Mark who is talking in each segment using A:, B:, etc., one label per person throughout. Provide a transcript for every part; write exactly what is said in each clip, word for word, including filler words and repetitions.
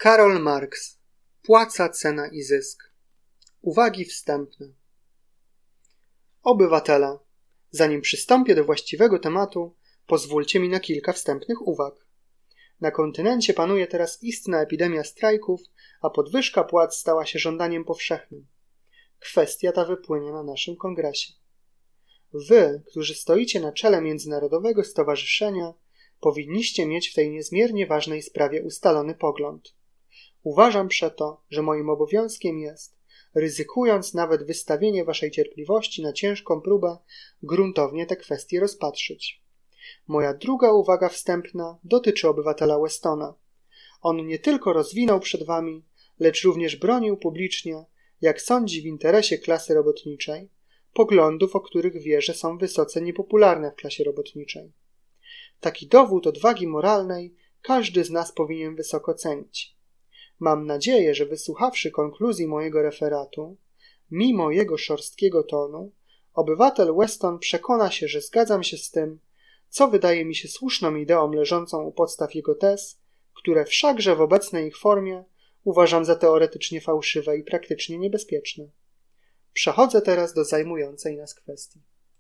A: Karol Marx. Płaca, cena i zysk. Uwagi wstępne. Obywatele, zanim przystąpię do właściwego tematu, pozwólcie mi na kilka wstępnych uwag. Na kontynencie panuje teraz istna epidemia strajków, a podwyżka płac stała się żądaniem powszechnym. Kwestia ta wypłynie na naszym kongresie. Wy, którzy stoicie na czele Międzynarodowego Stowarzyszenia, powinniście mieć w tej niezmiernie ważnej sprawie ustalony pogląd. Uważam przeto, że moim obowiązkiem jest, ryzykując nawet wystawienie waszej cierpliwości na ciężką próbę, gruntownie te kwestie rozpatrzyć. Moja druga uwaga wstępna dotyczy obywatela Westona. On nie tylko rozwinął przed wami, lecz również bronił publicznie, jak sądzi w interesie klasy robotniczej, poglądów, o których wie, że są wysoce niepopularne w klasie robotniczej. Taki dowód odwagi moralnej każdy z nas powinien wysoko cenić. Mam nadzieję, że wysłuchawszy konkluzji mojego referatu, mimo jego szorstkiego tonu, obywatel Weston przekona się, że zgadzam się z tym, co wydaje mi się słuszną ideą leżącą u podstaw jego tez, które wszakże w obecnej ich formie uważam za teoretycznie fałszywe i praktycznie niebezpieczne. Przechodzę teraz do zajmującej nas kwestii.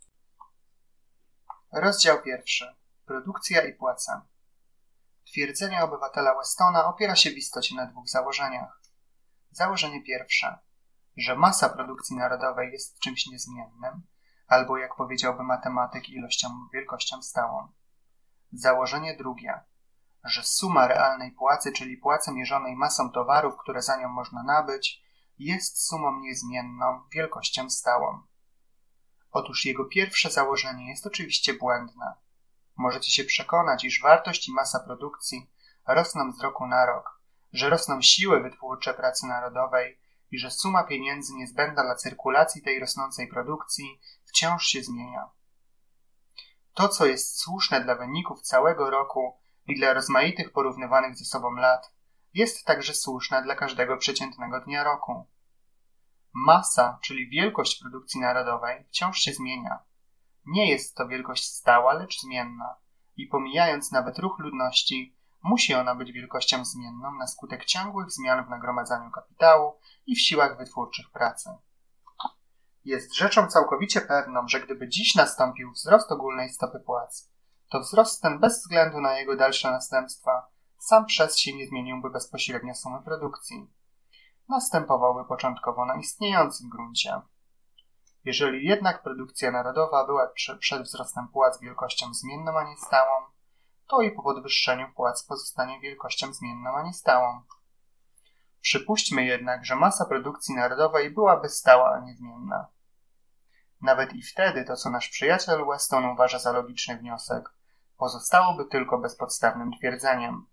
B: Rozdział pierwszy. Produkcja i płaca. Twierdzenie obywatela Westona opiera się w istocie na dwóch założeniach. Założenie pierwsze, że masa produkcji narodowej jest czymś niezmiennym, albo jak powiedziałby matematyk, ilością lub wielkością stałą. Założenie drugie, że suma realnej płacy, czyli płacy mierzonej masą towarów, które za nią można nabyć, jest sumą niezmienną, wielkością stałą. Otóż jego pierwsze założenie jest oczywiście błędne. Możecie się przekonać, iż wartość i masa produkcji rosną z roku na rok, że rosną siły wytwórcze pracy narodowej i że suma pieniędzy niezbędna dla cyrkulacji tej rosnącej produkcji wciąż się zmienia. To, co jest słuszne dla wyników całego roku i dla rozmaitych porównywanych ze sobą lat, jest także słuszne dla każdego przeciętnego dnia roku. Masa, czyli wielkość produkcji narodowej, wciąż się zmienia. Nie jest to wielkość stała, lecz zmienna i pomijając nawet ruch ludności, musi ona być wielkością zmienną na skutek ciągłych zmian w nagromadzaniu kapitału i w siłach wytwórczych pracy. Jest rzeczą całkowicie pewną, że gdyby dziś nastąpił wzrost ogólnej stopy płac, to wzrost ten bez względu na jego dalsze następstwa sam przez się nie zmieniłby bezpośrednio sumy produkcji. Następowałby początkowo na istniejącym gruncie. Jeżeli jednak produkcja narodowa była przed wzrostem płac wielkością zmienną, a nie stałą, to i po podwyższeniu płac pozostanie wielkością zmienną, a nie stałą. Przypuśćmy jednak, że masa produkcji narodowej byłaby stała, a nie zmienna. Nawet i wtedy to, co nasz przyjaciel Weston uważa za logiczny wniosek, pozostałoby tylko bezpodstawnym twierdzeniem.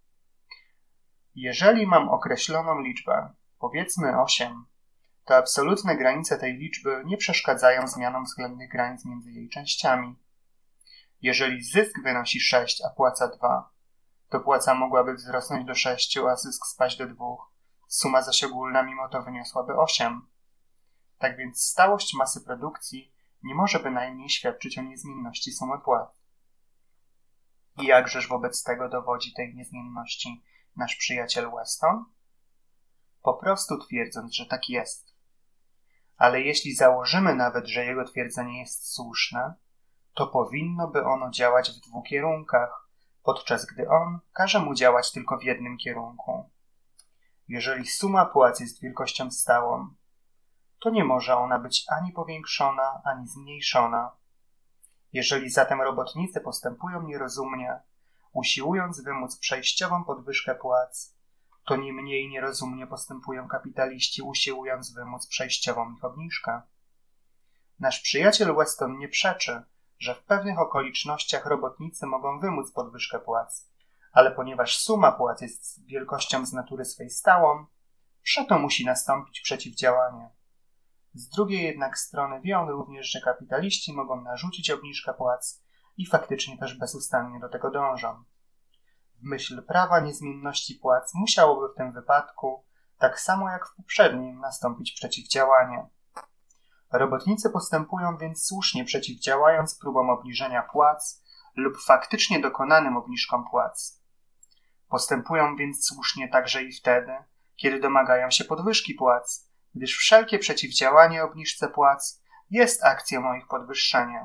B: Jeżeli mam określoną liczbę, powiedzmy osiem, to absolutne granice tej liczby nie przeszkadzają zmianom względnych granic między jej częściami. Jeżeli zysk wynosi sześć, a płaca dwa, to płaca mogłaby wzrosnąć do sześciu, a zysk spaść do dwóch. Suma zaś ogólna mimo to wyniosłaby osiem. Tak więc stałość masy produkcji nie może bynajmniej świadczyć o niezmienności sumy płac. I jakżeż wobec tego dowodzi tej niezmienności nasz przyjaciel Weston? Po prostu twierdząc, że tak jest. Ale jeśli założymy nawet, że jego twierdzenie jest słuszne, to powinno by ono działać w dwóch kierunkach, podczas gdy on każe mu działać tylko w jednym kierunku. Jeżeli suma płac jest wielkością stałą, to nie może ona być ani powiększona, ani zmniejszona. Jeżeli zatem robotnicy postępują nierozumnie, usiłując wymóc przejściową podwyżkę płac, to nie mniej nierozumnie postępują kapitaliści, usiłując wymóc przejściową ich obniżkę. Nasz przyjaciel Weston nie przeczy, że w pewnych okolicznościach robotnicy mogą wymóc podwyżkę płac, ale ponieważ suma płac jest wielkością z natury swej stałą, przeto musi nastąpić przeciwdziałanie. Z drugiej jednak strony wie on również, że kapitaliści mogą narzucić obniżkę płac i faktycznie też bezustannie do tego dążą. W myśl prawa niezmienności płac musiałoby w tym wypadku, tak samo jak w poprzednim, nastąpić przeciwdziałanie. Robotnicy postępują więc słusznie, przeciwdziałając próbom obniżenia płac lub faktycznie dokonanym obniżkom płac. Postępują więc słusznie także i wtedy, kiedy domagają się podwyżki płac, gdyż wszelkie przeciwdziałanie obniżce płac jest akcją o ich podwyższenie.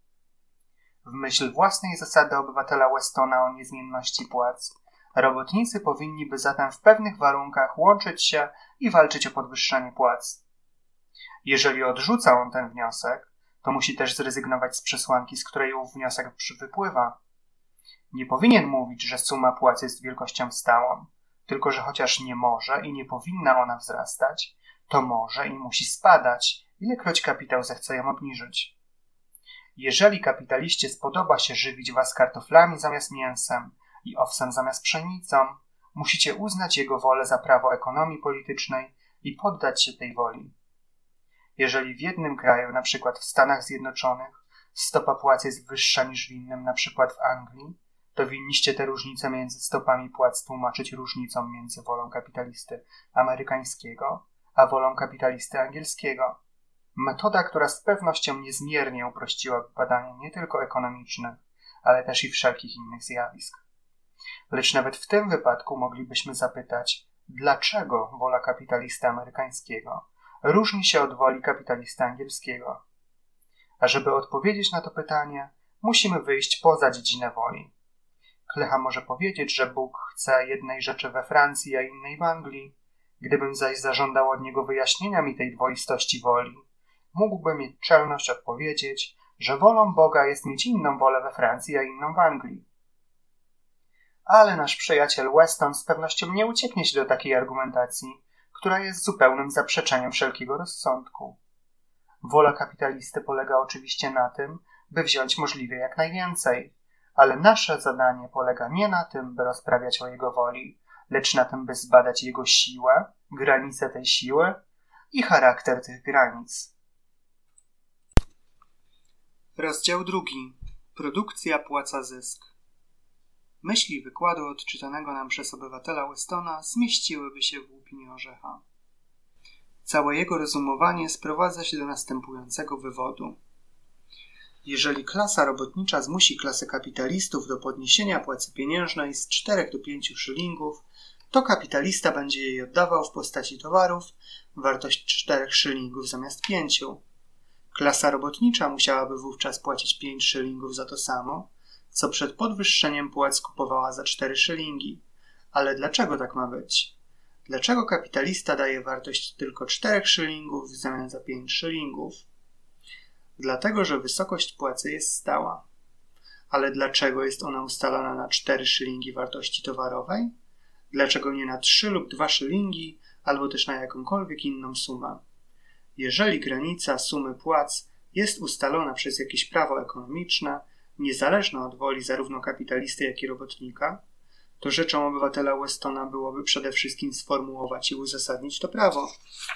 B: W myśl własnej zasady obywatela Westona o niezmienności płac, robotnicy powinni by zatem w pewnych warunkach łączyć się i walczyć o podwyższenie płac. Jeżeli odrzuca on ten wniosek, to musi też zrezygnować z przesłanki, z której ów wniosek wypływa. Nie powinien mówić, że suma płac jest wielkością stałą, tylko że chociaż nie może i nie powinna ona wzrastać, to może i musi spadać, ilekroć kapitał zechce ją obniżyć. Jeżeli kapitaliście spodoba się żywić was kartoflami zamiast mięsem i owsem zamiast pszenicą, musicie uznać jego wolę za prawo ekonomii politycznej i poddać się tej woli. Jeżeli w jednym kraju, na przykład w Stanach Zjednoczonych, stopa płac jest wyższa niż w innym, na przykład w Anglii, to winniście te różnice między stopami płac tłumaczyć różnicą między wolą kapitalisty amerykańskiego a wolą kapitalisty angielskiego. Metoda, która z pewnością niezmiernie uprościłaby badanie nie tylko ekonomicznych, ale też i wszelkich innych zjawisk. Lecz nawet w tym wypadku moglibyśmy zapytać, dlaczego wola kapitalisty amerykańskiego różni się od woli kapitalisty angielskiego? A żeby odpowiedzieć na to pytanie, musimy wyjść poza dziedzinę woli. Klecha może powiedzieć, że Bóg chce jednej rzeczy we Francji, a innej w Anglii. Gdybym zaś zażądał od niego wyjaśnienia mi tej dwoistości woli, mógłbym mieć czelność odpowiedzieć, że wolą Boga jest mieć inną wolę we Francji, a inną w Anglii. Ale nasz przyjaciel Weston z pewnością nie ucieknie się do takiej argumentacji, która jest zupełnym zaprzeczeniem wszelkiego rozsądku. Wola kapitalisty polega oczywiście na tym, by wziąć możliwie jak najwięcej, ale nasze zadanie polega nie na tym, by rozprawiać o jego woli, lecz na tym, by zbadać jego siłę, granice tej siły i charakter tych granic.
A: Rozdział drugi. Produkcja płaca zysk. Myśli wykładu odczytanego nam przez obywatela Westona zmieściłyby się w łupinie orzecha. Całe jego rozumowanie sprowadza się do następującego wywodu. Jeżeli klasa robotnicza zmusi klasę kapitalistów do podniesienia płacy pieniężnej z czterech do pięciu szylingów, to kapitalista będzie jej oddawał w postaci towarów wartość czterech szylingów zamiast pięciu. Klasa robotnicza musiałaby wówczas płacić pięć szylingów za to samo, co przed podwyższeniem płac kupowała za cztery szylingi. Ale dlaczego tak ma być? Dlaczego kapitalista daje wartość tylko czterech szylingów w zamian za pięć szylingów? Dlatego, że wysokość płacy jest stała. Ale dlaczego jest ona ustalona na cztery szylingi wartości towarowej? Dlaczego nie na trzy lub dwa szylingi, albo też na jakąkolwiek inną sumę? Jeżeli granica sumy płac jest ustalona przez jakieś prawo ekonomiczne, niezależne od woli zarówno kapitalisty, jak i robotnika, to rzeczą obywatela Westona byłoby przede wszystkim sformułować i uzasadnić to prawo.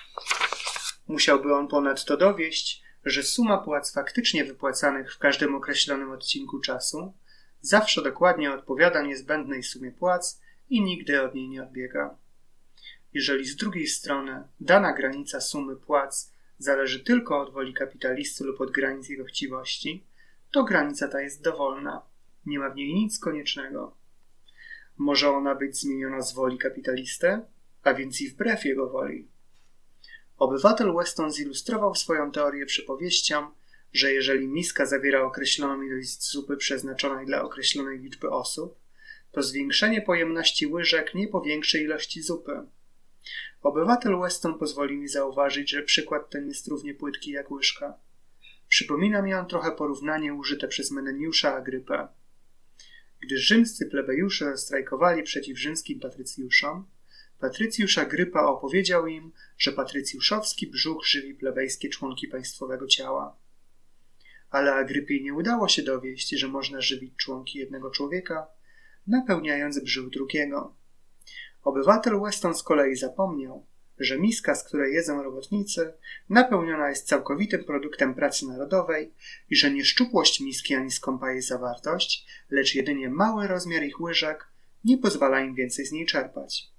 A: Musiałby on ponadto dowieść, że suma płac faktycznie wypłacanych w każdym określonym odcinku czasu zawsze dokładnie odpowiada niezbędnej sumie płac i nigdy od niej nie odbiega. Jeżeli z drugiej strony dana granica sumy płac zależy tylko od woli kapitalisty lub od granic jego chciwości, to granica ta jest dowolna. Nie ma w niej nic koniecznego. Może ona być zmieniona z woli kapitalisty, a więc i wbrew jego woli. Obywatel Weston zilustrował swoją teorię przypowieścią, że jeżeli miska zawiera określoną ilość zupy przeznaczonej dla określonej liczby osób, to zwiększenie pojemności łyżek nie powiększy ilości zupy. Obywatel Weston pozwoli mi zauważyć, że przykład ten jest równie płytki jak łyżka. Przypomina mi on trochę porównanie użyte przez Meneniusza Agrypę. Gdy rzymscy plebejusze strajkowali przeciw rzymskim patrycjuszom, Patrycjusz Agrypa opowiedział im, że patrycjuszowski brzuch żywi plebejskie członki państwowego ciała. Ale Agrypie nie udało się dowieść, że można żywić członki jednego człowieka, napełniając brzuch drugiego. Obywatel Weston z kolei zapomniał, że miska, z której jedzą robotnicy, napełniona jest całkowitym produktem pracy narodowej i że nie szczupłość miski ani skąpa jej zawartość, lecz jedynie mały rozmiar ich łyżek nie pozwala im więcej z niej czerpać.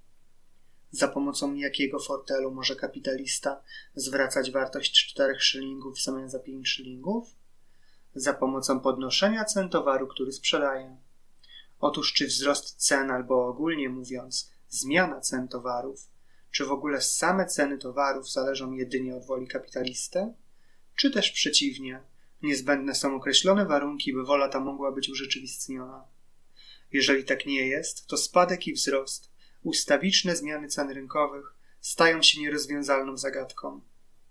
A: Za pomocą jakiego fortelu może kapitalista zwracać wartość czterech szylingów w zamian za pięć szylingów? Za pomocą podnoszenia cen towaru, który sprzedaje. Otóż czy wzrost cen albo ogólnie mówiąc zmiana cen towarów, czy w ogóle same ceny towarów zależą jedynie od woli kapitalisty, czy też przeciwnie, niezbędne są określone warunki, by wola ta mogła być urzeczywistniona. Jeżeli tak nie jest, to spadek i wzrost, ustawiczne zmiany cen rynkowych stają się nierozwiązalną zagadką.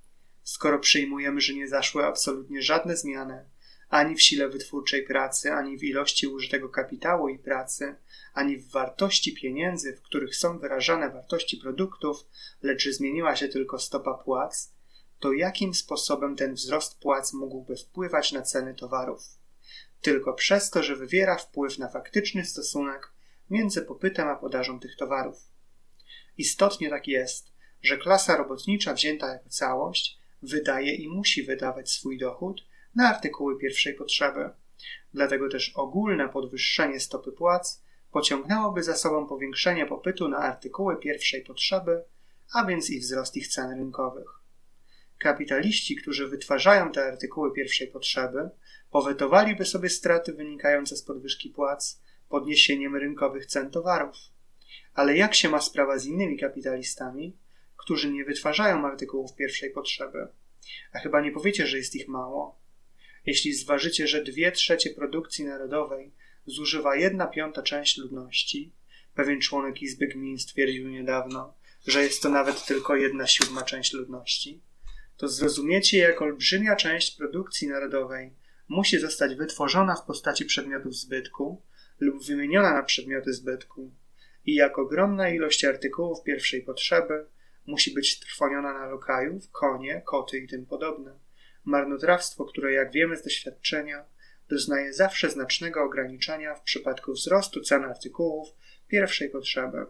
A: Skoro przyjmujemy, że nie zaszły absolutnie żadne zmiany, ani w sile wytwórczej pracy, ani w ilości użytego kapitału i pracy, ani w wartości pieniędzy, w których są wyrażane wartości produktów, lecz zmieniła się tylko stopa płac, to jakim sposobem ten wzrost płac mógłby wpływać na ceny towarów? Tylko przez to, że wywiera wpływ na faktyczny stosunek między popytem a podażą tych towarów. Istotnie tak jest, że klasa robotnicza wzięta jako całość wydaje i musi wydawać swój dochód na artykuły pierwszej potrzeby. Dlatego też ogólne podwyższenie stopy płac pociągnęłoby za sobą powiększenie popytu na artykuły pierwszej potrzeby, a więc i wzrost ich cen rynkowych. Kapitaliści, którzy wytwarzają te artykuły pierwszej potrzeby, powetowaliby sobie straty wynikające z podwyżki płac podniesieniem rynkowych cen towarów. Ale jak się ma sprawa z innymi kapitalistami, którzy nie wytwarzają artykułów pierwszej potrzeby? A chyba nie powiecie, że jest ich mało. Jeśli zważycie, że dwie trzecie produkcji narodowej zużywa jedna piąta część ludności, pewien członek Izby Gmin stwierdził niedawno, że jest to nawet tylko jedna siódma część ludności, to zrozumiecie, jak olbrzymia część produkcji narodowej musi zostać wytworzona w postaci przedmiotów zbytku lub wymieniona na przedmioty zbytku i jak ogromna ilość artykułów pierwszej potrzeby musi być trwoniona na lokajów, konie, koty i tym podobne. Marnotrawstwo, które, jak wiemy z doświadczenia, doznaje zawsze znacznego ograniczenia w przypadku wzrostu cen artykułów pierwszej potrzeby.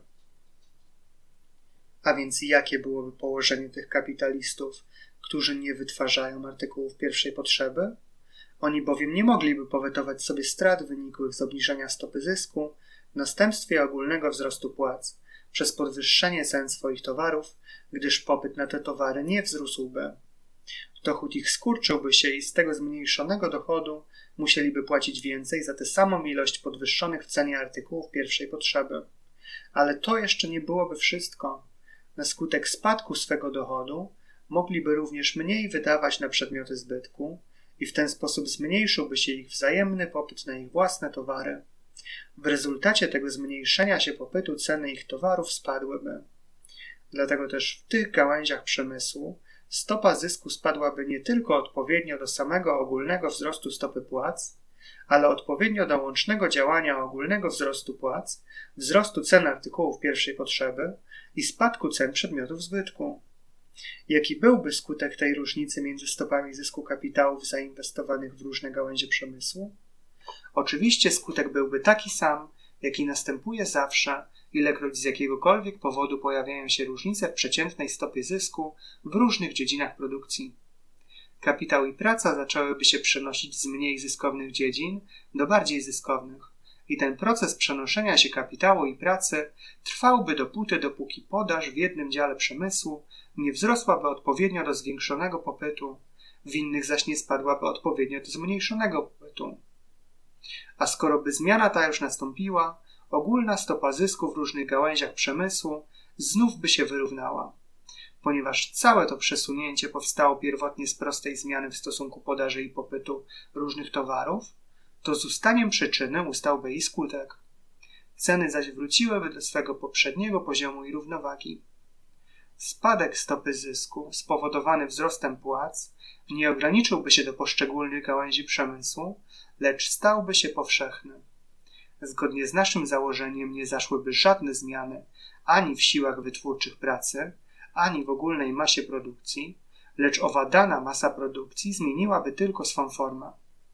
A: A więc jakie byłoby położenie tych kapitalistów, którzy nie wytwarzają artykułów pierwszej potrzeby? Oni bowiem nie mogliby powetować sobie strat wynikłych z obniżenia stopy zysku w następstwie ogólnego wzrostu płac przez podwyższenie cen swoich towarów, gdyż popyt na te towary nie wzrósłby. Dochód ich skurczyłby się i z tego zmniejszonego dochodu musieliby płacić więcej za tę samą ilość podwyższonych w cenie artykułów pierwszej potrzeby. Ale to jeszcze nie byłoby wszystko. Na skutek spadku swego dochodu mogliby również mniej wydawać na przedmioty zbytku i w ten sposób zmniejszyłby się ich wzajemny popyt na ich własne towary. W rezultacie tego zmniejszenia się popytu ceny ich towarów spadłyby. Dlatego też w tych gałęziach przemysłu stopa zysku spadłaby nie tylko odpowiednio do samego ogólnego wzrostu stopy płac, ale odpowiednio do łącznego działania ogólnego wzrostu płac, wzrostu cen artykułów pierwszej potrzeby i spadku cen przedmiotów zbytku. Jaki byłby skutek tej różnicy między stopami zysku kapitałów zainwestowanych w różne gałęzie przemysłu? Oczywiście skutek byłby taki sam, jaki następuje zawsze, ilekroć z jakiegokolwiek powodu pojawiają się różnice w przeciętnej stopie zysku w różnych dziedzinach produkcji. Kapitał i praca zaczęłyby się przenosić z mniej zyskownych dziedzin do bardziej zyskownych i ten proces przenoszenia się kapitału i pracy trwałby dopóty, dopóki podaż w jednym dziale przemysłu nie wzrosłaby odpowiednio do zwiększonego popytu, w innych zaś nie spadłaby odpowiednio do zmniejszonego popytu. A skoro by zmiana ta już nastąpiła, ogólna stopa zysku w różnych gałęziach przemysłu znów by się wyrównała. Ponieważ całe to przesunięcie powstało pierwotnie z prostej zmiany w stosunku podaży i popytu różnych towarów, to z ustaniem przyczyny ustałby i skutek. Ceny zaś wróciłyby do swego poprzedniego poziomu i równowagi. Spadek stopy zysku spowodowany wzrostem płac nie ograniczyłby się do poszczególnych gałęzi przemysłu, lecz stałby się powszechny. Zgodnie z naszym założeniem nie zaszłyby żadne zmiany ani w siłach wytwórczych pracy, ani w ogólnej masie produkcji, lecz owa dana masa produkcji zmieniłaby tylko swą formę.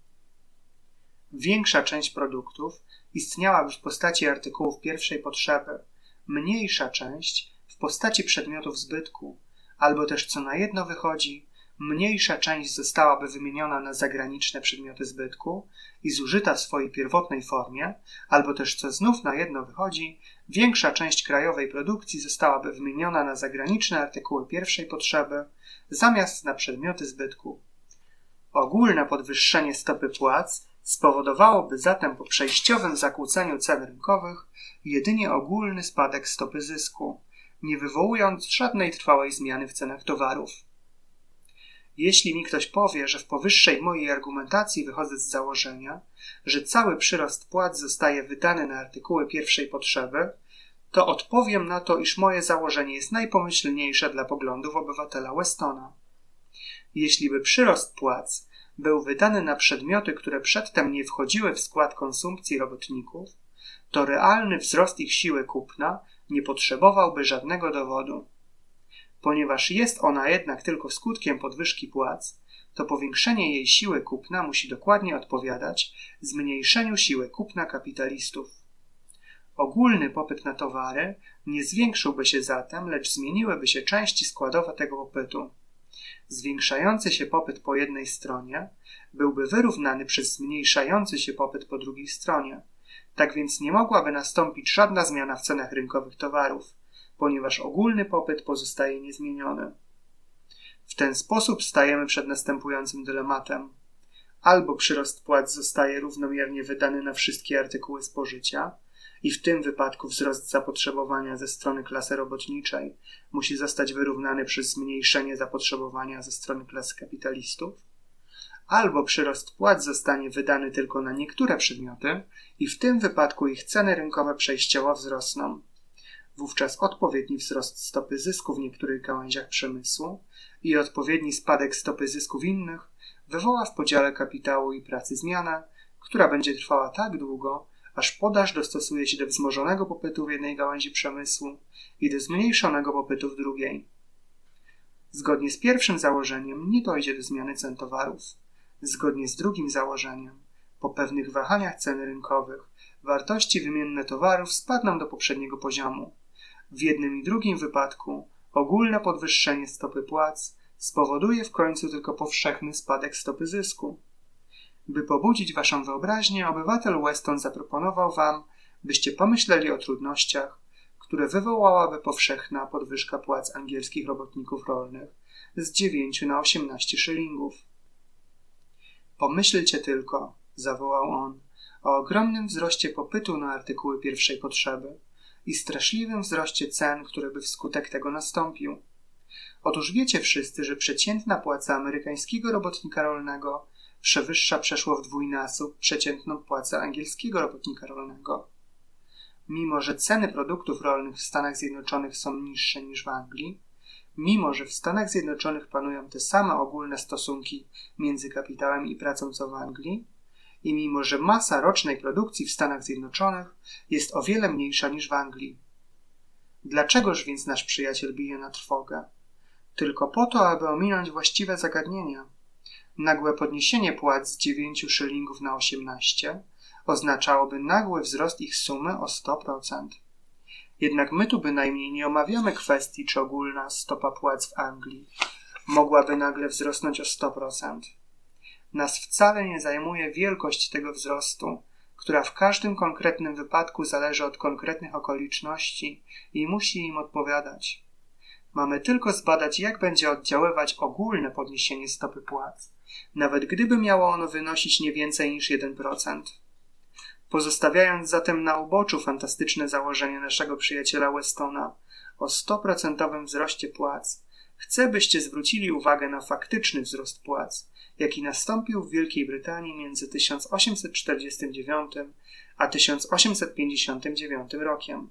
A: Większa część produktów istniałaby w postaci artykułów pierwszej potrzeby, mniejsza część w postaci przedmiotów zbytku, albo też co na jedno wychodzi, mniejsza część zostałaby wymieniona na zagraniczne przedmioty zbytku i zużyta w swojej pierwotnej formie, albo też co znów na jedno wychodzi, większa część krajowej produkcji zostałaby wymieniona na zagraniczne artykuły pierwszej potrzeby zamiast na przedmioty zbytku. Ogólne podwyższenie stopy płac Spowodowałoby zatem po przejściowym zakłóceniu cen rynkowych jedynie ogólny spadek stopy zysku, nie wywołując żadnej trwałej zmiany w cenach towarów. Jeśli mi ktoś powie, że w powyższej mojej argumentacji wychodzę z założenia, że cały przyrost płac zostaje wydany na artykuły pierwszej potrzeby, to odpowiem na to, iż moje założenie jest najpomyślniejsze dla poglądów obywatela Westona. Jeśli by przyrost płac był wydany na przedmioty, które przedtem nie wchodziły w skład konsumpcji robotników, to realny wzrost ich siły kupna nie potrzebowałby żadnego dowodu. Ponieważ jest ona jednak tylko skutkiem podwyżki płac, to powiększenie jej siły kupna musi dokładnie odpowiadać zmniejszeniu siły kupna kapitalistów. Ogólny popyt na towary nie zwiększyłby się zatem, lecz zmieniłyby się części składowe tego popytu. Zwiększający się popyt po jednej stronie byłby wyrównany przez zmniejszający się popyt po drugiej stronie. Tak więc nie mogłaby nastąpić żadna zmiana w cenach rynkowych towarów, ponieważ ogólny popyt pozostaje niezmieniony. W ten sposób stajemy przed następującym dylematem. Albo przyrost płac zostaje równomiernie wydany na wszystkie artykuły spożycia i w tym wypadku wzrost zapotrzebowania ze strony klasy robotniczej musi zostać wyrównany przez zmniejszenie zapotrzebowania ze strony klasy kapitalistów, albo przyrost płac zostanie wydany tylko na niektóre przedmioty i w tym wypadku ich ceny rynkowe przejściowo wzrosną. Wówczas odpowiedni wzrost stopy zysku w niektórych gałęziach przemysłu i odpowiedni spadek stopy zysku w innych wywoła w podziale kapitału i pracy zmianę, która będzie trwała tak długo, aż podaż dostosuje się do wzmożonego popytu w jednej gałęzi przemysłu i do zmniejszonego popytu w drugiej. Zgodnie z pierwszym założeniem nie dojdzie do zmiany cen towarów. Zgodnie z drugim założeniem, po pewnych wahaniach cen rynkowych, wartości wymienne towarów spadną do poprzedniego poziomu. W jednym i drugim wypadku ogólne podwyższenie stopy płac spowoduje w końcu tylko powszechny spadek stopy zysku. By pobudzić waszą wyobraźnię, obywatel Weston zaproponował wam, byście pomyśleli o trudnościach, które wywołałaby powszechna podwyżka płac angielskich robotników rolnych z dziewięciu na osiemnaście szylingów. Pomyślcie tylko, zawołał on, o ogromnym wzroście popytu na artykuły pierwszej potrzeby i straszliwym wzroście cen, który by wskutek tego nastąpił. Otóż wiecie wszyscy, że przeciętna płaca amerykańskiego robotnika rolnego przewyższa przeszło w dwójnasób przeciętną płacę angielskiego robotnika rolnego. Mimo że ceny produktów rolnych w Stanach Zjednoczonych są niższe niż w Anglii, mimo że w Stanach Zjednoczonych panują te same ogólne stosunki między kapitałem i pracą co w Anglii, i mimo że masa rocznej produkcji w Stanach Zjednoczonych jest o wiele mniejsza niż w Anglii. Dlaczegoż więc nasz przyjaciel bije na trwogę? Tylko po to, aby ominąć właściwe zagadnienia. Nagłe podniesienie płac z dziewięciu szylingów na osiemnaście oznaczałoby nagły wzrost ich sumy o sto procent. Jednak my tu bynajmniej nie omawiamy kwestii, czy ogólna stopa płac w Anglii mogłaby nagle wzrosnąć o sto procent. Nas wcale nie zajmuje wielkość tego wzrostu, która w każdym konkretnym wypadku zależy od konkretnych okoliczności i musi im odpowiadać. Mamy tylko zbadać, jak będzie oddziaływać ogólne podniesienie stopy płac, nawet gdyby miało ono wynosić nie więcej niż jeden procent. Pozostawiając zatem na uboczu fantastyczne założenie naszego przyjaciela Westona o sto procent wzroście płac, chcę, byście zwrócili uwagę na faktyczny wzrost płac, jaki nastąpił w Wielkiej Brytanii między tysiąc osiemset czterdziestym dziewiątym a tysiąc osiemset pięćdziesiątym dziewiątym rokiem.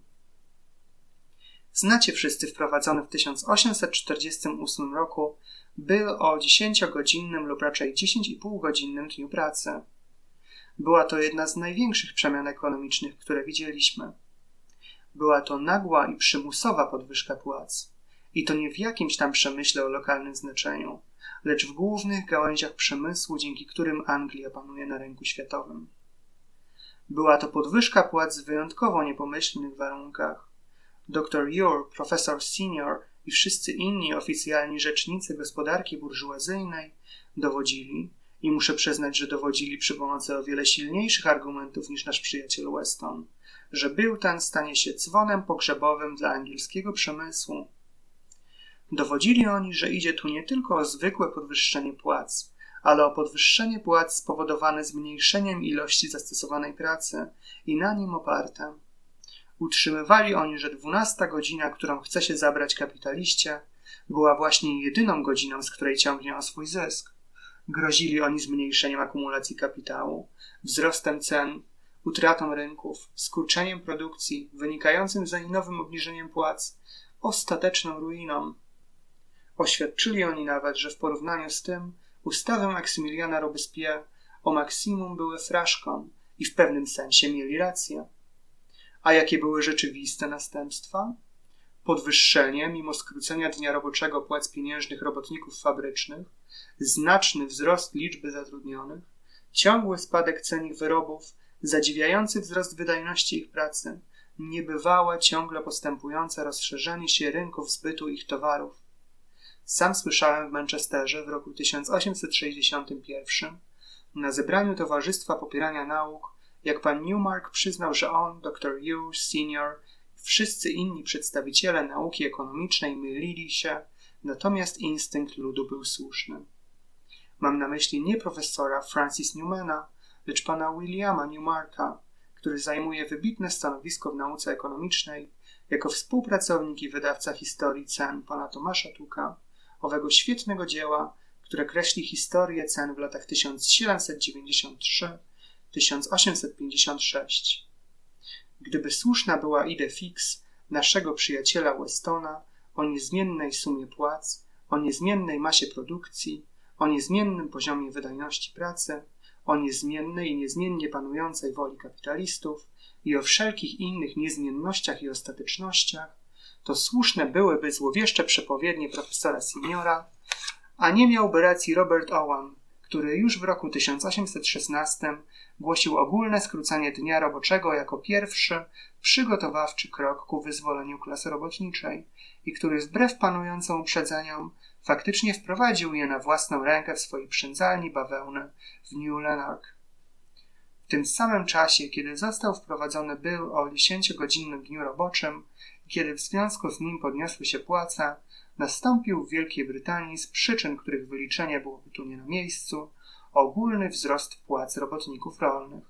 A: Znacie wszyscy wprowadzony w tysiąc osiemset czterdziestym ósmym roku bill o dziesięciogodzinnym lub raczej dziesięć i pół godzinnym dniu pracy. Była to jedna z największych przemian ekonomicznych, które widzieliśmy. Była to nagła i przymusowa podwyżka płac. I to nie w jakimś tam przemyśle o lokalnym znaczeniu, lecz w głównych gałęziach przemysłu, dzięki którym Anglia panuje na rynku światowym. Była to podwyżka płac w wyjątkowo niepomyślnych warunkach. doktor Ure, profesor senior i wszyscy inni oficjalni rzecznicy gospodarki burżuazyjnej dowodzili, i muszę przyznać, że dowodzili przy pomocy o wiele silniejszych argumentów niż nasz przyjaciel Weston, że był ten stanie się dzwonem pogrzebowym dla angielskiego przemysłu. Dowodzili oni, że idzie tu nie tylko o zwykłe podwyższenie płac, ale o podwyższenie płac spowodowane zmniejszeniem ilości zastosowanej pracy i na nim oparte. Utrzymywali oni, że dwunasta godzina, którą chce się zabrać kapitaliście, była właśnie jedyną godziną, z której ciągnie on swój zysk. Grozili oni zmniejszeniem akumulacji kapitału, wzrostem cen, utratą rynków, skurczeniem produkcji, wynikającym zaninowym obniżeniem płac, ostateczną ruiną. Oświadczyli oni nawet, że w porównaniu z tym ustawy Maksymiliana Robespierre o maksimum były fraszką i w pewnym sensie mieli rację. A jakie były rzeczywiste następstwa? Podwyższenie, mimo skrócenia dnia roboczego płac pieniężnych robotników fabrycznych, znaczny wzrost liczby zatrudnionych, ciągły spadek cen ich wyrobów, zadziwiający wzrost wydajności ich pracy, niebywałe, ciągle postępujące rozszerzenie się rynków zbytu ich towarów. Sam słyszałem w Manchesterze w roku tysiąc osiemset sześćdziesiątym pierwszym na zebraniu Towarzystwa Popierania Nauk, jak pan Newmark przyznał, że on, doktor Hughes senior i wszyscy inni przedstawiciele nauki ekonomicznej mylili się, natomiast instynkt ludu był słuszny. Mam na myśli nie profesora Francis Newmana, lecz pana Williama Newmarka, który zajmuje wybitne stanowisko w nauce ekonomicznej jako współpracownik i wydawca historii cen pana Tomasza Tuka, owego świetnego dzieła, które kreśli historię cen w latach tysiąc siedemset dziewięćdziesiąt trzy do tysiąc osiemset pięćdziesiąt sześć. Gdyby słuszna była idea fix naszego przyjaciela Westona o niezmiennej sumie płac, o niezmiennej masie produkcji, o niezmiennym poziomie wydajności pracy, o niezmiennej i niezmiennie panującej woli kapitalistów i o wszelkich innych niezmiennościach i ostatecznościach, to słuszne byłyby złowieszcze przepowiednie profesora Seniora, a nie miałby racji Robert Owen, który już w roku tysiąc osiemset szesnastym głosił ogólne skrócenie dnia roboczego jako pierwszy, przygotowawczy krok ku wyzwoleniu klasy robotniczej i który wbrew panującym uprzedzeniom faktycznie wprowadził je na własną rękę w swojej przędzalni bawełny w New Lanark. W tym samym czasie, kiedy został wprowadzony był o dziesięciogodzinnym dniu roboczym i kiedy w związku z nim podniosły się płace, nastąpił w Wielkiej Brytanii z przyczyn, których wyliczenie byłoby tu nie na miejscu, ogólny wzrost płac robotników rolnych.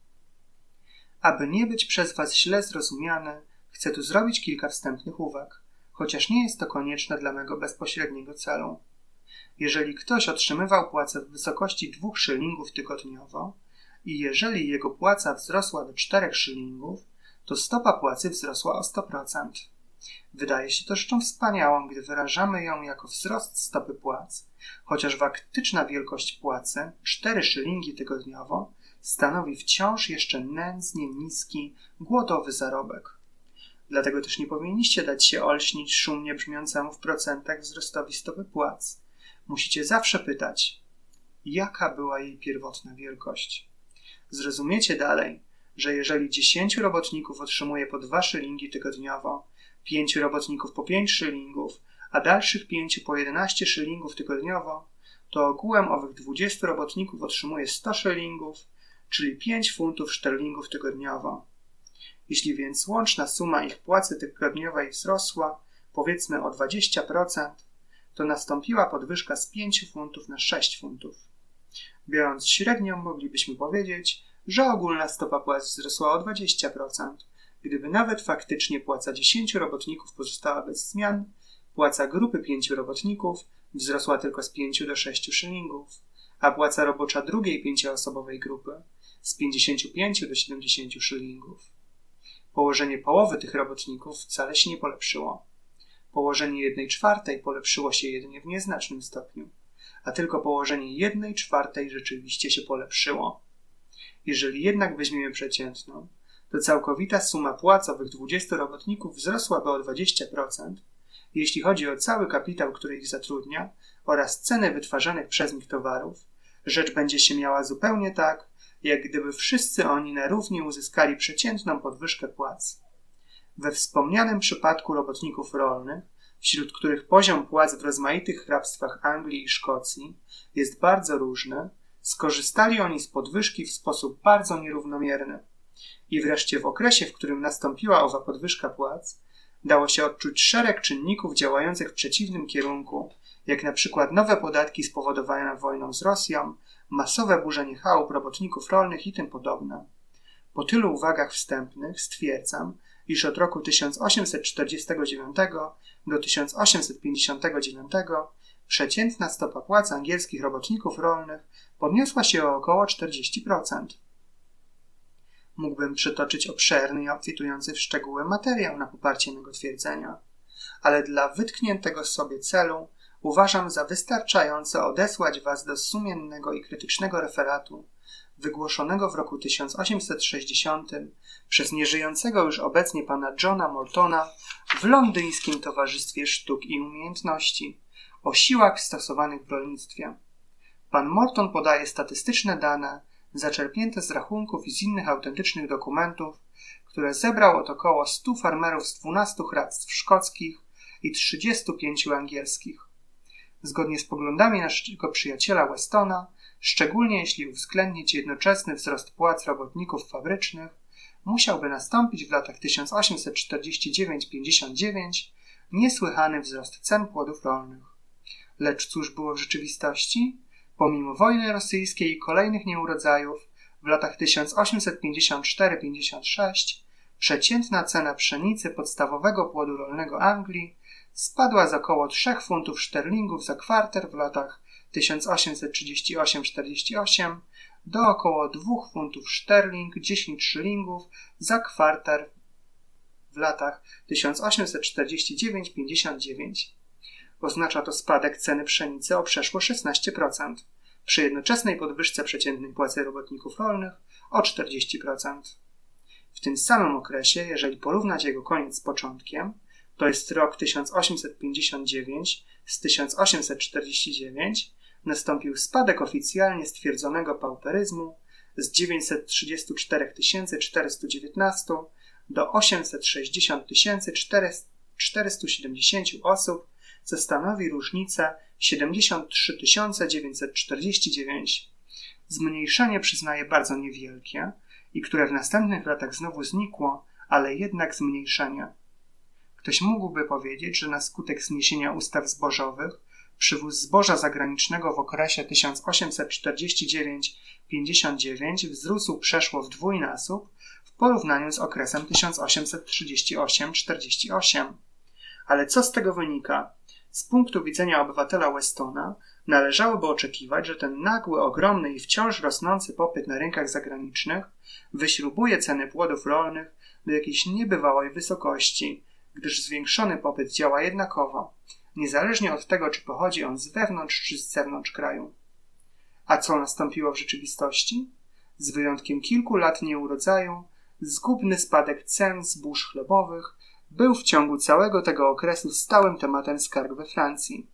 A: Aby nie być przez was źle zrozumiany, chcę tu zrobić kilka wstępnych uwag, chociaż nie jest to konieczne dla mego bezpośredniego celu. Jeżeli ktoś otrzymywał płacę w wysokości dwóch szylingów tygodniowo i jeżeli jego płaca wzrosła do czterech szylingów, to stopa płacy wzrosła o sto procent. Wydaje się to rzeczą wspaniałą, gdy wyrażamy ją jako wzrost stopy płac, chociaż faktyczna wielkość płacy, cztery szylingi tygodniowo, stanowi wciąż jeszcze nędznie niski, głodowy zarobek. Dlatego też nie powinniście dać się olśnić szumnie brzmiącemu w procentach wzrostowi stopy płac. Musicie zawsze pytać, jaka była jej pierwotna wielkość. Zrozumiecie dalej, że jeżeli dziesięciu robotników otrzymuje po dwa szylingi tygodniowo, pięciu robotników po pięć szylingów, a dalszych pięciu po jedenaście szylingów tygodniowo, to ogółem owych dwudziestu robotników otrzymuje sto szylingów, czyli pięć funtów szterlingów tygodniowo. Jeśli więc łączna suma ich płacy tygodniowej wzrosła, powiedzmy o dwadzieścia procent, to nastąpiła podwyżka z pięciu funtów na sześć funtów. Biorąc średnią, moglibyśmy powiedzieć, że ogólna stopa płac wzrosła o dwadzieścia procent. Gdyby nawet faktycznie płaca dziesięciu robotników pozostała bez zmian, płaca grupy pięciu robotników wzrosła tylko z pięciu do sześciu szylingów, a płaca robocza drugiej pięcioosobowej grupy z pięćdziesięciu pięciu do siedemdziesięciu szylingów. Położenie połowy tych robotników wcale się nie polepszyło. Położenie jednej czwartej polepszyło się jedynie w nieznacznym stopniu, a tylko położenie jednej czwartej rzeczywiście się polepszyło. Jeżeli jednak weźmiemy przeciętną, to całkowita suma płac owych dwudziestu robotników wzrosłaby o dwadzieścia procent, jeśli chodzi o cały kapitał, który ich zatrudnia oraz ceny wytwarzanych przez nich towarów, rzecz będzie się miała zupełnie tak, jak gdyby wszyscy oni na równi uzyskali przeciętną podwyżkę płac. We wspomnianym przypadku robotników rolnych, wśród których poziom płac w rozmaitych hrabstwach Anglii i Szkocji jest bardzo różny, skorzystali oni z podwyżki w sposób bardzo nierównomierny. I wreszcie w okresie, w którym nastąpiła owa podwyżka płac, dało się odczuć szereg czynników działających w przeciwnym kierunku
B: jak na przykład nowe podatki spowodowane wojną z Rosją, masowe burzenie chałup robotników rolnych i tym podobne. Po tylu uwagach wstępnych stwierdzam, iż od roku tysiąc osiemset czterdziestego dziewiątego do tysiąc osiemset pięćdziesiątego dziewiątego przeciętna stopa płac angielskich robotników rolnych podniosła się o około czterdzieści procent. Mógłbym przytoczyć obszerny i obfitujący w szczegóły materiał na poparcie mego twierdzenia, ale dla wytkniętego sobie celu uważam za wystarczające odesłać Was do sumiennego i krytycznego referatu wygłoszonego w roku tysiąc osiemset sześćdziesiątym przez nieżyjącego już obecnie pana Johna Mortona w Londyńskim Towarzystwie Sztuk i Umiejętności o siłach stosowanych w rolnictwie. Pan Morton podaje statystyczne dane zaczerpnięte z rachunków i z innych autentycznych dokumentów, które zebrał od około stu farmerów z dwunastu hrabstw szkockich i trzydziestu pięciu angielskich. Zgodnie z poglądami naszego przyjaciela Westona, szczególnie jeśli uwzględnić jednoczesny wzrost płac robotników fabrycznych, musiałby nastąpić w latach tysiąc osiemset czterdziesty dziewiąty do pięćdziesiątego dziewiątego niesłychany wzrost cen płodów rolnych. Lecz cóż było w rzeczywistości? Pomimo wojny rosyjskiej i kolejnych nieurodzajów, w latach tysiąc osiemset pięćdziesiąty czwarty do pięćdziesiątego szóstego przeciętna cena pszenicy podstawowego płodu rolnego Anglii spadła z około trzech funtów szterlingów za kwarter w latach tysiąc osiemset trzydziesty ósmy do czterdziestego ósmego do około dwóch funtów szterling dziesięć szylingów za kwarter w latach tysiąc osiemset czterdziesty dziewiąty do pięćdziesiątego dziewiątego. Oznacza to spadek ceny pszenicy o przeszło szesnaście procent, przy jednoczesnej podwyżce przeciętnej płacy robotników rolnych o czterdzieści procent. W tym samym okresie, jeżeli porównać jego koniec z początkiem, to jest rok tysiąc osiemset pięćdziesiąty dziewiąty z tysiąc osiemset czterdziestego dziewiątego, nastąpił spadek oficjalnie stwierdzonego pauperyzmu z dziewięćset trzydzieści cztery tysiące czterysta dziewiętnaście do osiemset sześćdziesiąt tysięcy czterysta siedemdziesiąt osób, co stanowi różnicę siedemdziesiąt trzy tysiące dziewięćset czterdzieści dziewięć. Zmniejszenie przyznaję bardzo niewielkie i które w następnych latach znowu znikło, ale jednak zmniejszenie. Ktoś mógłby powiedzieć, że na skutek zniesienia ustaw zbożowych przywóz zboża zagranicznego w okresie tysiąc osiemset czterdziesty dziewiąty do pięćdziesiątego dziewiątego wzrósł przeszło w dwójnasób w porównaniu z okresem tysiąc osiemset trzydziesty ósmy do czterdziestego ósmego. Ale co z tego wynika? Z punktu widzenia obywatela Westona należałoby oczekiwać, że ten nagły, ogromny i wciąż rosnący popyt na rynkach zagranicznych wyśrubuje ceny płodów rolnych do jakiejś niebywałej wysokości, gdyż zwiększony popyt działa jednakowo, niezależnie od tego, czy pochodzi on z wewnątrz czy z zewnątrz kraju. A co nastąpiło w rzeczywistości? Z wyjątkiem kilku lat nieurodzaju, zgubny spadek cen zbóż chlebowych był w ciągu całego tego okresu stałym tematem skarg we Francji.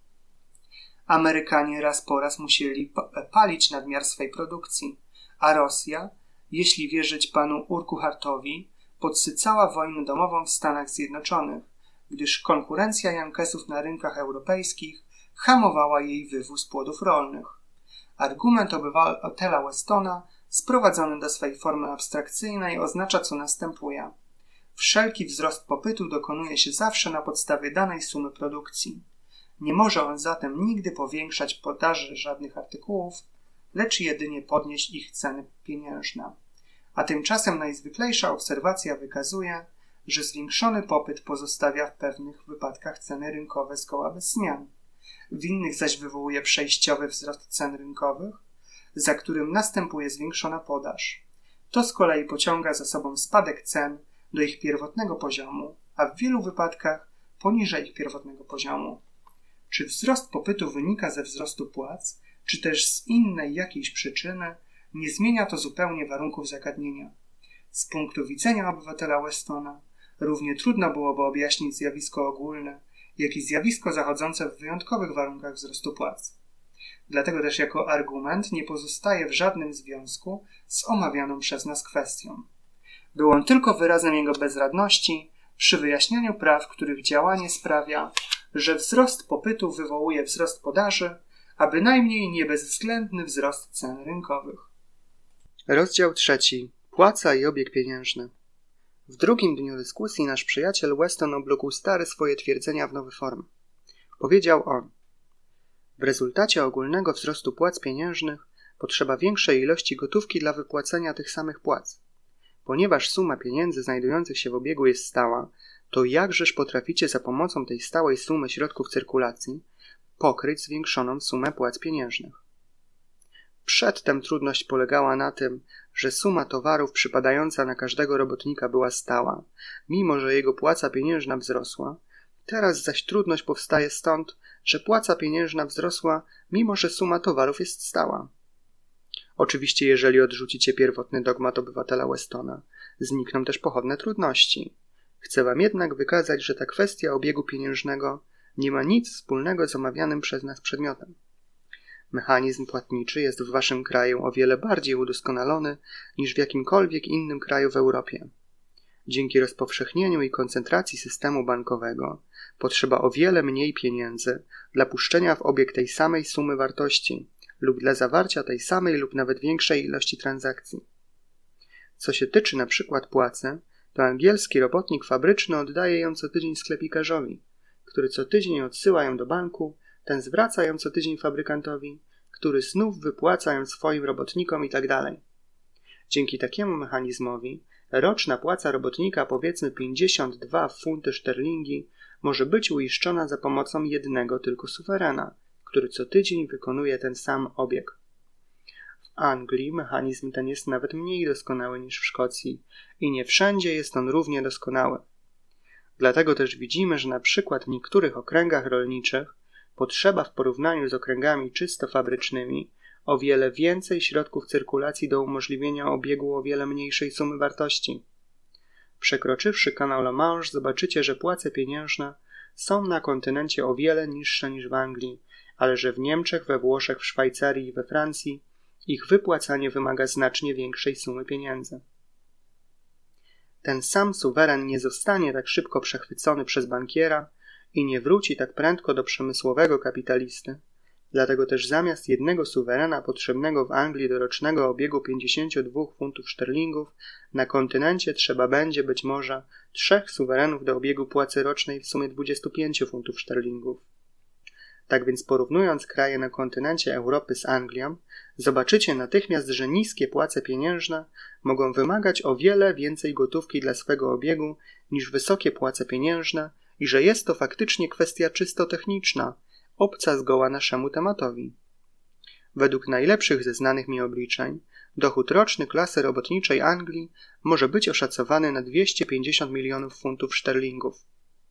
B: Amerykanie raz po raz musieli palić nadmiar swej produkcji, a Rosja, jeśli wierzyć panu Urquhartowi, podsycała wojnę domową w Stanach Zjednoczonych, gdyż konkurencja Jankesów na rynkach europejskich hamowała jej wywóz płodów rolnych. Argument obywatela Westona sprowadzony do swej formy abstrakcyjnej oznacza, co następuje. Wszelki wzrost popytu dokonuje się zawsze na podstawie danej sumy produkcji. Nie może on zatem nigdy powiększać podaży żadnych artykułów, lecz jedynie podnieść ich ceny pieniężne. A tymczasem najzwyklejsza obserwacja wykazuje, że zwiększony popyt pozostawia w pewnych wypadkach ceny rynkowe zgoła bez zmian. W innych zaś wywołuje przejściowy wzrost cen rynkowych, za którym następuje zwiększona podaż. To z kolei pociąga za sobą spadek cen do ich pierwotnego poziomu, a w wielu wypadkach poniżej ich pierwotnego poziomu. Czy wzrost popytu wynika ze wzrostu płac, czy też z innej jakiejś przyczyny, nie zmienia to zupełnie warunków zagadnienia. Z punktu widzenia obywatela Westona równie trudno byłoby objaśnić zjawisko ogólne, jak i zjawisko zachodzące w wyjątkowych warunkach wzrostu płac. Dlatego też jako argument nie pozostaje w żadnym związku z omawianą przez nas kwestią. Był on tylko wyrazem jego bezradności przy wyjaśnianiu praw, których działanie sprawia, że wzrost popytu wywołuje wzrost podaży, a bynajmniej nie bezwzględny wzrost cen rynkowych.
A: Rozdział trzeci. Płaca i obieg pieniężny. W drugim dniu dyskusji nasz przyjaciel Weston oblógł stare swoje twierdzenia w nowe formy. Powiedział on: W rezultacie ogólnego wzrostu płac pieniężnych potrzeba większej ilości gotówki dla wypłacenia tych samych płac. Ponieważ suma pieniędzy znajdujących się w obiegu jest stała, to jakżeż potraficie za pomocą tej stałej sumy środków cyrkulacji pokryć zwiększoną sumę płac pieniężnych? Przedtem trudność polegała na tym, że suma towarów przypadająca na każdego robotnika była stała, mimo że jego płaca pieniężna wzrosła. Teraz zaś trudność powstaje stąd, że płaca pieniężna wzrosła, mimo że suma towarów jest stała. Oczywiście, jeżeli odrzucicie pierwotny dogmat obywatela Westona, znikną też pochodne trudności. Chcę wam jednak wykazać, że ta kwestia obiegu pieniężnego nie ma nic wspólnego z omawianym przez nas przedmiotem. Mechanizm płatniczy jest w waszym kraju o wiele bardziej udoskonalony niż w jakimkolwiek innym kraju w Europie. Dzięki rozpowszechnieniu i koncentracji systemu bankowego potrzeba o wiele mniej pieniędzy dla puszczenia w obieg tej samej sumy wartości lub dla zawarcia tej samej lub nawet większej ilości transakcji. Co się tyczy na przykład płacy, to angielski robotnik fabryczny oddaje ją co tydzień sklepikarzowi, który co tydzień odsyła ją do banku, ten zwraca ją co tydzień fabrykantowi, który znów wypłaca ją swoim robotnikom itd. Dzięki takiemu mechanizmowi roczna płaca robotnika, powiedzmy pięćdziesiąt dwa funty szterlingi, może być uiszczona za pomocą jednego tylko suwerena, który co tydzień wykonuje ten sam obieg. W Anglii mechanizm ten jest nawet mniej doskonały niż w Szkocji i nie wszędzie jest on równie doskonały. Dlatego też widzimy, że na przykład w niektórych okręgach rolniczych potrzeba w porównaniu z okręgami czysto fabrycznymi o wiele więcej środków cyrkulacji do umożliwienia obiegu o wiele mniejszej sumy wartości. Przekroczywszy kanał La Manche, zobaczycie, że płace pieniężne są na kontynencie o wiele niższe niż w Anglii, ale że w Niemczech, we Włoszech, w Szwajcarii i we Francji ich wypłacanie wymaga znacznie większej sumy pieniędzy. Ten sam suweren nie zostanie tak szybko przechwycony przez bankiera i nie wróci tak prędko do przemysłowego kapitalisty. Dlatego też zamiast jednego suwerena potrzebnego w Anglii do rocznego obiegu pięćdziesięciu dwóch funtów szterlingów, na kontynencie trzeba będzie być może trzech suwerenów do obiegu płacy rocznej w sumie dwudziestu pięciu funtów szterlingów. Tak więc porównując kraje na kontynencie Europy z Anglią, zobaczycie natychmiast, że niskie płace pieniężne mogą wymagać o wiele więcej gotówki dla swego obiegu niż wysokie płace pieniężne i że jest to faktycznie kwestia czysto techniczna, obca zgoła naszemu tematowi. Według najlepszych ze znanych mi obliczeń, dochód roczny klasy robotniczej Anglii może być oszacowany na dwieście pięćdziesiąt milionów funtów szterlingów.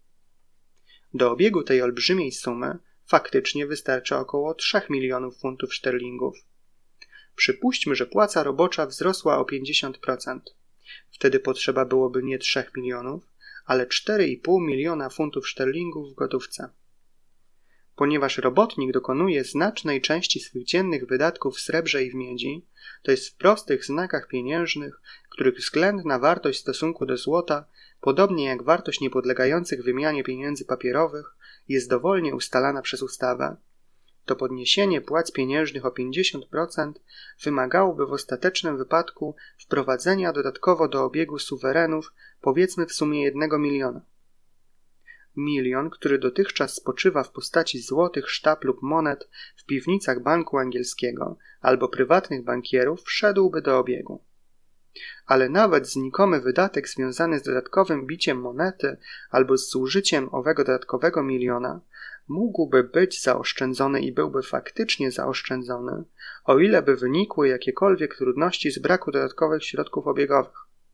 A: Do obiegu tej olbrzymiej sumy faktycznie wystarcza około trzech milionów funtów szterlingów. Przypuśćmy, że płaca robocza wzrosła o pięćdziesiąt procent. Wtedy potrzeba byłoby nie trzech milionów, ale cztery i pół miliona funtów szterlingów w gotówce. Ponieważ robotnik dokonuje znacznej części swych dziennych wydatków w srebrze i w miedzi, to jest w prostych znakach pieniężnych, których względna wartość w stosunku do złota, podobnie jak wartość niepodlegających wymianie pieniędzy papierowych, jest dowolnie ustalana przez ustawę, to podniesienie płac pieniężnych o pięćdziesiąt procent wymagałoby w ostatecznym wypadku wprowadzenia dodatkowo do obiegu suwerenów powiedzmy w sumie jednego miliona. Milion, który dotychczas spoczywa w postaci złotych sztab lub monet w piwnicach banku angielskiego albo prywatnych bankierów, wszedłby do obiegu. Ale nawet znikomy wydatek związany z dodatkowym biciem monety albo z zużyciem owego dodatkowego miliona mógłby być zaoszczędzony i byłby faktycznie zaoszczędzony, o ile by wynikły jakiekolwiek trudności z braku dodatkowych środków obiegowych.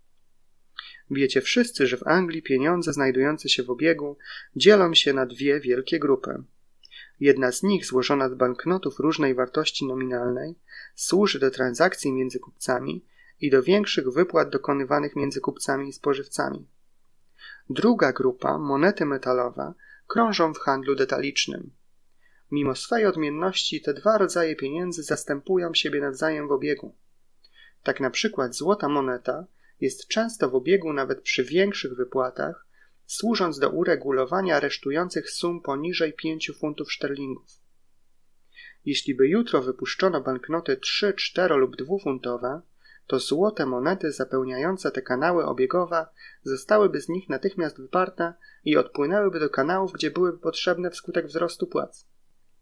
A: Wiecie wszyscy, że w Anglii pieniądze znajdujące się w obiegu dzielą się na dwie wielkie grupy. Jedna z nich, złożona z banknotów różnej wartości nominalnej, służy do transakcji między kupcami i do większych wypłat dokonywanych między kupcami i spożywcami. Druga grupa, monety metalowe, krążą w handlu detalicznym. Mimo swej odmienności te dwa rodzaje pieniędzy zastępują siebie nawzajem w obiegu. Tak na przykład złota moneta jest często w obiegu nawet przy większych wypłatach, służąc do uregulowania resztujących sum poniżej pięciu funtów szterlingów. Jeśli by jutro wypuszczono banknoty trzy, cztero lub dwufuntowe, to złote monety zapełniające te kanały obiegowe zostałyby z nich natychmiast wyparte i odpłynęłyby do kanałów, gdzie byłyby potrzebne wskutek wzrostu płac.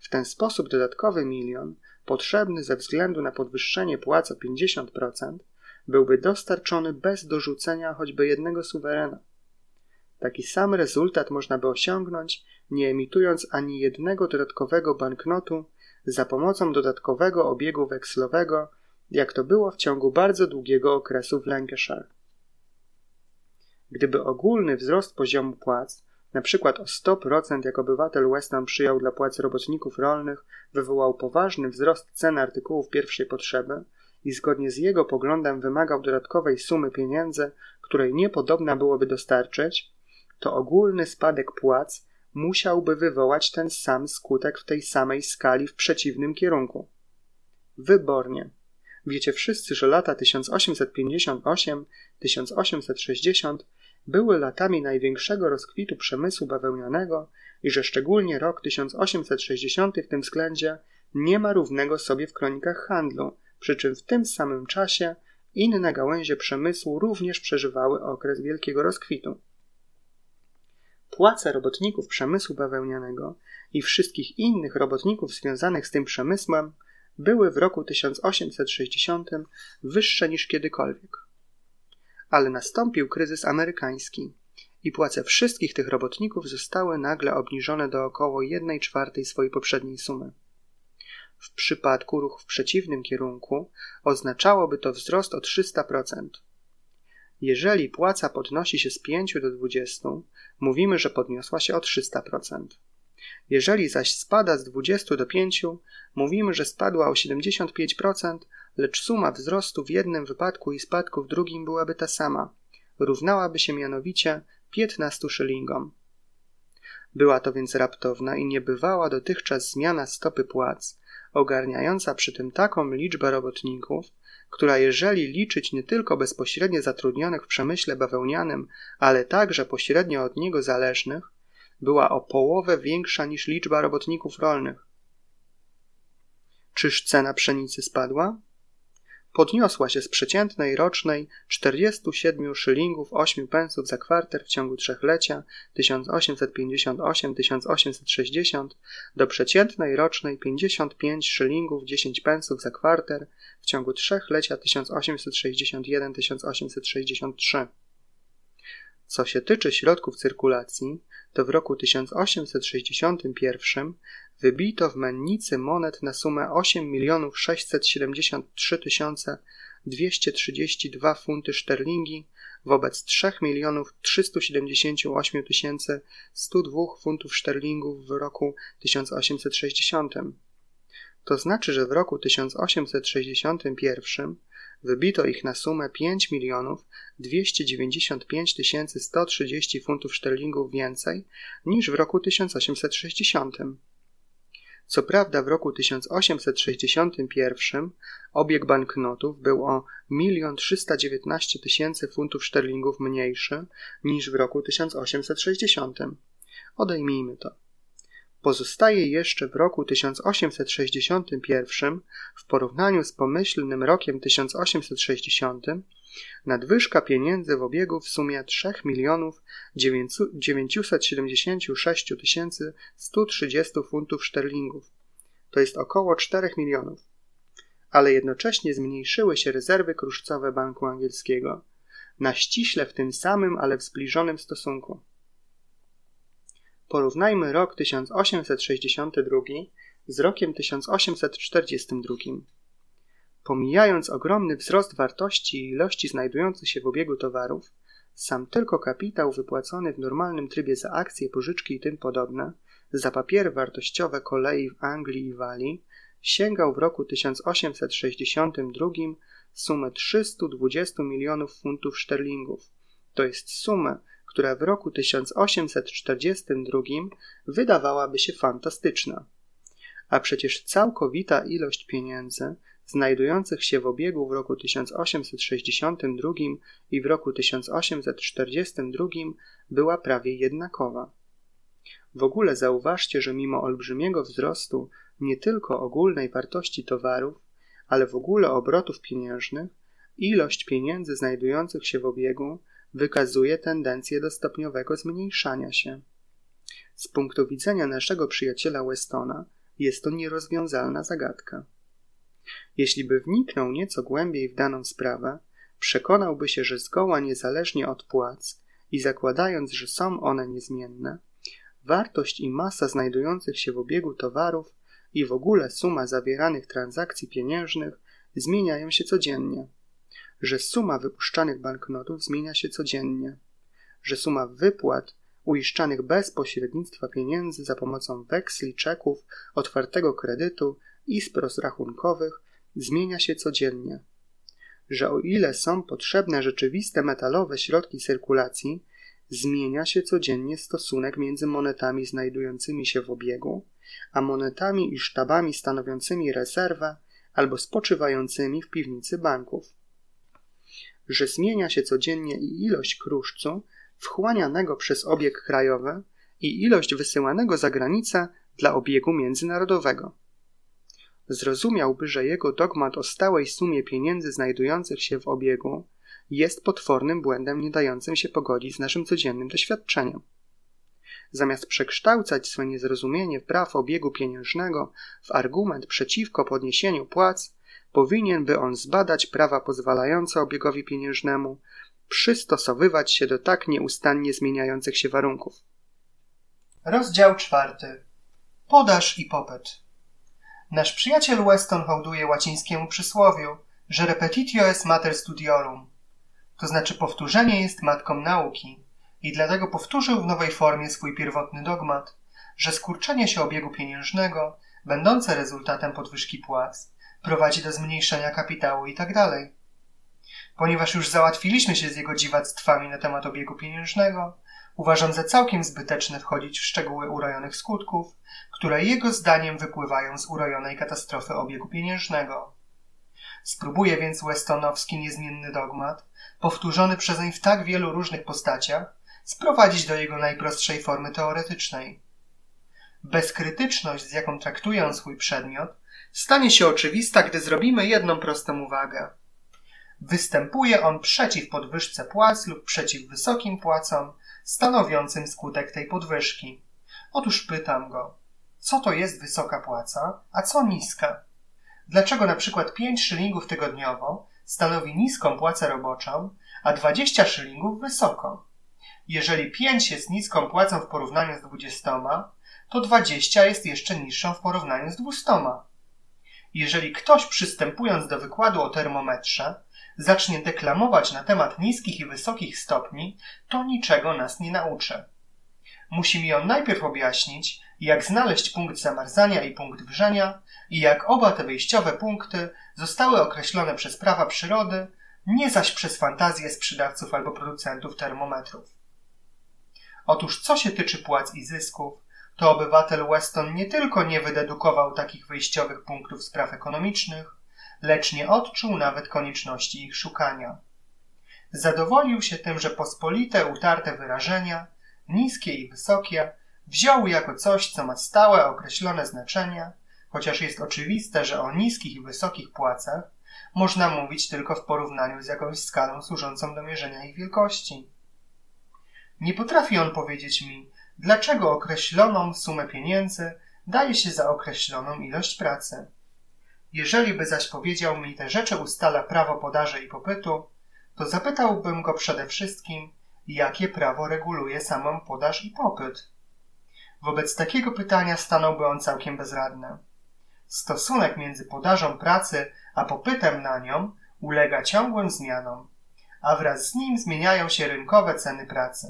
A: W ten sposób dodatkowy milion, potrzebny ze względu na podwyższenie płac o pięćdziesiąt procent, byłby dostarczony bez dorzucenia choćby jednego suwerena. Taki sam rezultat można by osiągnąć, nie emitując ani jednego dodatkowego banknotu za pomocą dodatkowego obiegu wekslowego, jak to było w ciągu bardzo długiego okresu w Lancashire. Gdyby ogólny wzrost poziomu płac, na przykład o sto procent jak obywatel Weston przyjął dla płac robotników rolnych, wywołał poważny wzrost cen artykułów pierwszej potrzeby i zgodnie z jego poglądem wymagał dodatkowej sumy pieniędzy, której niepodobna byłoby dostarczyć, to ogólny spadek płac musiałby wywołać ten sam skutek w tej samej skali w przeciwnym kierunku. Wybornie. Wiecie wszyscy, że lata tysiąc osiemset pięćdziesiąt osiem do tysiąc osiemset sześćdziesiąt były latami największego rozkwitu przemysłu bawełnianego i że szczególnie rok tysiąc osiemset sześćdziesiąty w tym względzie nie ma równego sobie w kronikach handlu, przy czym w tym samym czasie inne gałęzie przemysłu również przeżywały okres wielkiego rozkwitu. Płace robotników przemysłu bawełnianego i wszystkich innych robotników związanych z tym przemysłem były w roku tysiąc osiemset sześćdziesiątym wyższe niż kiedykolwiek. Ale nastąpił kryzys amerykański i płace wszystkich tych robotników zostały nagle obniżone do około jednej czwartej swojej poprzedniej sumy. W przypadku ruchu w przeciwnym kierunku oznaczałoby to wzrost o trzysta procent. Jeżeli płaca podnosi się z pięciu do dwudziestu, mówimy, że podniosła się o trzysta procent. Jeżeli zaś spada z dwudziestu do pięciu, mówimy, że spadła o siedemdziesiąt pięć procent, lecz suma wzrostu w jednym wypadku i spadku w drugim byłaby ta sama. Równałaby się mianowicie piętnastu szylingom. Była to więc raptowna i niebywała dotychczas zmiana stopy płac, ogarniająca przy tym taką liczbę robotników, która jeżeli liczyć nie tylko bezpośrednio zatrudnionych w przemyśle bawełnianym, ale także pośrednio od niego zależnych, była o połowę większa niż liczba robotników rolnych. Czyż cena pszenicy spadła? Podniosła się z przeciętnej rocznej czterdziestu siedmiu szylingów ośmiu pensów za kwarter w ciągu trzechlecia tysiąc osiemset pięćdziesiąt osiem do tysiąc osiemset sześćdziesiąt do przeciętnej rocznej pięćdziesięciu pięciu szylingów dziesięć pensów za kwarter w ciągu trzechlecia tysiąc osiemset sześćdziesiąt jeden do tysiąc osiemset sześćdziesiąt trzy. Co się tyczy środków cyrkulacji, to w roku tysiąc osiemset sześćdziesiątym pierwszym wybito w mennicy monet na sumę osiem milionów sześćset siedemdziesiąt trzy tysiące dwieście trzydzieści dwa funty szterlingi wobec trzy miliony trzysta siedemdziesiąt osiem tysięcy sto dwa funtów szterlingów w roku tysiąc osiemset sześćdziesiątym. To znaczy, że w roku tysiąc osiemset sześćdziesiątym pierwszym wybito ich na sumę pięć milionów dwieście dziewięćdziesiąt pięć tysięcy sto trzydzieści funtów szterlingów więcej niż w roku tysiąc osiemset sześćdziesiątym. Co prawda w roku tysiąc osiemset sześćdziesiątym pierwszym obieg banknotów był o milion trzysta dziewiętnaście tysięcy funtów szterlingów mniejszy niż w roku tysiąc osiemset sześćdziesiątym. Odejmijmy to. Pozostaje jeszcze w roku tysiąc osiemset sześćdziesiątym pierwszym w porównaniu z pomyślnym rokiem tysiąc osiemset sześćdziesiątym nadwyżka pieniędzy w obiegu w sumie trzy miliony dziewięćset siedemdziesiąt sześć tysięcy sto trzydzieści funtów szterlingów. To jest około czterech milionów. Ale jednocześnie zmniejszyły się rezerwy kruszcowe Banku Angielskiego na ściśle w tym samym, ale w zbliżonym stosunku. Porównajmy rok tysiąc osiemset sześćdziesiąty drugi z rokiem tysiąc osiemset czterdziestym drugim. Pomijając ogromny wzrost wartości i ilości znajdujących się w obiegu towarów, sam tylko kapitał wypłacony w normalnym trybie za akcje, pożyczki i tym podobne, za papiery wartościowe kolei w Anglii i Walii, sięgał w roku tysiąc osiemset sześćdziesiątym drugim sumę trzysta dwadzieścia milionów funtów szterlingów. To jest sumę, która w roku tysiąc osiemset czterdziestym drugim wydawałaby się fantastyczna. A przecież całkowita ilość pieniędzy znajdujących się w obiegu w roku tysiąc osiemset sześćdziesiątym drugim i w roku tysiąc osiemset czterdziestym drugim była prawie jednakowa. W ogóle zauważcie, że mimo olbrzymiego wzrostu nie tylko ogólnej wartości towarów, ale w ogóle obrotów pieniężnych, ilość pieniędzy znajdujących się w obiegu wykazuje tendencję do stopniowego zmniejszania się. Z punktu widzenia naszego przyjaciela Westona jest to nierozwiązalna zagadka. Jeśli by wniknął nieco głębiej w daną sprawę, przekonałby się, że zgoła niezależnie od płac i zakładając, że są one niezmienne, wartość i masa znajdujących się w obiegu towarów i w ogóle suma zawieranych transakcji pieniężnych zmieniają się codziennie, że suma wypuszczanych banknotów zmienia się codziennie, że suma wypłat uiszczanych bez pośrednictwa pieniędzy za pomocą weksli, czeków, otwartego kredytu i izb rozrachunkowych zmienia się codziennie, że o ile są potrzebne rzeczywiste metalowe środki cyrkulacji, zmienia się codziennie stosunek między monetami znajdującymi się w obiegu, a monetami i sztabami stanowiącymi rezerwę albo spoczywającymi w piwnicy banków, że zmienia się codziennie i ilość kruszcu wchłanianego przez obieg krajowy i ilość wysyłanego za granicę dla obiegu międzynarodowego. Zrozumiałby, że jego dogmat o stałej sumie pieniędzy znajdujących się w obiegu jest potwornym błędem nie dającym się pogodzić z naszym codziennym doświadczeniem. Zamiast przekształcać swe niezrozumienie praw obiegu pieniężnego w argument przeciwko podniesieniu płac, powinien by on zbadać prawa pozwalające obiegowi pieniężnemu przystosowywać się do tak nieustannie zmieniających się warunków.
B: Rozdział czwarty. Podaż i popyt. Nasz przyjaciel Weston hołduje łacińskiemu przysłowiu, że repetitio est mater studiorum, to znaczy powtórzenie jest matką nauki, i dlatego powtórzył w nowej formie swój pierwotny dogmat, że skurczenie się obiegu pieniężnego, będące rezultatem podwyżki płac, prowadzi do zmniejszenia kapitału itd. Ponieważ już załatwiliśmy się z jego dziwactwami na temat obiegu pieniężnego, uważam za całkiem zbyteczne wchodzić w szczegóły urojonych skutków, które jego zdaniem wypływają z urojonej katastrofy obiegu pieniężnego. Spróbuję więc westonowski niezmienny dogmat, powtórzony przezeń w tak wielu różnych postaciach, sprowadzić do jego najprostszej formy teoretycznej. Bezkrytyczność, z jaką traktuje on swój przedmiot, stanie się oczywista, gdy zrobimy jedną prostą uwagę. Występuje on przeciw podwyżce płac lub przeciw wysokim płacom, stanowiącym skutek tej podwyżki. Otóż pytam go, co to jest wysoka płaca, a co niska? Dlaczego na przykład pięć szylingów tygodniowo stanowi niską płacę roboczą, a dwadzieścia szylingów wysoką? Jeżeli pięć jest niską płacą w porównaniu z dwudziestoma, to dwadzieścia jest jeszcze niższą w porównaniu z dwustoma. Jeżeli ktoś, przystępując do wykładu o termometrze, zacznie deklamować na temat niskich i wysokich stopni, to niczego nas nie nauczy. Musi mi on najpierw objaśnić, jak znaleźć punkt zamarzania i punkt wrzenia i jak oba te wyjściowe punkty zostały określone przez prawa przyrody, nie zaś przez fantazję sprzedawców albo producentów termometrów. Otóż co się tyczy płac i zysków, to obywatel Weston nie tylko nie wydedukował takich wyjściowych punktów spraw ekonomicznych, lecz nie odczuł nawet konieczności ich szukania. Zadowolił się tym, że pospolite, utarte wyrażenia, niskie i wysokie, wziął jako coś, co ma stałe, określone znaczenie, chociaż jest oczywiste, że o niskich i wysokich płacach można mówić tylko w porównaniu z jakąś skalą służącą do mierzenia ich wielkości. Nie potrafi on powiedzieć mi, dlaczego określoną sumę pieniędzy daje się za określoną ilość pracy. Jeżeli by zaś powiedział mi, te rzeczy ustala prawo podaży i popytu, to zapytałbym go przede wszystkim, jakie prawo reguluje samą podaż i popyt. Wobec takiego pytania stanąłby on całkiem bezradny. Stosunek między podażą pracy a popytem na nią ulega ciągłym zmianom, a wraz z nim zmieniają się rynkowe ceny pracy.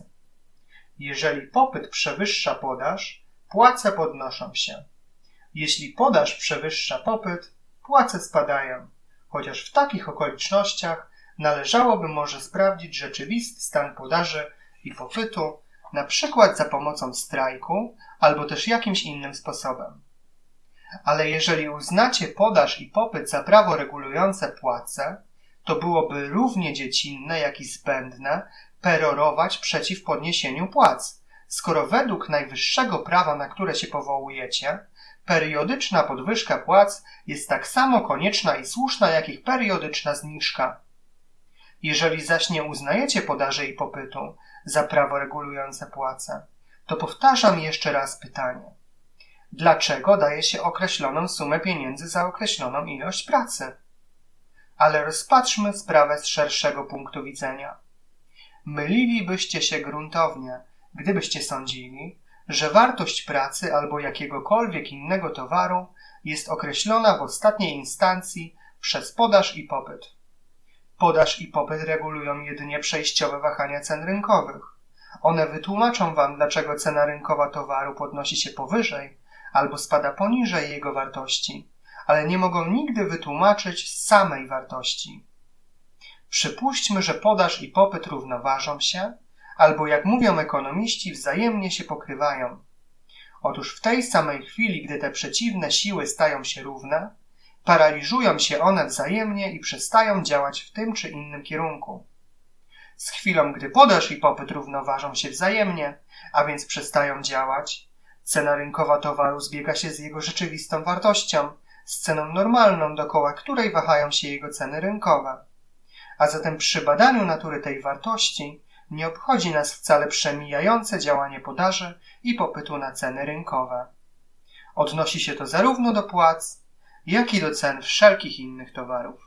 B: Jeżeli popyt przewyższa podaż, płace podnoszą się. Jeśli podaż przewyższa popyt, płace spadają, chociaż w takich okolicznościach należałoby może sprawdzić rzeczywisty stan podaży i popytu, na przykład za pomocą strajku albo też jakimś innym sposobem. Ale jeżeli uznacie podaż i popyt za prawo regulujące płace, to byłoby równie dziecinne, jak i zbędne perorować przeciw podniesieniu płac, skoro według najwyższego prawa, na które się powołujecie, periodyczna podwyżka płac jest tak samo konieczna i słuszna, jak ich periodyczna zniżka. Jeżeli zaś nie uznajecie podaży i popytu za prawo regulujące płace, to powtarzam jeszcze raz pytanie. dlaczego daje się określoną sumę pieniędzy za określoną ilość pracy. Ale rozpatrzmy sprawę z szerszego punktu widzenia. Mylilibyście się gruntownie, gdybyście sądzili, że wartość pracy albo jakiegokolwiek innego towaru jest określona w ostatniej instancji przez podaż i popyt. Podaż i popyt regulują jedynie przejściowe wahania cen rynkowych. One wytłumaczą wam, dlaczego cena rynkowa towaru podnosi się powyżej albo spada poniżej jego wartości, ale nie mogą nigdy wytłumaczyć samej wartości. Przypuśćmy, że podaż i popyt równoważą się, albo jak mówią ekonomiści, wzajemnie się pokrywają. Otóż w tej samej chwili, gdy te przeciwne siły stają się równe, paraliżują się one wzajemnie i przestają działać w tym czy innym kierunku. Z chwilą, gdy podaż i popyt równoważą się wzajemnie, a więc przestają działać, cena rynkowa towaru zbiega się z jego rzeczywistą wartością, z ceną normalną, dokoła której wahają się jego ceny rynkowe. A zatem przy badaniu natury tej wartości nie obchodzi nas wcale przemijające działanie podaży i popytu na ceny rynkowe. Odnosi się to zarówno do płac, jak i do cen wszelkich innych towarów.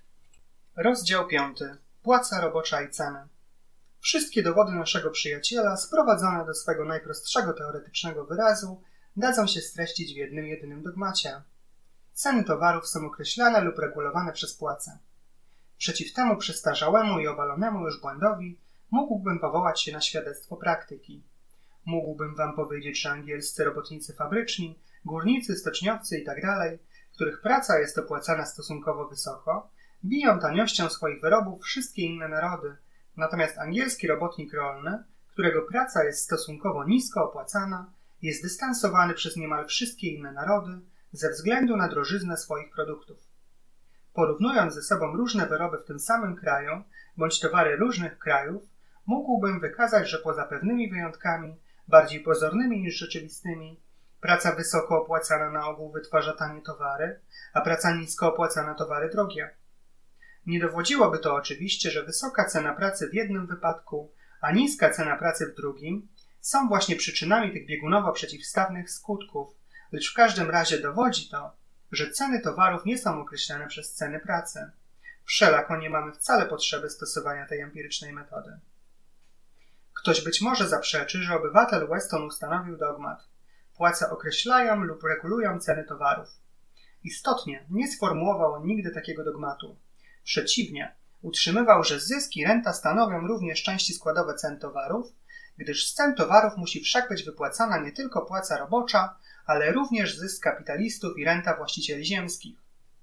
A: Rozdział piąty. Płaca robocza i ceny. Wszystkie dowody naszego przyjaciela, sprowadzone do swego najprostszego teoretycznego wyrazu, dadzą się streścić w jednym jedynym dogmacie. Ceny towarów są określane lub regulowane przez płacę. Przeciw temu przestarzałemu i obalonemu już błędowi mógłbym powołać się na świadectwo praktyki. Mógłbym wam powiedzieć, że angielscy robotnicy fabryczni, górnicy, stoczniowcy itd., których praca jest opłacana stosunkowo wysoko, biją taniością swoich wyrobów wszystkie inne narody, natomiast angielski robotnik rolny, którego praca jest stosunkowo nisko opłacana, jest dystansowany przez niemal wszystkie inne narody ze względu na drożyznę swoich produktów. Porównując ze sobą różne wyroby w tym samym kraju, bądź towary różnych krajów, mógłbym wykazać, że poza pewnymi wyjątkami, bardziej pozornymi niż rzeczywistymi, praca wysoko opłacana na ogół wytwarza tanie towary, a praca nisko opłacana towary drogie. Nie dowodziłoby to oczywiście, że wysoka cena pracy w jednym wypadku, a niska cena pracy w drugim są właśnie przyczynami tych biegunowo przeciwstawnych skutków, lecz w każdym razie dowodzi to, że ceny towarów nie są określane przez ceny pracy. Wszelako nie mamy wcale potrzeby stosowania tej empirycznej metody. Ktoś być może zaprzeczy, że obywatel Weston ustanowił dogmat. Płace określają lub regulują ceny towarów. Istotnie nie sformułował on nigdy takiego dogmatu. Przeciwnie, utrzymywał, że zysk i renta stanowią również części składowe cen towarów, gdyż z cen towarów musi wszak być wypłacana nie tylko płaca robocza, ale również zysk kapitalistów i renta właścicieli ziemskich.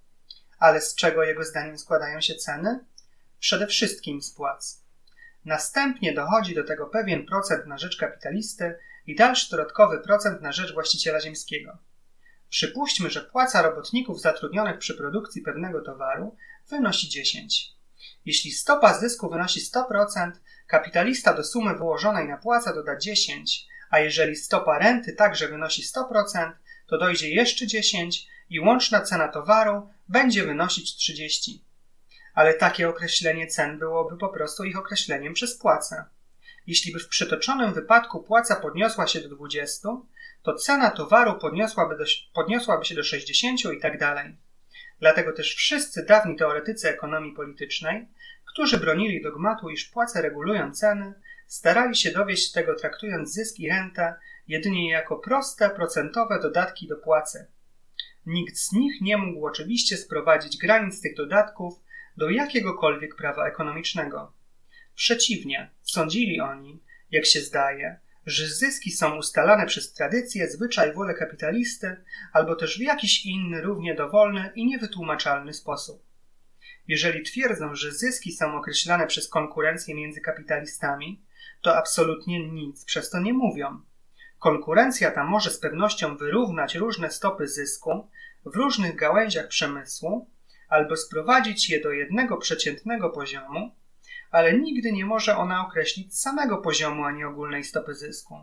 A: Ale z czego jego zdaniem składają się ceny? Przede wszystkim z płac. Następnie dochodzi do tego pewien procent na rzecz kapitalisty i dalszy dodatkowy procent na rzecz właściciela ziemskiego. Przypuśćmy, że płaca robotników zatrudnionych przy produkcji pewnego towaru wynosi dziesięć. Jeśli stopa zysku wynosi sto procent, kapitalista do sumy wyłożonej na płacę doda dziesięć, a jeżeli stopa renty także wynosi sto procent, to dojdzie jeszcze dziesięć i łączna cena towaru będzie wynosić trzydzieści. Ale takie określenie cen byłoby po prostu ich określeniem przez płacę. Jeśli by w przytoczonym wypadku płaca podniosła się do dwudziestu, to cena towaru podniosłaby, do, podniosłaby się do sześćdziesięciu i tak dalej. Dlatego też wszyscy dawni teoretycy ekonomii politycznej, którzy bronili dogmatu, iż płace regulują ceny, starali się dowieść tego, traktując zysk i rentę jedynie jako proste, procentowe dodatki do płacy. Nikt z nich nie mógł oczywiście sprowadzić granic tych dodatków do jakiegokolwiek prawa ekonomicznego. Przeciwnie, sądzili oni, jak się zdaje, że zyski są ustalane przez tradycję, zwyczaj, wolę kapitalisty, albo też w jakiś inny, równie dowolny i niewytłumaczalny sposób. Jeżeli twierdzą, że zyski są określane przez konkurencję między kapitalistami, to absolutnie nic przez to nie mówią. Konkurencja ta może z pewnością wyrównać różne stopy zysku w różnych gałęziach przemysłu, albo sprowadzić je do jednego przeciętnego poziomu, ale nigdy nie może ona określić samego poziomu ani ogólnej stopy zysku.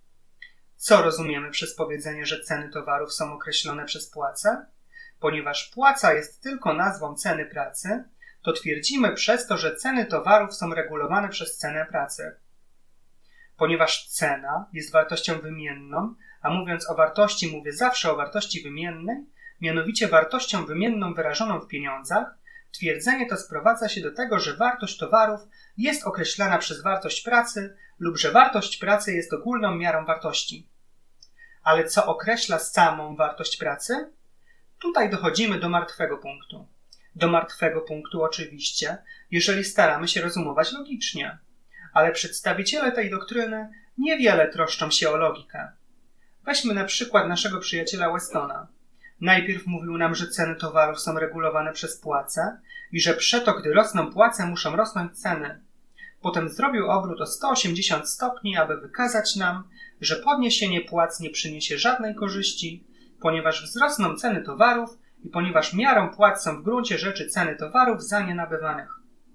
A: Co rozumiemy przez powiedzenie, że ceny towarów są określone przez płacę? Ponieważ płaca jest tylko nazwą ceny pracy, to twierdzimy przez to, że ceny towarów są regulowane przez cenę pracy. ponieważ cena jest wartością wymienną, a mówiąc o wartości mówię zawsze o wartości wymiennej, mianowicie wartością wymienną wyrażoną w pieniądzach, twierdzenie to sprowadza się do tego, że wartość towarów jest określana przez wartość pracy lub że wartość pracy jest ogólną miarą wartości. Ale co określa samą wartość pracy? Tutaj dochodzimy do martwego punktu. Do martwego punktu oczywiście, jeżeli staramy się rozumować logicznie. Ale przedstawiciele tej doktryny niewiele troszczą się o logikę. Weźmy na przykład naszego przyjaciela Westona. Najpierw mówił nam, że ceny towarów są regulowane przez płace i że przeto, gdy rosną płace, muszą rosnąć ceny. Potem zrobił obrót o sto osiemdziesiąt stopni, aby wykazać nam, że podniesienie płac nie przyniesie żadnej korzyści, ponieważ wzrosną ceny towarów i ponieważ miarą płac są w gruncie rzeczy ceny towarów za nie nabywanych.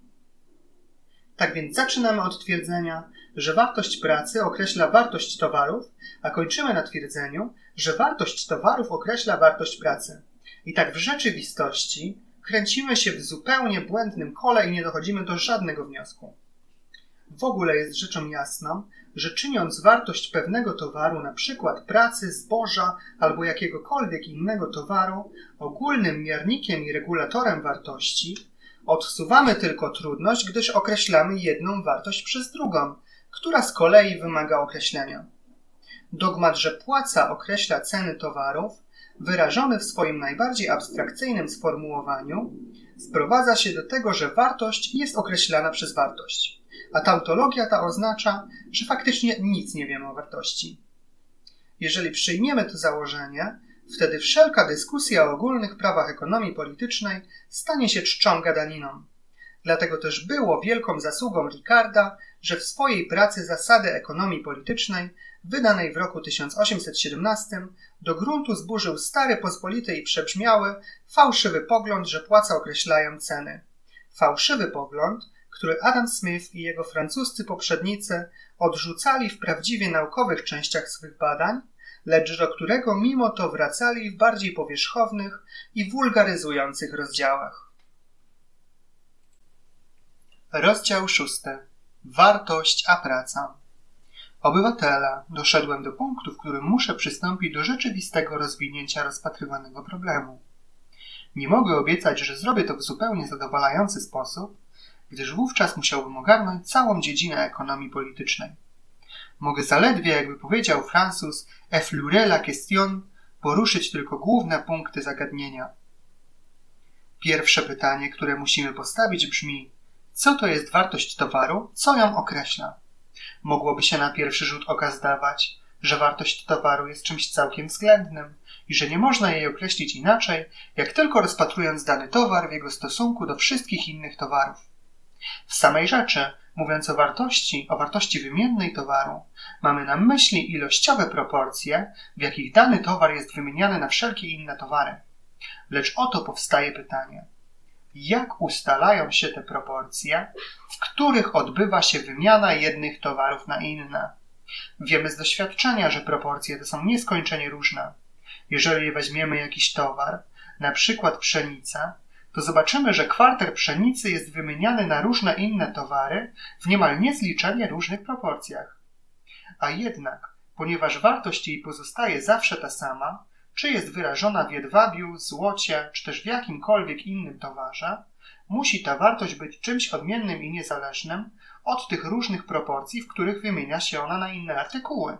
A: Tak więc zaczynamy od twierdzenia, że wartość pracy określa wartość towarów, a kończymy na twierdzeniu, że wartość towarów określa wartość pracy. I tak w rzeczywistości kręcimy się w zupełnie błędnym kole i nie dochodzimy do żadnego wniosku. W ogóle jest rzeczą jasną, że czyniąc wartość pewnego towaru, na przykład pracy, zboża albo jakiegokolwiek innego towaru, ogólnym miernikiem i regulatorem wartości, odsuwamy tylko trudność, gdyż określamy jedną wartość przez drugą, która z kolei wymaga określenia. Dogmat, że płaca określa ceny towarów, wyrażony w swoim najbardziej abstrakcyjnym sformułowaniu, sprowadza się do tego, że wartość jest określana przez wartość. A tautologia ta oznacza, że faktycznie nic nie wiemy o wartości. Jeżeli przyjmiemy to założenie, wtedy wszelka dyskusja o ogólnych prawach ekonomii politycznej stanie się czczą gadaniną. Dlatego też było wielką zasługą Ricarda, że w swojej pracy Zasady ekonomii politycznej, wydanej w roku tysiąc osiemset siedemnastym, do gruntu zburzył stary, pospolity i przebrzmiały, fałszywy pogląd, że płace określają ceny. Fałszywy pogląd, który Adam Smith i jego francuscy poprzednicy odrzucali w prawdziwie naukowych częściach swych badań, lecz do którego mimo to wracali w bardziej powierzchownych i wulgaryzujących rozdziałach. Rozdział szósty. Wartość a praca. Obywatela, doszedłem do punktu, w którym muszę przystąpić do rzeczywistego rozwinięcia rozpatrywanego problemu. Nie mogę obiecać, że zrobię to w zupełnie zadowalający sposób, gdyż wówczas musiałbym ogarnąć całą dziedzinę ekonomii politycznej. Mogę zaledwie, jakby powiedział Francuz, effleurer la question, poruszyć tylko główne punkty zagadnienia. Pierwsze pytanie, które musimy postawić, brzmi: co to jest wartość towaru, co ją określa? Mogłoby się na pierwszy rzut oka zdawać, że wartość towaru jest czymś całkiem względnym i że nie można jej określić inaczej, jak tylko rozpatrując dany towar w jego stosunku do wszystkich innych towarów. W samej rzeczy, mówiąc o wartości, o wartości wymiennej towaru, mamy na myśli ilościowe proporcje, w jakich dany towar jest wymieniany na wszelkie inne towary. Lecz oto powstaje pytanie: jak ustalają się te proporcje, w których odbywa się wymiana jednych towarów na inne? Wiemy z doświadczenia, że proporcje te są nieskończenie różne. Jeżeli weźmiemy jakiś towar, na przykład pszenicę, to zobaczymy, że kwarter pszenicy jest wymieniany na różne inne towary w niemal niezliczenie różnych proporcjach. A jednak, ponieważ wartość jej pozostaje zawsze ta sama, czy jest wyrażona w jedwabiu, złocie, czy też w jakimkolwiek innym towarze, musi ta wartość być czymś odmiennym i niezależnym od tych różnych proporcji, w których wymienia się ona na inne artykuły.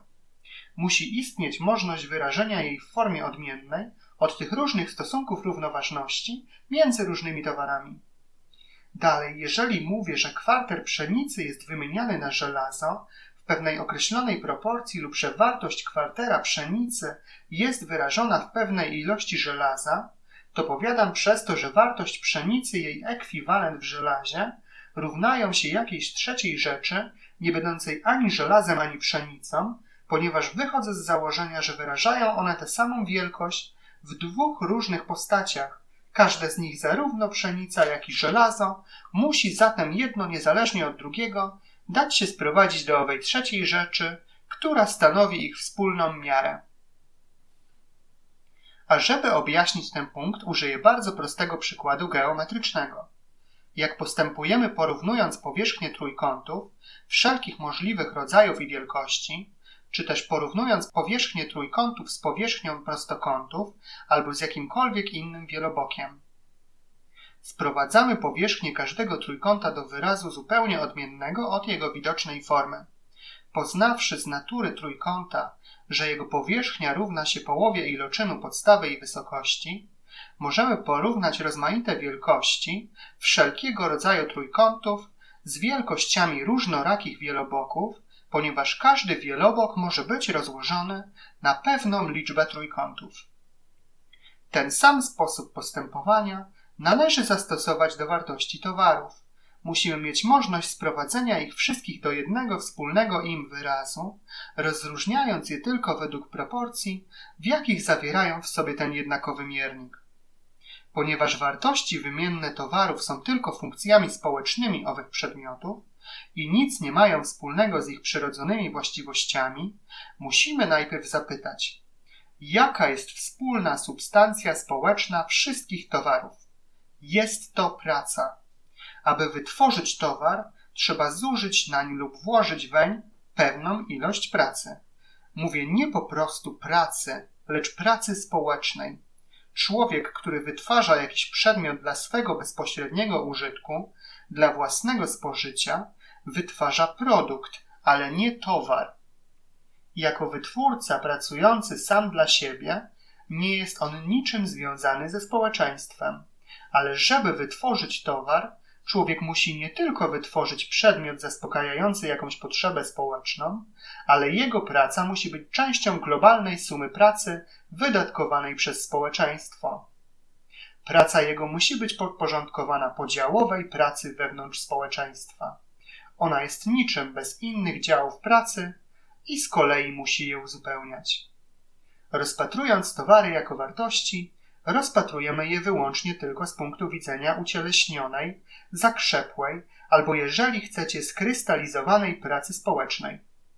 A: Musi istnieć możliwość wyrażenia jej w formie odmiennej od tych różnych stosunków równoważności między różnymi towarami. Dalej, jeżeli mówię, że kwarter pszenicy jest wymieniany na żelazo w pewnej określonej proporcji lub że wartość kwartera pszenicy jest wyrażona w pewnej ilości żelaza, to powiadam przez to, że wartość pszenicy i jej ekwiwalent w żelazie równają się jakiejś trzeciej rzeczy, nie będącej ani żelazem, ani pszenicą, ponieważ wychodzę z założenia, że wyrażają one tę samą wielkość w dwóch różnych postaciach. Każde z nich, zarówno pszenica, jak i żelazo, musi zatem jedno niezależnie od drugiego dać się sprowadzić do owej trzeciej rzeczy, która stanowi ich wspólną miarę. A żeby objaśnić ten punkt, użyję bardzo prostego przykładu geometrycznego.
B: Jak postępujemy porównując powierzchnię trójkątów wszelkich możliwych rodzajów i wielkości, czy też porównując powierzchnię trójkątów z powierzchnią prostokątów albo z jakimkolwiek innym wielobokiem. Wprowadzamy powierzchnię każdego trójkąta do wyrazu zupełnie odmiennego od jego widocznej formy. Poznawszy z natury trójkąta, że jego powierzchnia równa się połowie iloczynu podstawy i wysokości, możemy porównać rozmaite wielkości wszelkiego rodzaju trójkątów z wielkościami różnorakich wieloboków, ponieważ każdy wielobok może być rozłożony na pewną liczbę trójkątów. Ten sam sposób postępowania należy zastosować do wartości towarów. Musimy mieć możliwość sprowadzenia ich wszystkich do jednego wspólnego im wyrazu, rozróżniając je tylko według proporcji, w jakich zawierają w sobie ten jednakowy miernik. Ponieważ wartości wymienne towarów są tylko funkcjami społecznymi owych przedmiotów i nic nie mają wspólnego z ich przyrodzonymi właściwościami, musimy najpierw zapytać, jaka jest wspólna substancja społeczna wszystkich towarów? Jest to praca. Aby wytworzyć towar, trzeba zużyć nań lub włożyć weń pewną ilość pracy. Mówię nie po prostu pracy, lecz pracy społecznej. Człowiek, który wytwarza jakiś przedmiot dla swego bezpośredniego użytku, dla własnego spożycia, wytwarza produkt, ale nie towar. Jako wytwórca pracujący sam dla siebie, nie jest on niczym związany ze społeczeństwem. Ale żeby wytworzyć towar, człowiek musi nie tylko wytworzyć przedmiot zaspokajający jakąś potrzebę społeczną, ale jego praca musi być częścią globalnej sumy pracy wydatkowanej przez społeczeństwo. Praca jego musi być podporządkowana podziałowej pracy wewnątrz społeczeństwa. Ona jest niczym bez innych działów pracy i z kolei musi je uzupełniać. Rozpatrując towary jako wartości, rozpatrujemy je wyłącznie tylko z punktu widzenia ucieleśnionej, zakrzepłej albo, jeżeli chcecie, skrystalizowanej pracy społecznej.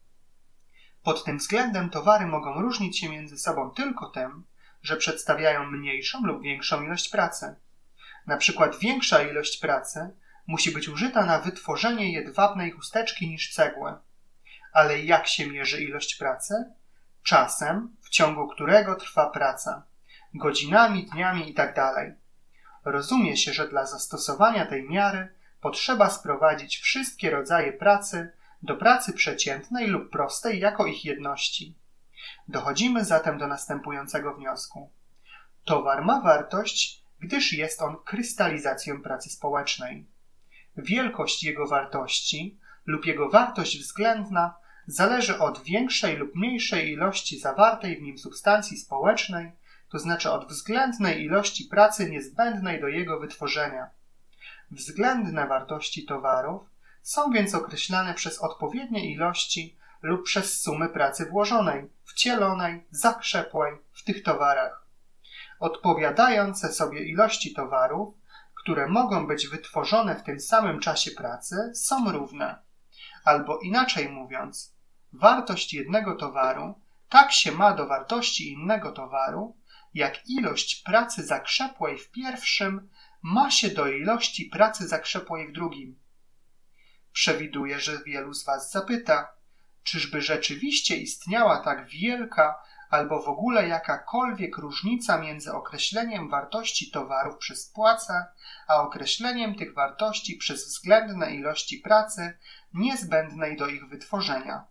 B: Pod tym względem towary mogą różnić się między sobą tylko tym, że przedstawiają mniejszą lub większą ilość pracy. Na przykład większa ilość pracy musi być użyta na wytworzenie jedwabnej chusteczki niż cegły. Ale jak się mierzy ilość pracy? Czasem, w ciągu którego trwa praca. Godzinami, dniami itd. Rozumie się, że dla zastosowania tej miary potrzeba sprowadzić wszystkie rodzaje pracy do pracy przeciętnej lub prostej jako ich jedności. Dochodzimy zatem do następującego wniosku. Towar ma wartość, gdyż jest on krystalizacją pracy społecznej. Wielkość jego wartości lub jego wartość względna zależy od większej lub mniejszej ilości zawartej w nim substancji społecznej, to znaczy od względnej ilości pracy niezbędnej do jego wytworzenia. Względne wartości towarów są więc określane przez odpowiednie ilości lub przez sumy pracy włożonej, wcielonej, zakrzepłej w tych towarach. Odpowiadające sobie ilości towarów, które mogą być wytworzone w tym samym czasie pracy, są równe. Albo inaczej mówiąc, wartość jednego towaru tak się ma do wartości innego towaru, jak ilość pracy zakrzepłej w pierwszym ma się do ilości pracy zakrzepłej w drugim. Przewiduję, że wielu z was zapyta, czyżby rzeczywiście istniała tak wielka albo w ogóle jakakolwiek różnica między określeniem wartości towarów przez płacę, a określeniem tych wartości przez względne ilości pracy niezbędnej do ich wytworzenia.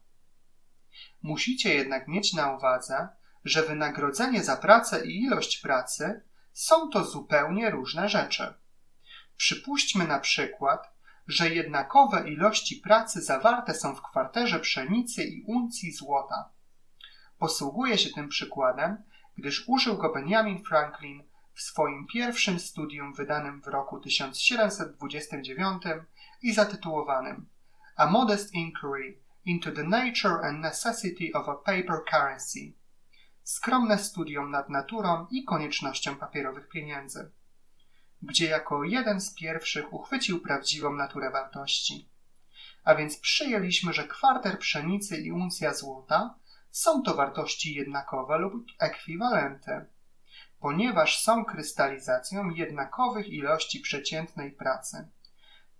B: Musicie jednak mieć na uwadze, że wynagrodzenie za pracę i ilość pracy są to zupełnie różne rzeczy. Przypuśćmy na przykład, że jednakowe ilości pracy zawarte są w kwarterze pszenicy i uncji złota. Posługuje się tym przykładem, gdyż użył go Benjamin Franklin w swoim pierwszym studium wydanym w roku tysiąc siedemset dwudziestym dziewiątym i zatytułowanym A Modest Inquiry into the Nature and Necessity of a Paper Currency. Skromne studium nad naturą i koniecznością papierowych pieniędzy, gdzie jako jeden z pierwszych uchwycił prawdziwą naturę wartości. A więc przyjęliśmy, że kwarter pszenicy i uncja złota są to wartości jednakowe lub ekwiwalenty, ponieważ są krystalizacją jednakowych ilości przeciętnej pracy.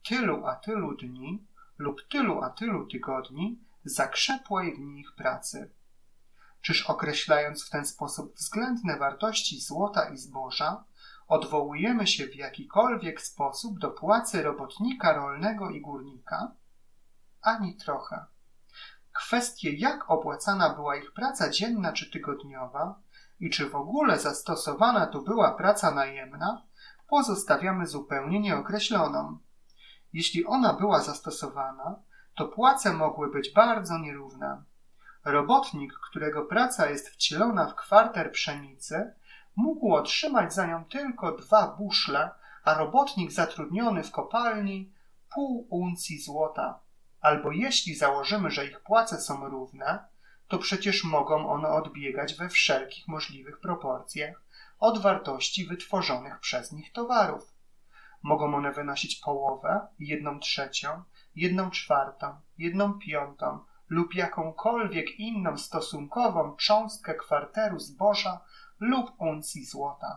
B: tylu a tylu dni lub tylu a tylu tygodni zakrzepłej w nich pracy. Czyż określając w ten sposób względne wartości złota i zboża, odwołujemy się w jakikolwiek sposób do płacy robotnika rolnego i górnika? Ani trochę. Kwestie, jak opłacana była ich praca dzienna czy tygodniowa i czy w ogóle zastosowana tu była praca najemna, pozostawiamy zupełnie nieokreśloną. Jeśli ona była zastosowana, to płace mogły być bardzo nierówne. Robotnik, którego praca jest wcielona w kwarter pszenicy, mógł otrzymać za nią tylko dwa buszle, a robotnik zatrudniony w kopalni pół uncji złota. Albo jeśli założymy, że ich płace są równe, to przecież mogą one odbiegać we wszelkich możliwych proporcjach od wartości wytworzonych przez nich towarów. Mogą one wynosić połowę, jedną trzecią, jedną czwartą, jedną piątą lub jakąkolwiek inną stosunkową cząstkę kwarteru zboża lub uncji złota.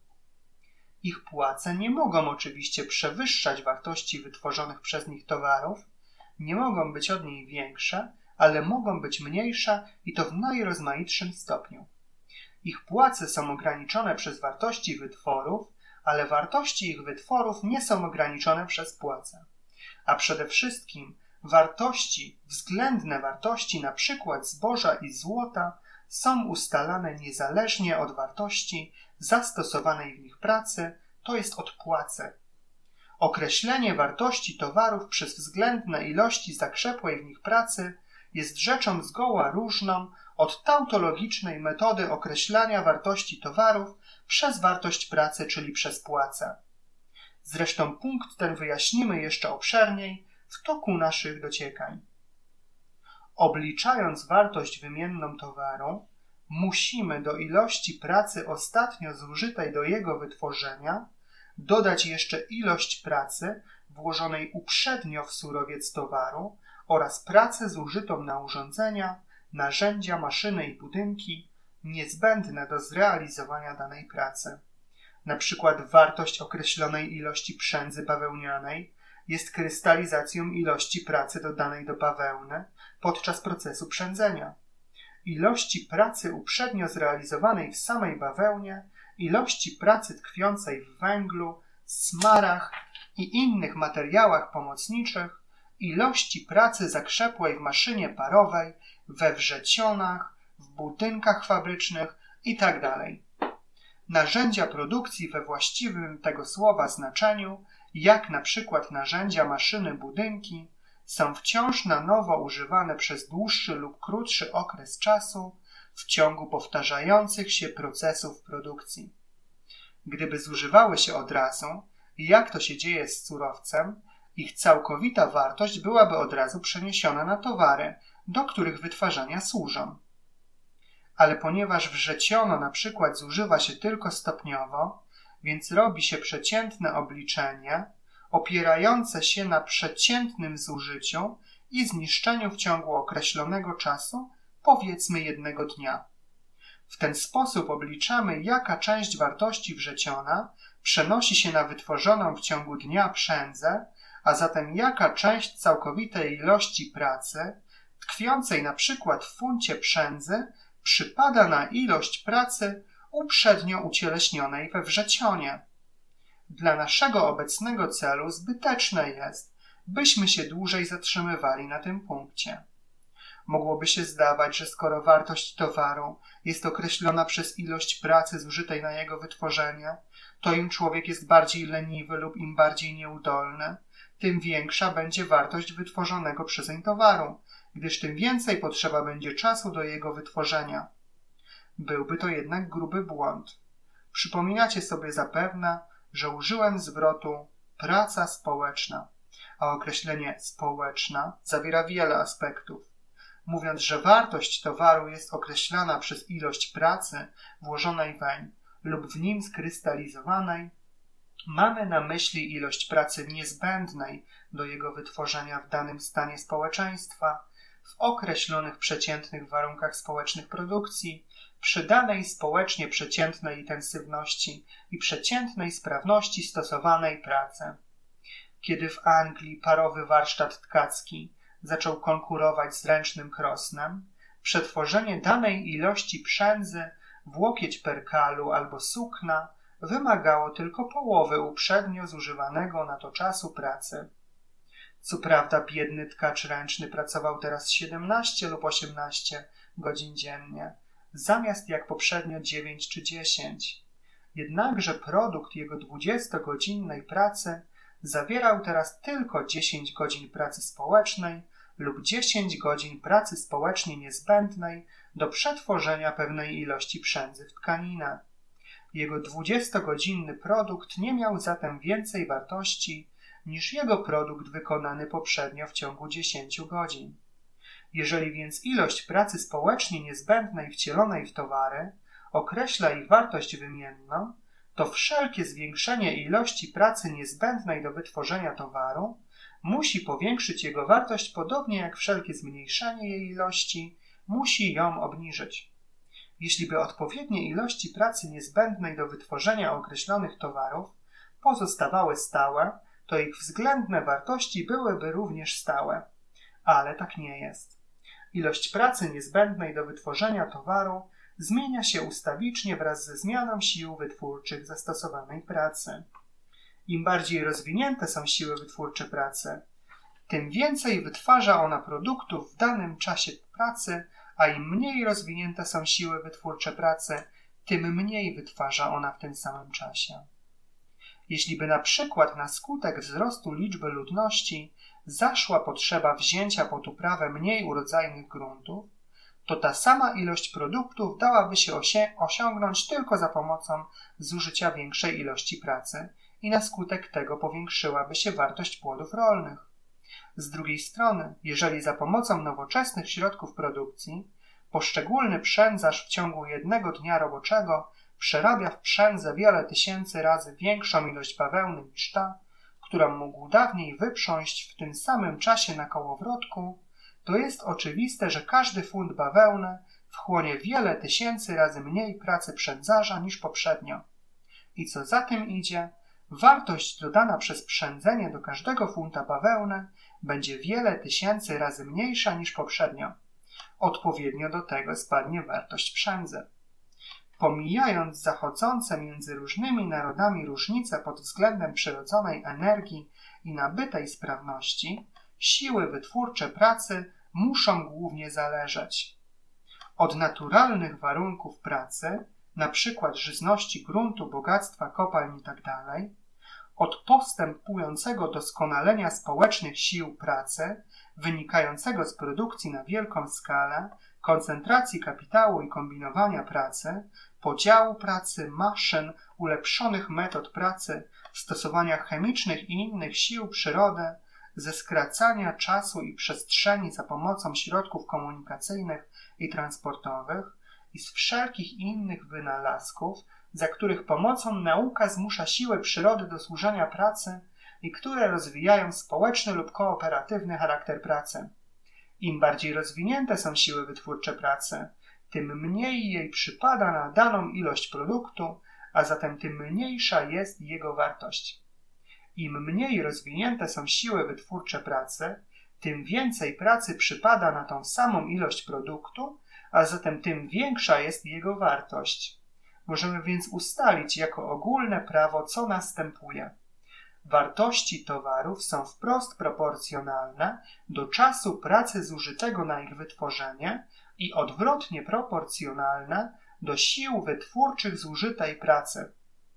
B: Ich płace nie mogą oczywiście przewyższać wartości wytworzonych przez nich towarów, nie mogą być od niej większe, ale mogą być mniejsze i to w najrozmaitszym stopniu. Ich płace są ograniczone przez wartości wytworów, ale wartości ich wytworów nie są ograniczone przez płace. A przede wszystkim wartości, względne wartości na przykład zboża i złota są ustalane niezależnie od wartości zastosowanej w nich pracy, to jest od płacy. Określenie wartości towarów przez względne ilości zakrzepłej w nich pracy jest rzeczą zgoła różną od tautologicznej metody określania wartości towarów przez wartość pracy, czyli przez płacę. Zresztą punkt ten wyjaśnimy jeszcze obszerniej w toku naszych dociekań. Obliczając wartość wymienną towaru, musimy do ilości pracy ostatnio zużytej do jego wytworzenia dodać jeszcze ilość pracy włożonej uprzednio w surowiec towaru oraz pracę zużytą na urządzenia, narzędzia, maszyny i budynki niezbędne do zrealizowania danej pracy. Na przykład wartość określonej ilości przędzy bawełnianej jest krystalizacją ilości pracy dodanej do bawełny podczas procesu przędzenia. Ilości pracy uprzednio zrealizowanej w samej bawełnie, ilości pracy tkwiącej w węglu, smarach i innych materiałach pomocniczych, ilości pracy zakrzepłej w maszynie parowej, we wrzecionach, w budynkach fabrycznych itd. Narzędzia produkcji we właściwym tego słowa znaczeniu, jak na przykład narzędzia maszyny budynki, są wciąż na nowo używane przez dłuższy lub krótszy okres czasu w ciągu powtarzających się procesów produkcji. Gdyby zużywały się od razu, jak to się dzieje z surowcem, ich całkowita wartość byłaby od razu przeniesiona na towary, do których wytwarzania służą. Ale ponieważ wrzeciono na przykład zużywa się tylko stopniowo, więc robi się przeciętne obliczenie opierające się na przeciętnym zużyciu i zniszczeniu w ciągu określonego czasu, powiedzmy jednego dnia. W ten sposób obliczamy, jaka część wartości wrzeciona przenosi się na wytworzoną w ciągu dnia przędzę, a zatem jaka część całkowitej ilości pracy, tkwiącej na przykład w funcie przędzy, przypada na ilość pracy uprzednio ucieleśnionej we wrzecionie. Dla naszego obecnego celu zbyteczne jest, byśmy się dłużej zatrzymywali na tym punkcie. Mogłoby się zdawać, że skoro wartość towaru jest określona przez ilość pracy zużytej na jego wytworzenie, to im człowiek jest bardziej leniwy lub im bardziej nieudolny, tym większa będzie wartość wytworzonego przezeń towaru, gdyż tym więcej potrzeba będzie czasu do jego wytworzenia. Byłby to jednak gruby błąd. Przypominacie sobie zapewne, że użyłem zwrotu praca społeczna, a określenie społeczna zawiera wiele aspektów. Mówiąc, że wartość towaru jest określana przez ilość pracy włożonej weń lub w nim skrystalizowanej, mamy na myśli ilość pracy niezbędnej do jego wytworzenia w danym stanie społeczeństwa, w określonych przeciętnych warunkach społecznych produkcji, przy danej społecznie przeciętnej intensywności i przeciętnej sprawności stosowanej pracy. kiedy w Anglii parowy warsztat tkacki zaczął konkurować z ręcznym krosnem, przetworzenie danej ilości przędzy w łokieć perkalu albo sukna wymagało tylko połowy uprzednio zużywanego na to czasu pracy. Co prawda biedny tkacz ręczny pracował teraz siedemnaście lub osiemnaście godzin dziennie, zamiast jak poprzednio dziewięć czy dziesięć. Jednakże produkt jego dwudziestogodzinnej pracy zawierał teraz tylko dziesięć godzin pracy społecznej lub dziesięć godzin pracy społecznie niezbędnej do przetworzenia pewnej ilości przędzy w tkaninę. Jego dwudziestogodzinny produkt nie miał zatem więcej wartości niż jego produkt wykonany poprzednio w ciągu dziesięciu godzin. Jeżeli więc ilość pracy społecznie niezbędnej wcielonej w towary określa ich wartość wymienną, to wszelkie zwiększenie ilości pracy niezbędnej do wytworzenia towaru musi powiększyć jego wartość, podobnie jak wszelkie zmniejszenie jej ilości musi ją obniżyć. Jeśli by odpowiednie ilości pracy niezbędnej do wytworzenia określonych towarów pozostawały stałe, to ich względne wartości byłyby również stałe. Ale tak nie jest. Ilość pracy niezbędnej do wytworzenia towaru zmienia się ustawicznie wraz ze zmianą sił wytwórczych zastosowanej pracy. Im bardziej rozwinięte są siły wytwórcze pracy, tym więcej wytwarza ona produktów w danym czasie pracy, a im mniej rozwinięte są siły wytwórcze pracy, tym mniej wytwarza ona w tym samym czasie. Jeśli by na przykład na skutek wzrostu liczby ludności zaszła potrzeba wzięcia pod uprawę mniej urodzajnych gruntów, to ta sama ilość produktów dałaby się osie- osiągnąć tylko za pomocą zużycia większej ilości pracy i na skutek tego powiększyłaby się wartość płodów rolnych. Z drugiej strony, jeżeli za pomocą nowoczesnych środków produkcji poszczególny przędzarz w ciągu jednego dnia roboczego przerabia w przędzę wiele tysięcy razy większą ilość bawełny niż ta, którą mógł dawniej wyprząść w tym samym czasie na kołowrotku, to jest oczywiste, że każdy funt bawełny wchłonie wiele tysięcy razy mniej pracy przędzarza niż poprzednio. I co za tym idzie, wartość dodana przez przędzenie do każdego funta bawełny będzie wiele tysięcy razy mniejsza niż poprzednio. Odpowiednio do tego spadnie wartość przędzy. Pomijając zachodzące między różnymi narodami różnice pod względem przyrodzonej energii i nabytej sprawności, siły wytwórcze pracy muszą głównie zależeć od naturalnych warunków pracy, np. żyzności gruntu, bogactwa kopalń itd., od postępującego doskonalenia społecznych sił pracy, wynikającego z produkcji na wielką skalę, koncentracji kapitału i kombinowania pracy, podziału pracy, maszyn, ulepszonych metod pracy, stosowania chemicznych i innych sił przyrody, ze skracania czasu i przestrzeni za pomocą środków komunikacyjnych i transportowych i z wszelkich innych wynalazków, za których pomocą nauka zmusza siły przyrody do służenia pracy i które rozwijają społeczny lub kooperatywny charakter pracy. Im bardziej rozwinięte są siły wytwórcze pracy, tym mniej jej przypada na daną ilość produktu, a zatem tym mniejsza jest jego wartość. Im mniej rozwinięte są siły wytwórcze pracy, tym więcej pracy przypada na tą samą ilość produktu, a zatem tym większa jest jego wartość. Możemy więc ustalić jako ogólne prawo, co następuje. Wartości towarów są wprost proporcjonalne do czasu pracy zużytego na ich wytworzenie i odwrotnie proporcjonalne do sił wytwórczych zużytej pracy.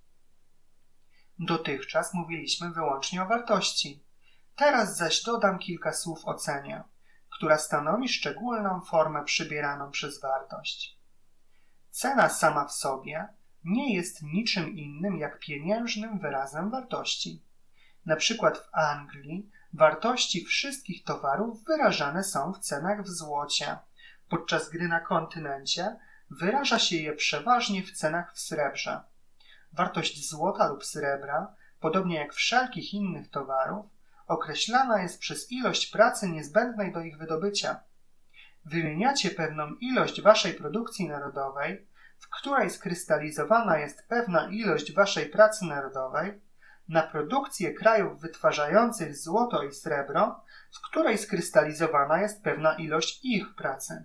B: Dotychczas mówiliśmy wyłącznie o wartości. Teraz zaś dodam kilka słów o cenie, która stanowi szczególną formę przybieraną przez wartość. Cena sama w sobie nie jest niczym innym jak pieniężnym wyrazem wartości. Na przykład w Anglii wartości wszystkich towarów wyrażane są w cenach w złocie, podczas gdy na kontynencie wyraża się je przeważnie w cenach w srebrze. Wartość złota lub srebra, podobnie jak wszelkich innych towarów, określana jest przez ilość pracy niezbędnej do ich wydobycia. Wymieniacie pewną ilość waszej produkcji narodowej, w której skrystalizowana jest pewna ilość waszej pracy narodowej,
A: na produkcję krajów wytwarzających złoto i srebro, w której skrystalizowana jest pewna ilość ich pracy.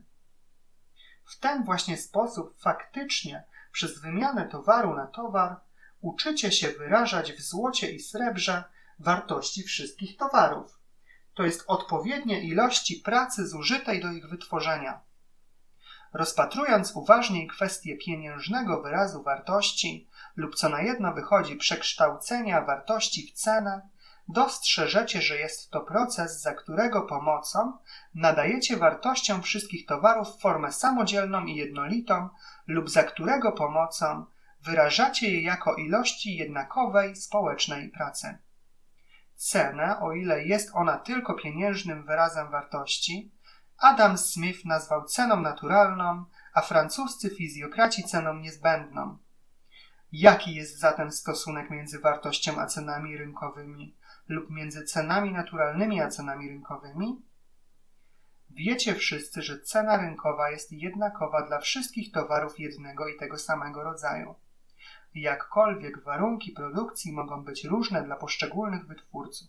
A: W ten właśnie sposób faktycznie przez wymianę towaru na towar uczycie się wyrażać w złocie i srebrze wartości wszystkich towarów, to jest odpowiednie ilości pracy zużytej do ich wytworzenia. Rozpatrując uważniej kwestię pieniężnego wyrazu wartości lub co na jedno wychodzi przekształcenia wartości w cenę, dostrzeżecie, że jest to proces, za którego pomocą nadajecie wartościom wszystkich towarów formę samodzielną i jednolitą lub za którego pomocą wyrażacie je jako ilości jednakowej społecznej pracy. Cenę, o ile jest ona tylko pieniężnym wyrazem wartości, Adam Smith nazwał ceną naturalną, a francuscy fizjokraci ceną niezbędną. Jaki jest zatem stosunek między wartością a cenami rynkowymi lub między cenami naturalnymi a cenami rynkowymi? Wiecie wszyscy, że cena rynkowa jest jednakowa dla wszystkich towarów jednego i tego samego rodzaju. Jakkolwiek warunki produkcji mogą być różne dla poszczególnych wytwórców.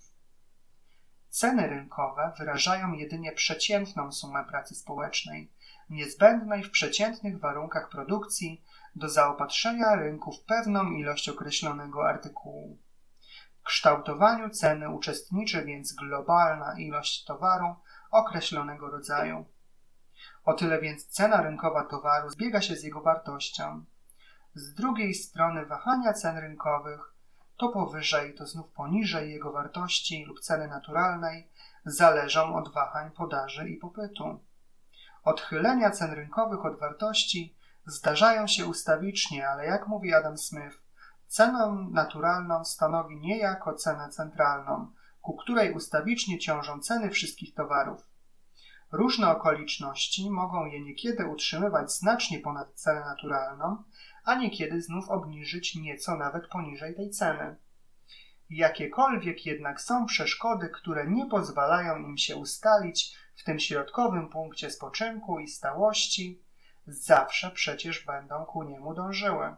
A: Ceny rynkowe wyrażają jedynie przeciętną sumę pracy społecznej, niezbędnej w przeciętnych warunkach produkcji do zaopatrzenia rynku w pewną ilość określonego artykułu. W kształtowaniu ceny uczestniczy więc globalna ilość towaru określonego rodzaju. O tyle więc cena rynkowa towaru zbiega się z jego wartością. Z drugiej strony wahania cen rynkowych, to powyżej, to znów poniżej jego wartości lub ceny naturalnej, zależą od wahań podaży i popytu. Odchylenia cen rynkowych od wartości zdarzają się ustawicznie, ale jak mówi Adam Smith, cenę naturalną stanowi niejako cenę centralną, ku której ustawicznie ciążą ceny wszystkich towarów. Różne okoliczności mogą je niekiedy utrzymywać znacznie ponad cenę naturalną, a niekiedy znów obniżyć nieco nawet poniżej tej ceny. Jakiekolwiek jednak są przeszkody, które nie pozwalają im się ustalić w tym środkowym punkcie spoczynku i stałości, zawsze przecież będą ku niemu dążyły.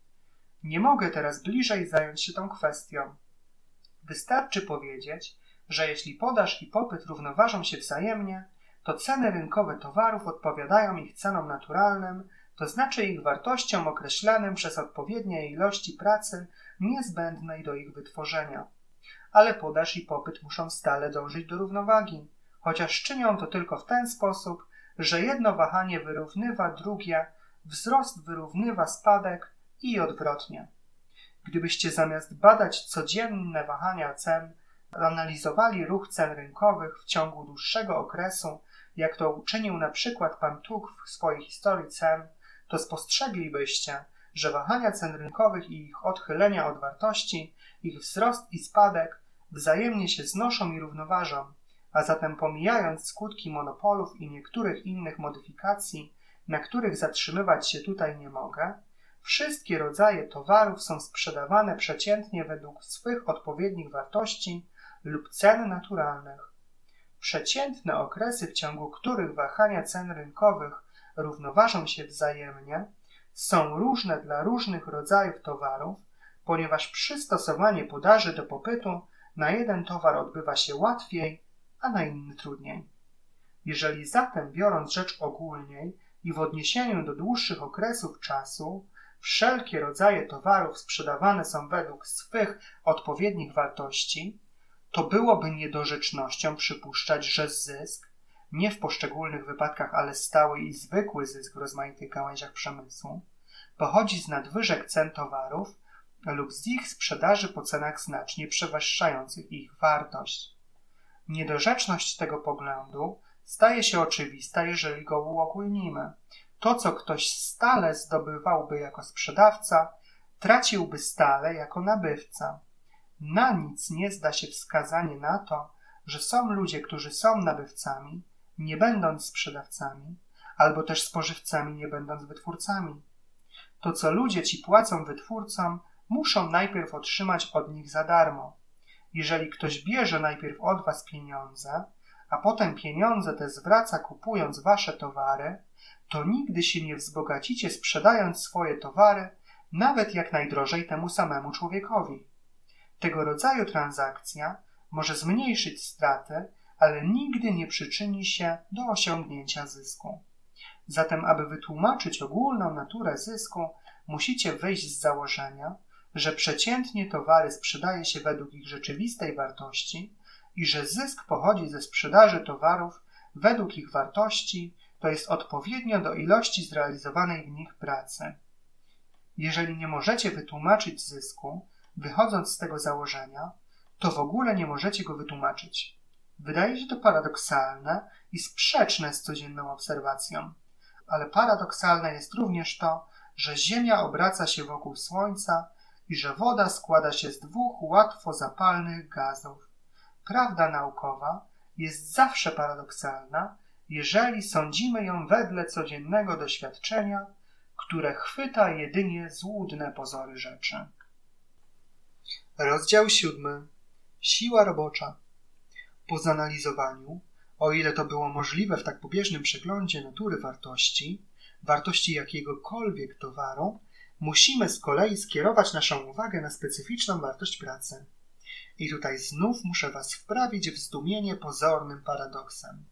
A: Nie mogę teraz bliżej zająć się tą kwestią. Wystarczy powiedzieć, że jeśli podaż i popyt równoważą się wzajemnie, to ceny rynkowe towarów odpowiadają ich cenom naturalnym, to znaczy ich wartościom określanym przez odpowiednie ilości pracy niezbędnej do ich wytworzenia. Ale podaż i popyt muszą stale dążyć do równowagi, chociaż czynią to tylko w ten sposób, że jedno wahanie wyrównywa drugie, wzrost wyrównywa spadek i odwrotnie. Gdybyście zamiast badać codzienne wahania cen, analizowali ruch cen rynkowych w ciągu dłuższego okresu, jak to uczynił na przykład pan Tuck w swojej historii cen, to spostrzeglibyście, że wahania cen rynkowych i ich odchylenia od wartości, ich wzrost i spadek wzajemnie się znoszą i równoważą, a zatem pomijając skutki monopolów i niektórych innych modyfikacji, na których zatrzymywać się tutaj nie mogę, wszystkie rodzaje towarów są sprzedawane przeciętnie według swych odpowiednich wartości lub cen naturalnych. Przeciętne okresy, w ciągu których wahania cen rynkowych równoważą się wzajemnie, są różne dla różnych rodzajów towarów, ponieważ przystosowanie podaży do popytu na jeden towar odbywa się łatwiej, a na inny trudniej. Jeżeli zatem, biorąc rzecz ogólniej i w odniesieniu do dłuższych okresów czasu, wszelkie rodzaje towarów sprzedawane są według swych odpowiednich wartości, to byłoby niedorzecznością przypuszczać, że zysk, nie w poszczególnych wypadkach, ale stały i zwykły zysk w rozmaitych gałęziach przemysłu, pochodzi z nadwyżek cen towarów lub z ich sprzedaży po cenach znacznie przewyższających ich wartość. Niedorzeczność tego poglądu staje się oczywista, jeżeli go uogólnimy. To, co ktoś stale zdobywałby jako sprzedawca, traciłby stale jako nabywca. Na nic nie zda się wskazanie na to, że są ludzie, którzy są nabywcami, nie będąc sprzedawcami, albo też spożywcami, nie będąc wytwórcami. To, co ludzie ci płacą wytwórcom, muszą najpierw otrzymać od nich za darmo. Jeżeli ktoś bierze najpierw od was pieniądze, a potem pieniądze te zwraca kupując wasze towary, to nigdy się nie wzbogacicie sprzedając swoje towary, nawet jak najdrożej temu samemu człowiekowi.
B: Tego rodzaju transakcja może zmniejszyć straty, ale nigdy nie przyczyni się do osiągnięcia zysku. Zatem, aby wytłumaczyć ogólną naturę zysku, musicie wyjść z założenia, że przeciętnie towary sprzedaje się według ich rzeczywistej wartości i że zysk pochodzi ze sprzedaży towarów według ich wartości, to jest odpowiednio do ilości zrealizowanej w nich pracy. Jeżeli nie możecie wytłumaczyć zysku, wychodząc z tego założenia, to w ogóle nie możecie go wytłumaczyć. Wydaje się to paradoksalne i sprzeczne z codzienną obserwacją, ale paradoksalne jest również to, że Ziemia obraca się wokół Słońca i że woda składa się z dwóch łatwo zapalnych gazów. Prawda naukowa jest zawsze paradoksalna, jeżeli sądzimy ją wedle codziennego doświadczenia, które chwyta jedynie złudne pozory rzeczy.
A: Rozdział siódmy. Siła robocza. Po zanalizowaniu, o ile to było możliwe w tak pobieżnym przeglądzie natury wartości, wartości jakiegokolwiek towaru, musimy z kolei skierować naszą uwagę na specyficzną wartość pracy. I tutaj znów muszę was wprawić w zdumienie pozornym paradoksem.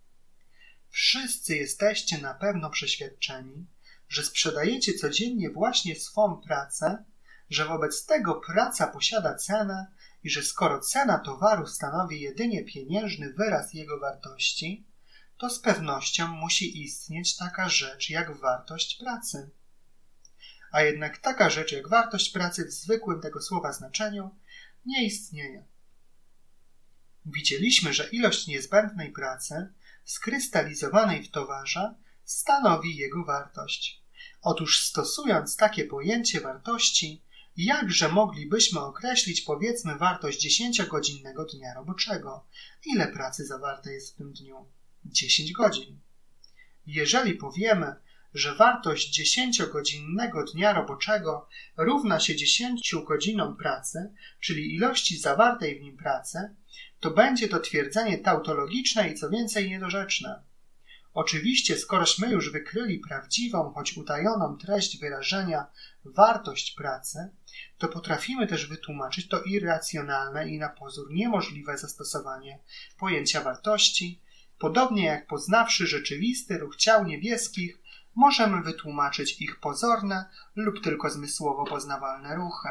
A: Wszyscy jesteście na pewno przeświadczeni, że sprzedajecie codziennie właśnie swą pracę, że wobec tego praca posiada cenę i że skoro cena towaru stanowi jedynie pieniężny wyraz jego wartości, to z pewnością musi istnieć taka rzecz jak wartość pracy. A jednak taka rzecz jak wartość pracy w zwykłym tego słowa znaczeniu nie istnieje. Widzieliśmy, że ilość niezbędnej pracy skrystalizowanej w towarze stanowi jego wartość. Otóż stosując takie pojęcie wartości, jakże moglibyśmy określić powiedzmy wartość dziesięciogodzinnego dnia roboczego? Ile pracy zawarte jest w tym dniu? dziesięć godzin. Jeżeli powiemy, że wartość dziesięciogodzinnego dnia roboczego równa się dziesięciu godzinom pracy, czyli ilości zawartej w nim pracy, to będzie to twierdzenie tautologiczne i co więcej niedorzeczne. Oczywiście, skorośmy już wykryli prawdziwą, choć utajoną treść wyrażenia wartość pracy, to potrafimy też wytłumaczyć to irracjonalne i na pozór niemożliwe zastosowanie pojęcia wartości, podobnie jak poznawszy rzeczywisty ruch ciał niebieskich, możemy wytłumaczyć ich pozorne lub tylko zmysłowo poznawalne ruchy.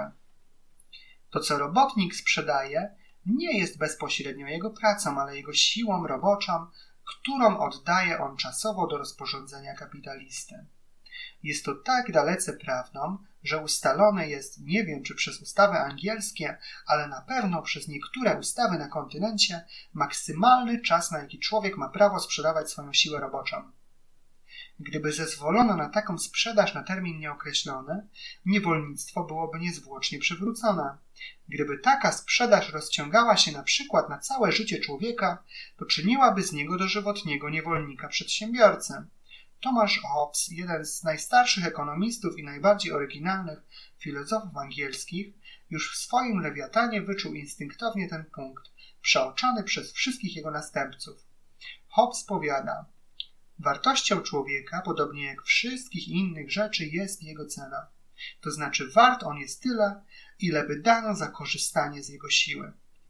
A: To, co robotnik sprzedaje, nie jest bezpośrednio jego pracą, ale jego siłą roboczą, którą oddaje on czasowo do rozporządzenia kapitalisty. Jest to tak dalece prawdą, że ustalone jest, nie wiem czy przez ustawy angielskie, ale na pewno przez niektóre ustawy na kontynencie, maksymalny czas, na jaki człowiek ma prawo sprzedawać swoją siłę roboczą. Gdyby zezwolono na taką sprzedaż na termin nieokreślony, niewolnictwo byłoby niezwłocznie przywrócone. Gdyby taka sprzedaż rozciągała się na przykład na całe życie człowieka, to czyniłaby z niego dożywotniego niewolnika przedsiębiorcy. Thomas Hobbes, jeden z najstarszych ekonomistów i najbardziej oryginalnych filozofów angielskich, już w swoim Lewiatanie wyczuł instynktownie ten punkt, przeoczony przez wszystkich jego następców. Hobbes powiada: wartością człowieka, podobnie jak wszystkich innych rzeczy, jest jego cena. To znaczy wart on jest tyle, ile by dano za korzystanie z jego siły.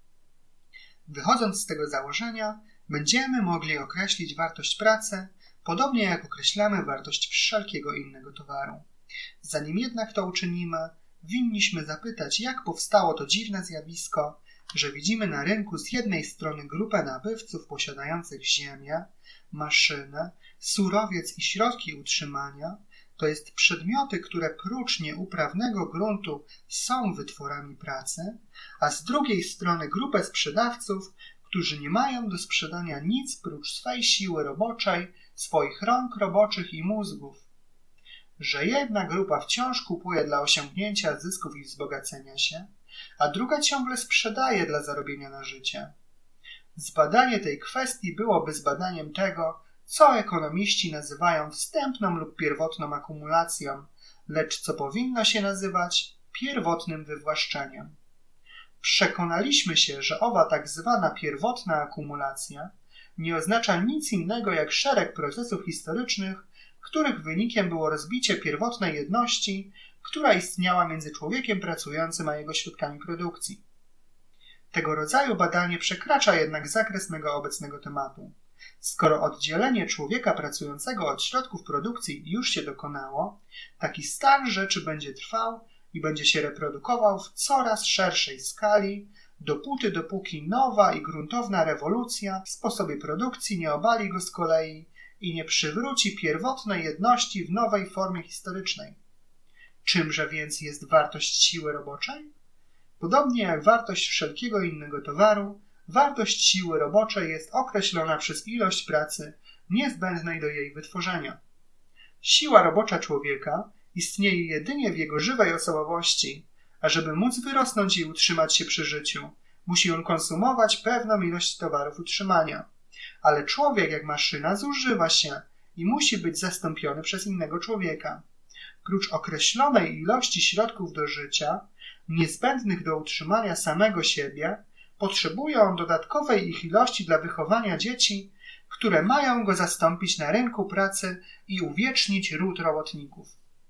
A: Wychodząc z tego założenia, będziemy mogli określić wartość pracy, podobnie jak określamy wartość wszelkiego innego towaru. Zanim jednak to uczynimy, winniśmy zapytać, jak powstało to dziwne zjawisko, że widzimy na rynku z jednej strony grupę nabywców posiadających ziemię, maszynę, surowiec i środki utrzymania, to jest przedmioty, które prócz nieuprawnego gruntu są wytworami pracy, a z drugiej strony grupę sprzedawców, którzy nie mają do sprzedania nic prócz swej siły roboczej, swoich rąk roboczych i mózgów. Że jedna grupa wciąż kupuje dla osiągnięcia zysków i wzbogacenia się, a druga ciągle sprzedaje dla zarobienia na życie. Zbadanie tej kwestii byłoby zbadaniem tego, co ekonomiści nazywają wstępną lub pierwotną akumulacją, lecz co powinno się nazywać pierwotnym wywłaszczeniem. Przekonaliśmy się, że owa tak zwana pierwotna akumulacja nie oznacza nic innego jak szereg procesów historycznych, których wynikiem było rozbicie pierwotnej jedności, która istniała między człowiekiem pracującym a jego środkami produkcji.
B: Tego rodzaju badanie przekracza jednak zakres mego obecnego tematu. Skoro oddzielenie człowieka pracującego od środków produkcji już się dokonało, taki stan rzeczy będzie trwał i będzie się reprodukował w coraz szerszej skali, dopóty dopóki nowa i gruntowna rewolucja w sposobie produkcji nie obali go z kolei i nie przywróci pierwotnej jedności w nowej formie historycznej. Czymże więc jest wartość siły roboczej? Podobnie jak wartość wszelkiego innego towaru, wartość siły roboczej jest określona przez ilość pracy niezbędnej do jej wytworzenia. Siła robocza człowieka istnieje jedynie w jego żywej osobowości, a żeby móc wyrosnąć i utrzymać się przy życiu, musi on konsumować pewną ilość towarów utrzymania. Ale człowiek jak maszyna zużywa się i musi być zastąpiony przez innego człowieka. Prócz określonej ilości środków do życia, niezbędnych do utrzymania samego siebie, potrzebuje on dodatkowej ich ilości dla wychowania dzieci, które mają go zastąpić na rynku pracy i uwiecznić ród robotników.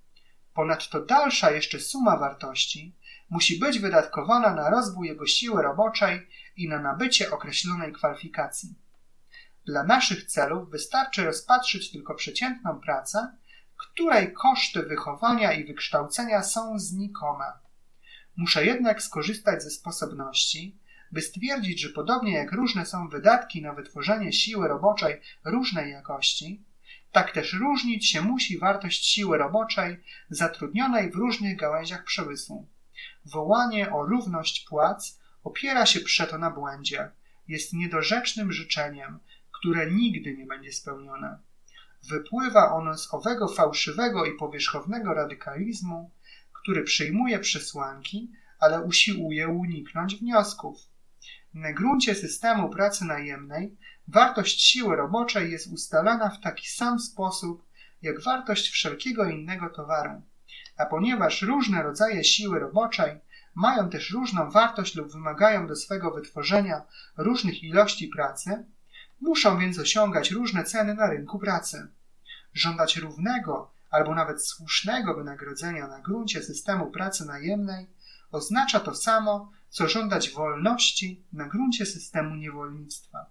B: Ponadto dalsza jeszcze suma wartości musi być wydatkowana na rozwój jego siły roboczej i na nabycie określonej kwalifikacji. Dla naszych celów wystarczy rozpatrzyć tylko przeciętną pracę, której koszty wychowania i wykształcenia są znikome. Muszę jednak skorzystać ze sposobności, by stwierdzić, że podobnie jak różne są wydatki na wytworzenie siły roboczej różnej jakości, tak też różnić się musi wartość siły roboczej zatrudnionej w różnych gałęziach przemysłu. Wołanie o równość płac opiera się przeto na błędzie, jest niedorzecznym życzeniem, które nigdy nie będzie spełnione. Wypływa ono z owego fałszywego i powierzchownego radykalizmu, który przyjmuje przesłanki, ale usiłuje uniknąć wniosków. Na gruncie systemu pracy najemnej wartość siły roboczej jest ustalana w taki sam sposób, jak wartość wszelkiego innego towaru. A ponieważ różne rodzaje siły roboczej mają też różną wartość lub wymagają do swego wytworzenia różnych ilości pracy, muszą więc osiągać różne ceny na rynku pracy. Żądać równego albo nawet słusznego wynagrodzenia na gruncie systemu pracy najemnej oznacza to samo, co żądać wolności na gruncie systemu niewolnictwa.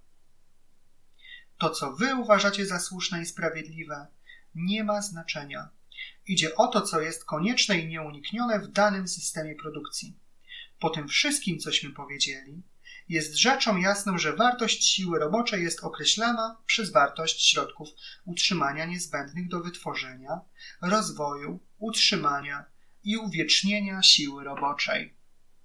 B: To, co wy uważacie za słuszne i sprawiedliwe, nie ma znaczenia. Idzie o to, co jest konieczne i nieuniknione w danym systemie produkcji. Po tym wszystkim, cośmy powiedzieli, jest rzeczą jasną, że wartość siły roboczej jest określana przez wartość środków utrzymania niezbędnych do wytworzenia, rozwoju, utrzymania i uwiecznienia siły roboczej.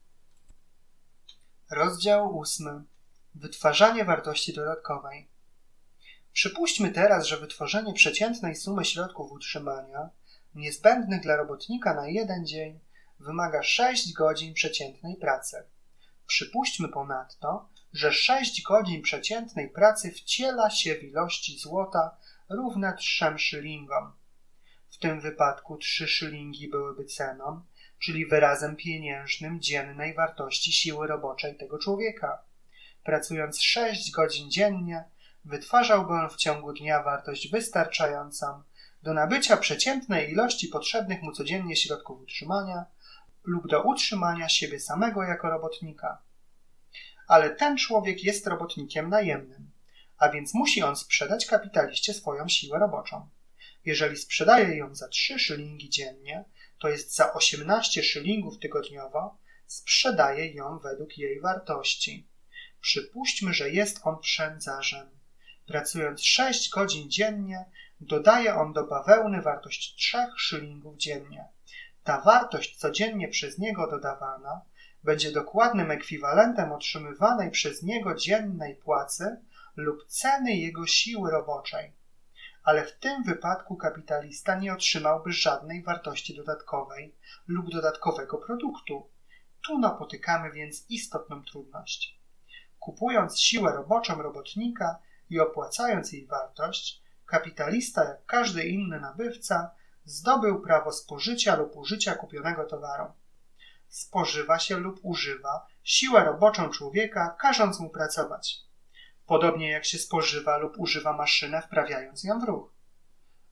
B: Rozdział ósmy. Wytwarzanie wartości dodatkowej. Przypuśćmy teraz, że wytworzenie przeciętnej sumy środków utrzymania niezbędnych dla robotnika na jeden dzień wymaga sześć godzin przeciętnej pracy. Przypuśćmy ponadto, że sześć godzin przeciętnej pracy wciela się w ilości złota równe trzem szylingom. W tym wypadku trzy szylingi byłyby ceną, czyli wyrazem pieniężnym dziennej wartości siły roboczej tego człowieka. Pracując sześć godzin dziennie, wytwarzałby on w ciągu dnia wartość wystarczającą do nabycia przeciętnej ilości potrzebnych mu codziennie środków utrzymania lub do utrzymania siebie samego jako robotnika. Ale ten człowiek jest robotnikiem najemnym, a więc musi on sprzedać kapitaliście swoją siłę roboczą. Jeżeli sprzedaje ją za trzy szylingi dziennie, to jest za osiemnaście szylingów tygodniowo, sprzedaje ją według jej wartości. Przypuśćmy, że jest on przędzarzem. Pracując sześć godzin dziennie, dodaje on do bawełny wartość trzech szylingów dziennie. Ta wartość codziennie przez niego dodawana będzie dokładnym ekwiwalentem otrzymywanej przez niego dziennej płacy lub ceny jego siły roboczej. Ale w tym wypadku kapitalista nie otrzymałby żadnej wartości dodatkowej lub dodatkowego produktu. Tu napotykamy więc istotną trudność. Kupując siłę roboczą robotnika i opłacając jej wartość, kapitalista, jak każdy inny nabywca, zdobył prawo spożycia lub użycia kupionego towaru. Spożywa się lub używa siłę roboczą człowieka, każąc mu pracować. Podobnie jak się spożywa lub używa maszynę, wprawiając ją w ruch.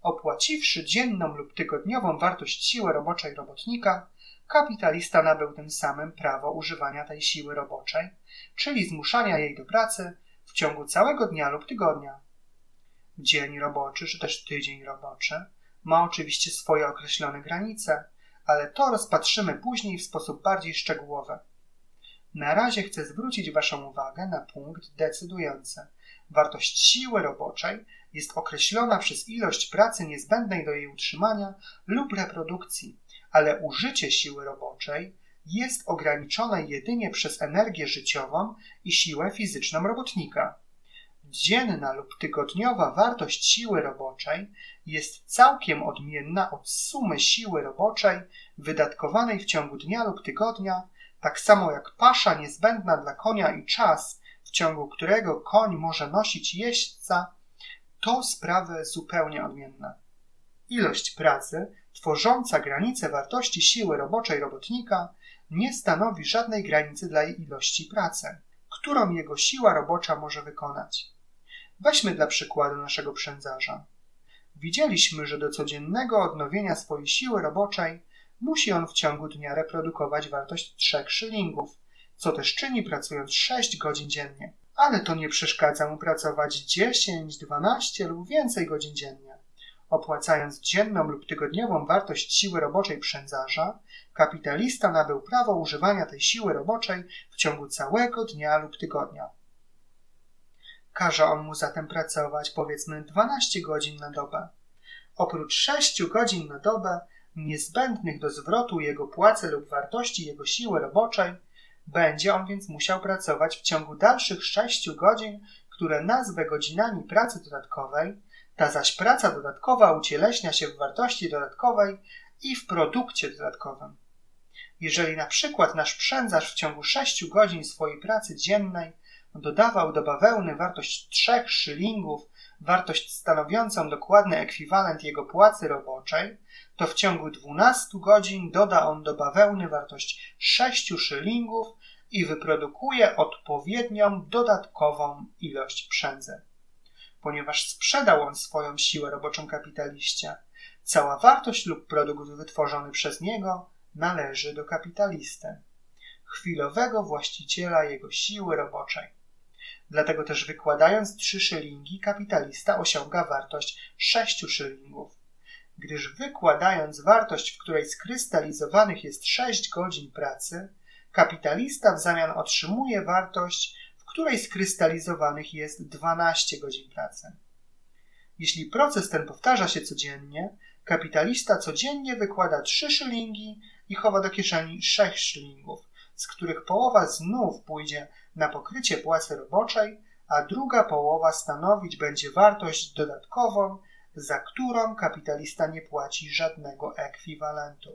B: Opłaciwszy dzienną lub tygodniową wartość siły roboczej robotnika, kapitalista nabył tym samym prawo używania tej siły roboczej, czyli zmuszania jej do pracy w ciągu całego dnia lub tygodnia. Dzień roboczy, czy też tydzień roboczy ma oczywiście swoje określone granice, ale to rozpatrzymy później w sposób bardziej szczegółowy. Na razie chcę zwrócić Waszą uwagę na punkt decydujący. Wartość siły roboczej jest określona przez ilość pracy niezbędnej do jej utrzymania lub reprodukcji, ale użycie siły roboczej jest ograniczone jedynie przez energię życiową i siłę fizyczną robotnika. Dzienna lub tygodniowa wartość siły roboczej jest całkiem odmienna od sumy siły roboczej wydatkowanej w ciągu dnia lub tygodnia, tak samo jak pasza niezbędna dla konia i czas, w ciągu którego koń może nosić jeźdźca, to sprawy zupełnie odmienne. Ilość pracy tworząca granicę wartości siły roboczej robotnika nie stanowi żadnej granicy dla jej ilości pracy, którą jego siła robocza może wykonać. Weźmy dla przykładu naszego przędzarza. Widzieliśmy, że do codziennego odnowienia swojej siły roboczej musi on w ciągu dnia reprodukować wartość trzech szylingów, co też czyni pracując sześć godzin dziennie. Ale to nie przeszkadza mu pracować dziesięć, dwanaście lub więcej godzin dziennie. Opłacając dzienną lub tygodniową wartość siły roboczej przędzarza, kapitalista nabył prawo używania tej siły roboczej w ciągu całego dnia lub tygodnia. Każe on mu zatem pracować powiedzmy dwanaście godzin na dobę. Oprócz sześciu godzin na dobę, niezbędnych do zwrotu jego płacy lub wartości jego siły roboczej, będzie on więc musiał pracować w ciągu dalszych sześciu godzin, które nazwę godzinami pracy dodatkowej, ta zaś praca dodatkowa ucieleśnia się w wartości dodatkowej i w produkcie dodatkowym. Jeżeli na przykład nasz przędzarz w ciągu sześciu godzin swojej pracy dziennej dodawał do bawełny wartość trzech szylingów, wartość stanowiącą dokładny ekwiwalent jego płacy roboczej, to w ciągu dwunastu godzin doda on do bawełny wartość sześciu szylingów i wyprodukuje odpowiednią dodatkową ilość przędzy. Ponieważ sprzedał on swoją siłę roboczą kapitaliście, cała wartość lub produkt wytworzony przez niego należy do kapitalisty, chwilowego właściciela jego siły roboczej. Dlatego też wykładając trzy szylingi, kapitalista osiąga wartość sześciu szylingów. Gdyż wykładając wartość, w której skrystalizowanych jest sześć godzin pracy, kapitalista w zamian otrzymuje wartość, w której skrystalizowanych jest dwanaście godzin pracy. Jeśli proces ten powtarza się codziennie, kapitalista codziennie wykłada trzy szylingi i chowa do kieszeni sześć szylingów, z których połowa znów pójdzie na pokrycie płacy roboczej, a druga połowa stanowić będzie wartość dodatkową, za którą kapitalista nie płaci żadnego ekwiwalentu.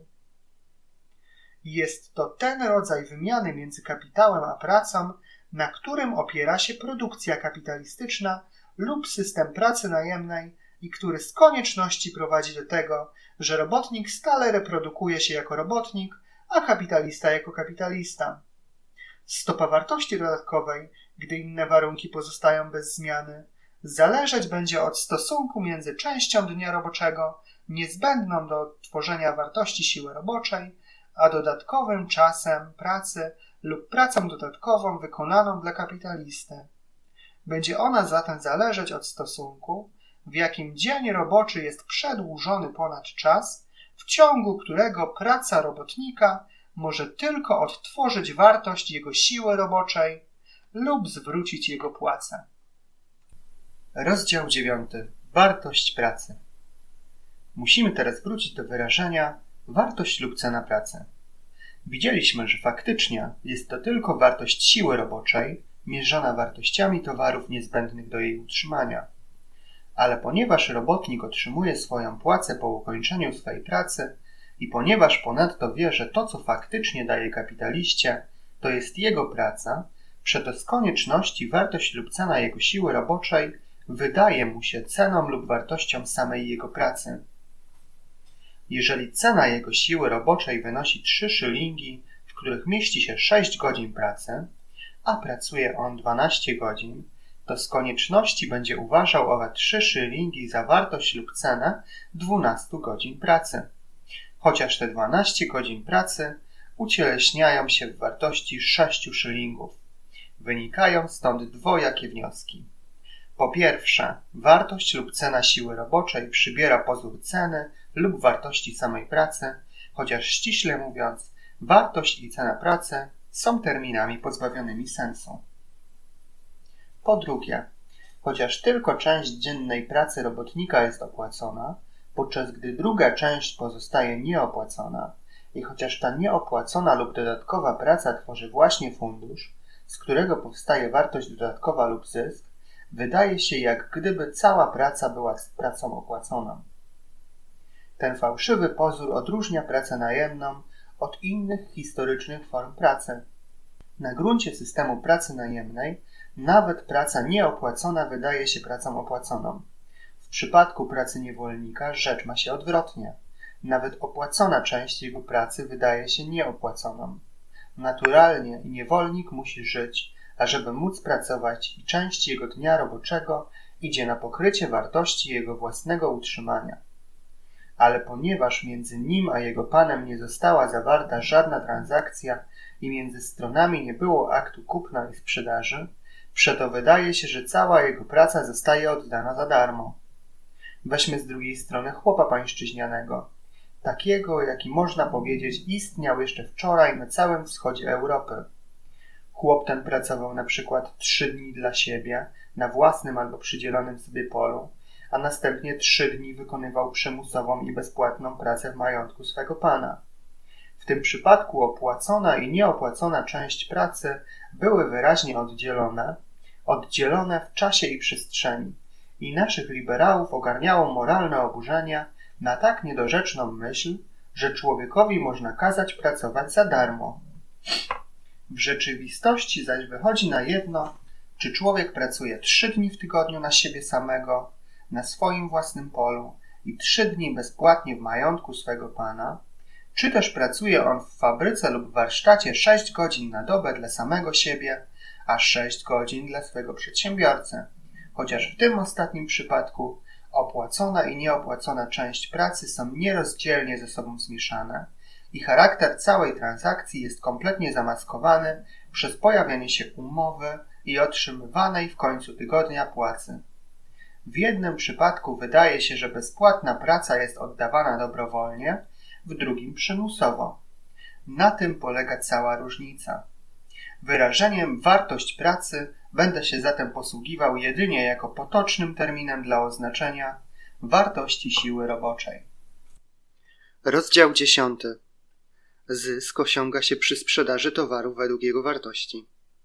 B: Jest to ten rodzaj wymiany między kapitałem a pracą, na którym opiera się produkcja kapitalistyczna lub system pracy najemnej i który z konieczności prowadzi do tego, że robotnik stale reprodukuje się jako robotnik, a kapitalista jako kapitalista. Stopa wartości dodatkowej, gdy inne warunki pozostają bez zmiany, zależeć będzie od stosunku między częścią dnia roboczego, niezbędną do tworzenia wartości siły roboczej, a dodatkowym czasem pracy lub pracą dodatkową wykonaną dla kapitalisty. Będzie ona zatem zależeć od stosunku, w jakim dzień roboczy jest przedłużony ponad czas, w ciągu którego praca robotnika może tylko odtworzyć wartość jego siły roboczej lub zwrócić jego płacę. Rozdział dziewiąty. Wartość pracy. Musimy teraz wrócić do wyrażenia wartość lub cena pracy. Widzieliśmy, że faktycznie jest to tylko wartość siły roboczej mierzona wartościami towarów niezbędnych do jej utrzymania. Ale ponieważ robotnik otrzymuje swoją płacę po ukończeniu swej pracy i ponieważ ponadto wie, że to, co faktycznie daje kapitaliście, to jest jego praca, przeto z konieczności wartość lub cena jego siły roboczej wydaje mu się ceną lub wartością samej jego pracy. Jeżeli cena jego siły roboczej wynosi trzy szylingi, w których mieści się sześć godzin pracy, a pracuje on dwanaście godzin, to z konieczności będzie uważał owe trzy szylingi za wartość lub cenę dwunastu godzin pracy. Chociaż te dwanaście godzin pracy ucieleśniają się w wartości sześciu szylingów. Wynikają stąd dwojakie wnioski. Po pierwsze, wartość lub cena siły roboczej przybiera pozór ceny lub wartości samej pracy, chociaż ściśle mówiąc, wartość i cena pracy są terminami pozbawionymi sensu. Po drugie, chociaż tylko część dziennej pracy robotnika jest opłacona, podczas gdy druga część pozostaje nieopłacona i chociaż ta nieopłacona lub dodatkowa praca tworzy właśnie fundusz, z którego powstaje wartość dodatkowa lub zysk, wydaje się, jak gdyby cała praca była pracą opłaconą. Ten fałszywy pozór odróżnia pracę najemną od innych historycznych form pracy. Na gruncie systemu pracy najemnej nawet praca nieopłacona wydaje się pracą opłaconą. W przypadku pracy niewolnika rzecz ma się odwrotnie. Nawet opłacona część jego pracy wydaje się nieopłaconą. Naturalnie niewolnik musi żyć, a żeby móc pracować, i część jego dnia roboczego idzie na pokrycie wartości jego własnego utrzymania. Ale ponieważ między nim a jego panem nie została zawarta żadna transakcja i między stronami nie było aktu kupna i sprzedaży, przeto wydaje się, że cała jego praca zostaje oddana za darmo. Weźmy z drugiej strony chłopa pańszczyźnianego, takiego, jaki można powiedzieć istniał jeszcze wczoraj na całym wschodzie Europy. Chłop ten pracował na przykład trzy dni dla siebie, na własnym albo przydzielonym sobie polu, a następnie trzy dni wykonywał przymusową i bezpłatną pracę w majątku swego pana. W tym przypadku opłacona i nieopłacona część pracy były wyraźnie oddzielone, oddzielone w czasie i przestrzeni, i naszych liberałów ogarniało moralne oburzenie na tak niedorzeczną myśl, że człowiekowi można kazać pracować za darmo. W rzeczywistości zaś wychodzi na jedno, czy człowiek pracuje trzy dni w tygodniu na siebie samego, na swoim własnym polu i trzy dni bezpłatnie w majątku swego pana, czy też pracuje on w fabryce lub warsztacie sześć godzin na dobę dla samego siebie, a sześć godzin dla swego przedsiębiorcy, chociaż w tym ostatnim przypadku opłacona i nieopłacona część pracy są nierozdzielnie ze sobą zmieszane i charakter całej transakcji jest kompletnie zamaskowany przez pojawienie się umowy i otrzymywanej w końcu tygodnia płacy. W jednym przypadku wydaje się, że bezpłatna praca jest oddawana dobrowolnie, w drugim przymusowo. Na tym polega cała różnica. Wyrażeniem wartość pracy będę się zatem posługiwał jedynie jako potocznym terminem dla oznaczenia wartości siły roboczej.
A: Rozdział dziesiąty. Zysk osiąga się przy sprzedaży towaru według jego wartości.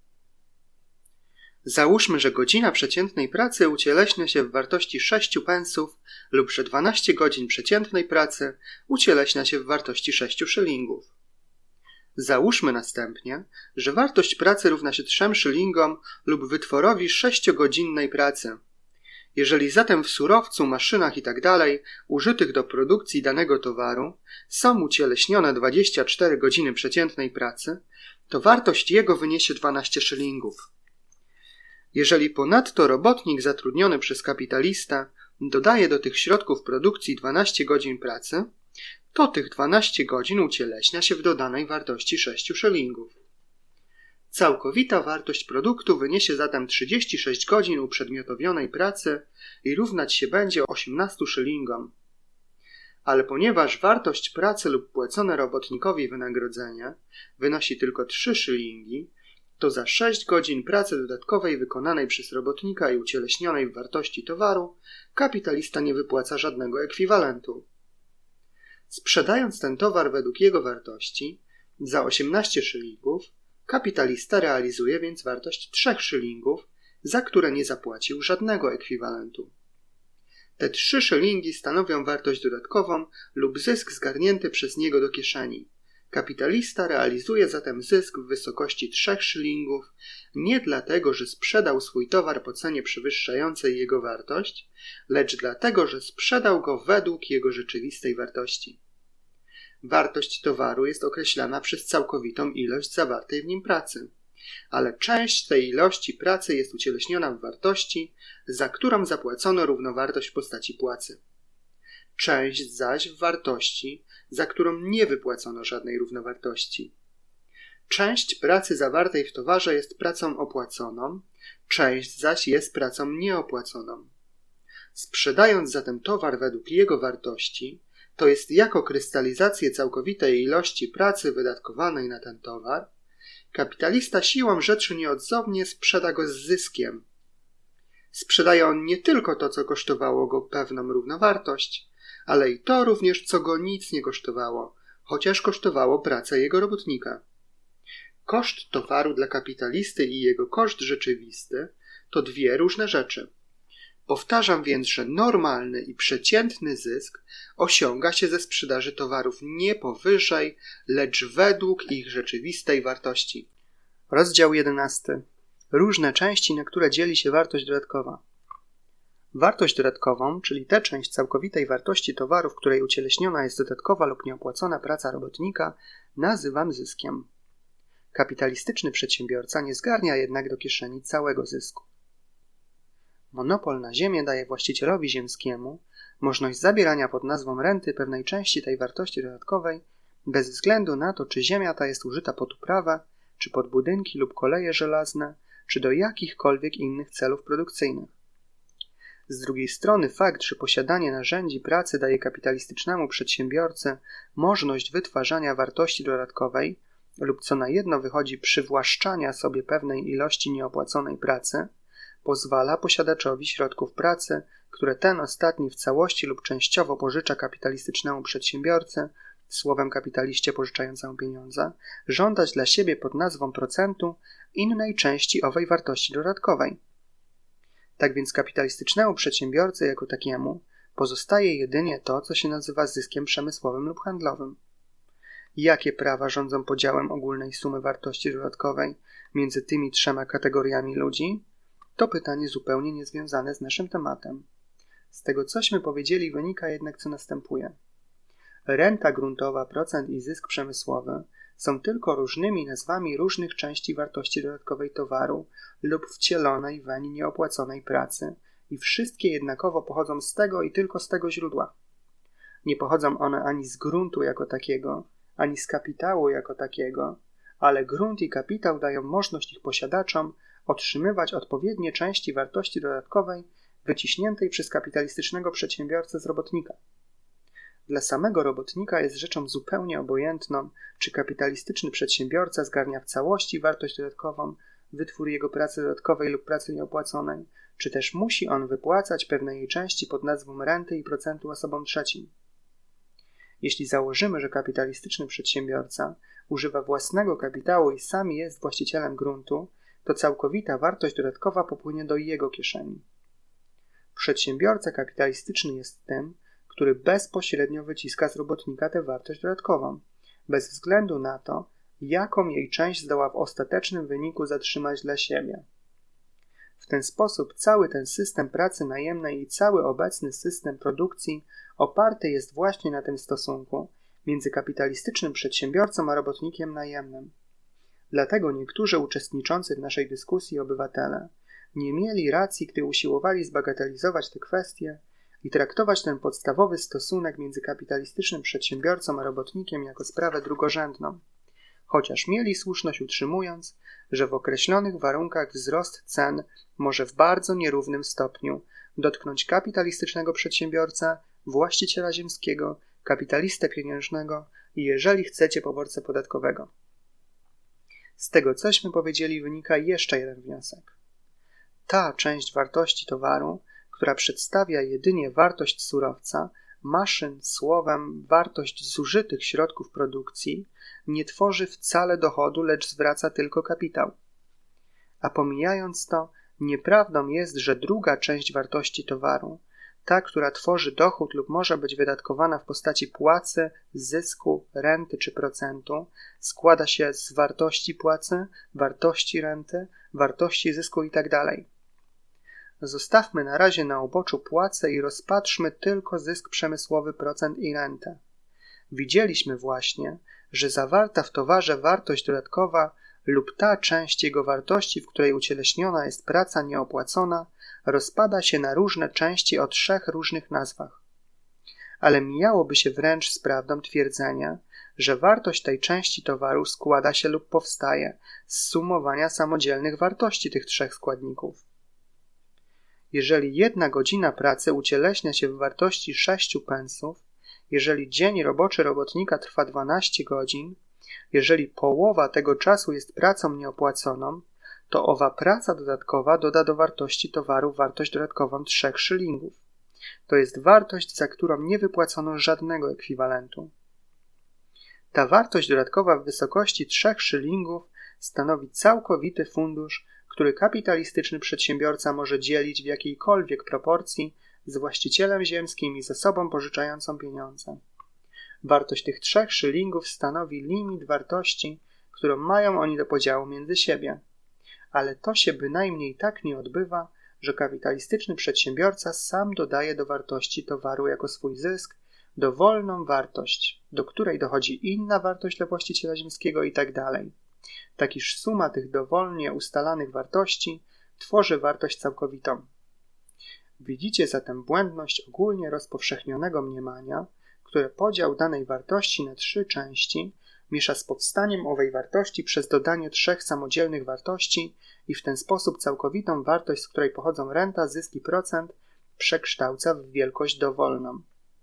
A: Załóżmy, że godzina przeciętnej pracy ucieleśnia się w wartości sześciu pensów lub że dwanaście godzin przeciętnej pracy ucieleśnia się w wartości sześciu szylingów. Załóżmy następnie, że wartość pracy równa się trzem szylingom lub wytworowi sześciogodzinnej pracy. Jeżeli zatem w surowcu, maszynach itd. użytych do produkcji danego towaru są ucieleśnione dwadzieścia cztery godziny przeciętnej pracy, to wartość jego wyniesie dwanaście szylingów. Jeżeli ponadto robotnik zatrudniony przez kapitalista dodaje do tych środków produkcji dwanaście godzin pracy, to tych dwanaście godzin ucieleśnia się w dodanej wartości sześciu szylingów. Całkowita wartość produktu wyniesie zatem trzydzieści sześć godzin uprzedmiotowionej pracy i równać się będzie osiemnastu szylingom. Ale ponieważ wartość pracy lub płacone robotnikowi wynagrodzenie wynosi tylko trzy szylingi, to za sześć godzin pracy dodatkowej wykonanej przez robotnika i ucieleśnionej w wartości towaru kapitalista nie wypłaca żadnego ekwiwalentu. Sprzedając ten towar według jego wartości za osiemnaście szylingów, kapitalista realizuje więc wartość trzech szylingów, za które nie zapłacił żadnego ekwiwalentu. Te trzy szylingi stanowią wartość dodatkową lub zysk zgarnięty przez niego do kieszeni. Kapitalista realizuje zatem zysk w wysokości trzech szylingów nie dlatego, że sprzedał swój towar po cenie przewyższającej jego wartość, lecz dlatego, że sprzedał go według jego rzeczywistej wartości. Wartość towaru jest określana przez całkowitą ilość zawartej w nim pracy. ale część tej ilości pracy jest ucieleśniona w wartości, za którą zapłacono równowartość w postaci płacy. Część zaś w wartości, za którą nie wypłacono żadnej równowartości. Część pracy zawartej w towarze jest pracą opłaconą, część zaś jest pracą nieopłaconą. Sprzedając zatem towar według jego wartości, to jest jako krystalizację całkowitej ilości pracy wydatkowanej na ten towar, kapitalista siłą rzeczy nieodzownie sprzeda go z zyskiem. Sprzedaje on nie tylko to, co kosztowało go pewną równowartość, ale i to również, co go nic nie kosztowało, chociaż kosztowało pracę jego robotnika. Koszt towaru dla kapitalisty i jego koszt rzeczywisty to dwie różne rzeczy. Powtarzam więc, że normalny i przeciętny zysk osiąga się ze sprzedaży towarów nie powyżej, lecz według ich rzeczywistej wartości. Rozdział jedenasty. Różne części, na które dzieli się wartość dodatkowa. Wartość dodatkową, czyli tę część całkowitej wartości towaru, w której ucieleśniona jest dodatkowa lub nieopłacona praca robotnika, nazywam zyskiem. Kapitalistyczny przedsiębiorca nie zgarnia jednak do kieszeni całego zysku. Monopol na ziemię daje właścicielowi ziemskiemu możliwość zabierania pod nazwą renty pewnej części tej wartości dodatkowej bez względu na to, czy ziemia ta jest użyta pod uprawę, czy pod budynki lub koleje żelazne, czy do jakichkolwiek innych celów produkcyjnych. Z drugiej strony fakt, że posiadanie narzędzi pracy daje kapitalistycznemu przedsiębiorcy możliwość wytwarzania wartości dodatkowej lub co na jedno wychodzi przywłaszczania sobie pewnej ilości nieopłaconej pracy, pozwala posiadaczowi środków pracy, które ten ostatni w całości lub częściowo pożycza kapitalistycznemu przedsiębiorcy, słowem kapitaliście pożyczającemu pieniądze, żądać dla siebie pod nazwą procentu innej części owej wartości dodatkowej. Tak więc kapitalistycznemu przedsiębiorcy jako takiemu pozostaje jedynie to, co się nazywa zyskiem przemysłowym lub handlowym. Jakie prawa rządzą podziałem ogólnej sumy wartości dodatkowej między tymi trzema kategoriami ludzi? To pytanie zupełnie niezwiązane z naszym tematem. Z tego, cośmy powiedzieli, wynika jednak, co następuje. Renta gruntowa, procent i zysk przemysłowy są tylko różnymi nazwami różnych części wartości dodatkowej towaru lub wcielonej weń nieopłaconej pracy i wszystkie jednakowo pochodzą z tego i tylko z tego źródła. Nie pochodzą one ani z gruntu jako takiego, ani z kapitału jako takiego, ale grunt i kapitał dają możliwość ich posiadaczom otrzymywać odpowiednie części wartości dodatkowej wyciśniętej przez kapitalistycznego przedsiębiorcę z robotnika. Dla samego robotnika jest rzeczą zupełnie obojętną, czy kapitalistyczny przedsiębiorca zgarnia w całości wartość dodatkową, wytwór jego pracy dodatkowej lub pracy nieopłaconej, czy też musi on wypłacać pewne jej części pod nazwą renty i procentu osobom trzecim. Jeśli założymy, że kapitalistyczny przedsiębiorca używa własnego kapitału i sam jest właścicielem gruntu, to całkowita wartość dodatkowa popłynie do jego kieszeni. Przedsiębiorca kapitalistyczny jest tym, który bezpośrednio wyciska z robotnika tę wartość dodatkową, bez względu na to, jaką jej część zdoła w ostatecznym wyniku zatrzymać dla siebie. W ten sposób cały ten system pracy najemnej i cały obecny system produkcji oparty jest właśnie na tym stosunku między kapitalistycznym przedsiębiorcą a robotnikiem najemnym. Dlatego niektórzy uczestniczący w naszej dyskusji obywatele nie mieli racji, gdy usiłowali zbagatelizować te kwestie i traktować ten podstawowy stosunek między kapitalistycznym przedsiębiorcą a robotnikiem jako sprawę drugorzędną, chociaż mieli słuszność utrzymując, że w określonych warunkach wzrost cen może w bardzo nierównym stopniu dotknąć kapitalistycznego przedsiębiorcę, właściciela ziemskiego, kapitalistę pieniężnego i, jeżeli chcecie, poborcę podatkowego. Z tego, cośmy powiedzieli, wynika jeszcze jeden wniosek. Ta część wartości towaru, która przedstawia jedynie wartość surowca, maszyn, słowem wartość zużytych środków produkcji, nie tworzy wcale dochodu, lecz zwraca tylko kapitał. A pomijając to, nieprawdą jest, że druga część wartości towaru, ta, która tworzy dochód lub może być wydatkowana w postaci płacy, zysku, renty czy procentu, składa się z wartości płacy, wartości renty, wartości zysku itd. Zostawmy na razie na uboczu płacę i rozpatrzmy tylko zysk przemysłowy, procent i rentę. Widzieliśmy właśnie, że zawarta w towarze wartość dodatkowa lub ta część jego wartości, w której ucieleśniona jest praca nieopłacona, rozpada się na różne części o trzech różnych nazwach. Ale mijałoby się wręcz z prawdą twierdzenie, że wartość tej części towaru składa się lub powstaje z sumowania samodzielnych wartości tych trzech składników. Jeżeli jedna godzina pracy ucieleśnia się w wartości sześciu pensów, jeżeli dzień roboczy robotnika trwa dwanaście godzin, jeżeli połowa tego czasu jest pracą nieopłaconą, to owa praca dodatkowa doda do wartości towaru wartość dodatkową trzech szylingów. To jest wartość, za którą nie wypłacono żadnego ekwiwalentu. Ta wartość dodatkowa w wysokości trzech szylingów stanowi całkowity fundusz, który kapitalistyczny przedsiębiorca może dzielić w jakiejkolwiek proporcji z właścicielem ziemskim i z osobą pożyczającą pieniądze. Wartość tych trzech szylingów stanowi limit wartości, którą mają oni do podziału między siebie. Ale to się bynajmniej tak nie odbywa, że kapitalistyczny przedsiębiorca sam dodaje do wartości towaru jako swój zysk dowolną wartość, do której dochodzi inna wartość dla właściciela ziemskiego i tak dalej. Tak iż suma tych dowolnie ustalanych wartości tworzy wartość całkowitą. Widzicie zatem błędność ogólnie rozpowszechnionego mniemania, które podział danej wartości na trzy części miesza z powstaniem owej wartości przez dodanie trzech samodzielnych wartości i w ten sposób całkowitą wartość, z której pochodzą renta, zysk i procent, przekształca w wielkość dowolną.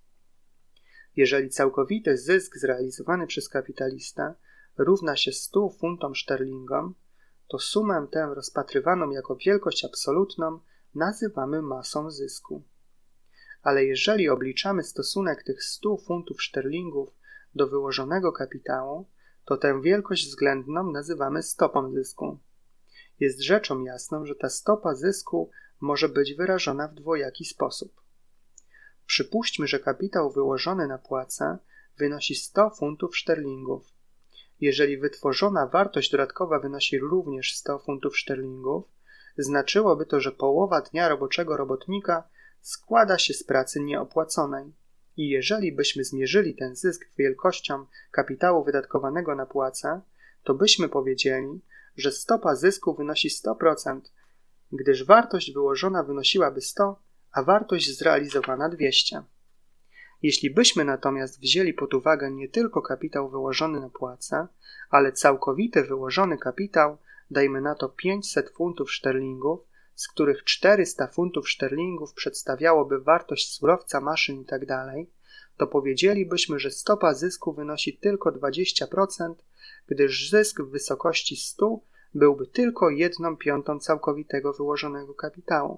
A: Jeżeli całkowity zysk zrealizowany przez kapitalistę równa się stu funtom szterlingom, to sumę tę rozpatrywaną jako wielkość absolutną nazywamy masą zysku. Ale jeżeli obliczamy stosunek tych stu funtów szterlingów do wyłożonego kapitału, to tę wielkość względną nazywamy stopą zysku. Jest rzeczą jasną, że ta stopa zysku może być wyrażona w dwojaki sposób. Przypuśćmy, że kapitał wyłożony na płacę wynosi sto funtów szterlingów. Jeżeli wytworzona wartość dodatkowa wynosi również sto funtów szterlingów, znaczyłoby to, że połowa dnia roboczego robotnika składa się z pracy nieopłaconej. I jeżeli byśmy zmierzyli ten zysk wielkością kapitału wydatkowanego na płacę, to byśmy powiedzieli, że stopa zysku wynosi sto procent, gdyż wartość wyłożona wynosiłaby sto, a wartość zrealizowana dwieście. Jeśli byśmy natomiast wzięli pod uwagę nie tylko kapitał wyłożony na płacę, ale całkowity wyłożony kapitał, dajmy na to pięćset funtów szterlingów, z których czterysta funtów szterlingów przedstawiałoby wartość surowca, maszyn itd., to powiedzielibyśmy, że stopa zysku wynosi tylko dwadzieścia procent, gdyż zysk w wysokości stu byłby tylko jedną piątą całkowitego wyłożonego kapitału.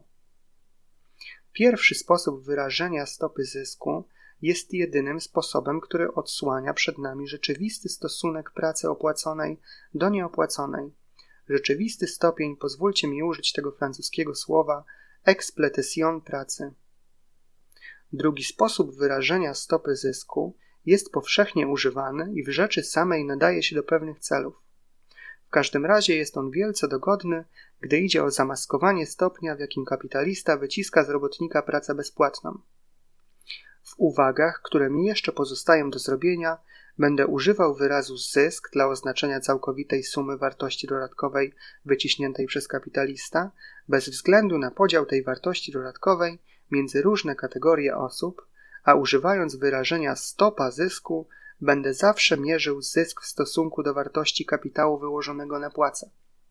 A: Pierwszy sposób wyrażenia stopy zysku jest jedynym sposobem, który odsłania przed nami rzeczywisty stosunek pracy opłaconej do nieopłaconej. Rzeczywisty stopień, pozwólcie mi użyć tego francuskiego słowa, exploitation pracy. Drugi sposób wyrażenia stopy zysku jest powszechnie używany i w rzeczy samej nadaje się do pewnych celów. W każdym razie jest on wielce dogodny, gdy idzie o zamaskowanie stopnia, w jakim kapitalista wyciska z robotnika pracę bezpłatną. W uwagach, które mi jeszcze pozostają do zrobienia, będę używał wyrazu zysk dla oznaczenia całkowitej sumy wartości dodatkowej wyciśniętej przez kapitalista, bez względu na podział tej wartości dodatkowej między różne kategorie osób, a używając wyrażenia stopa zysku, będę zawsze mierzył zysk w stosunku do wartości kapitału wyłożonego na płacę.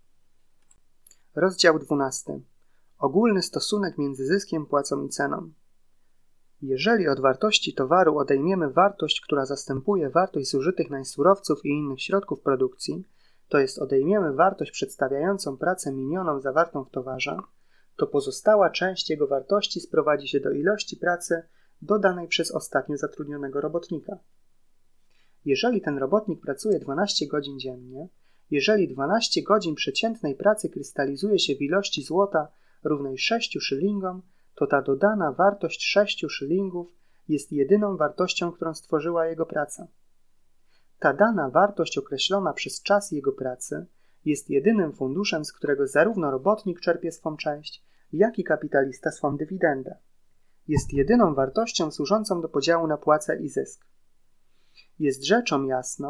A: Rozdział dwunasty. Ogólny stosunek między zyskiem, płacą i ceną. Jeżeli od wartości towaru odejmiemy wartość, która zastępuje wartość zużytych nań surowców i innych środków produkcji, to jest odejmiemy wartość przedstawiającą pracę minioną zawartą w towarze, to pozostała część jego wartości sprowadzi się do ilości pracy dodanej przez ostatnio zatrudnionego robotnika. Jeżeli ten robotnik pracuje dwanaście godzin dziennie, jeżeli dwanaście godzin przeciętnej pracy krystalizuje się w ilości złota równej sześciu szylingom, to ta dodana wartość sześciu szylingów jest jedyną wartością, którą stworzyła jego praca. Ta dana wartość określona przez czas jego pracy jest jedynym funduszem, z którego zarówno robotnik czerpie swą część, jak i kapitalista swą dywidendę. Jest jedyną wartością służącą do podziału na płacę i zysk. Jest rzeczą jasną,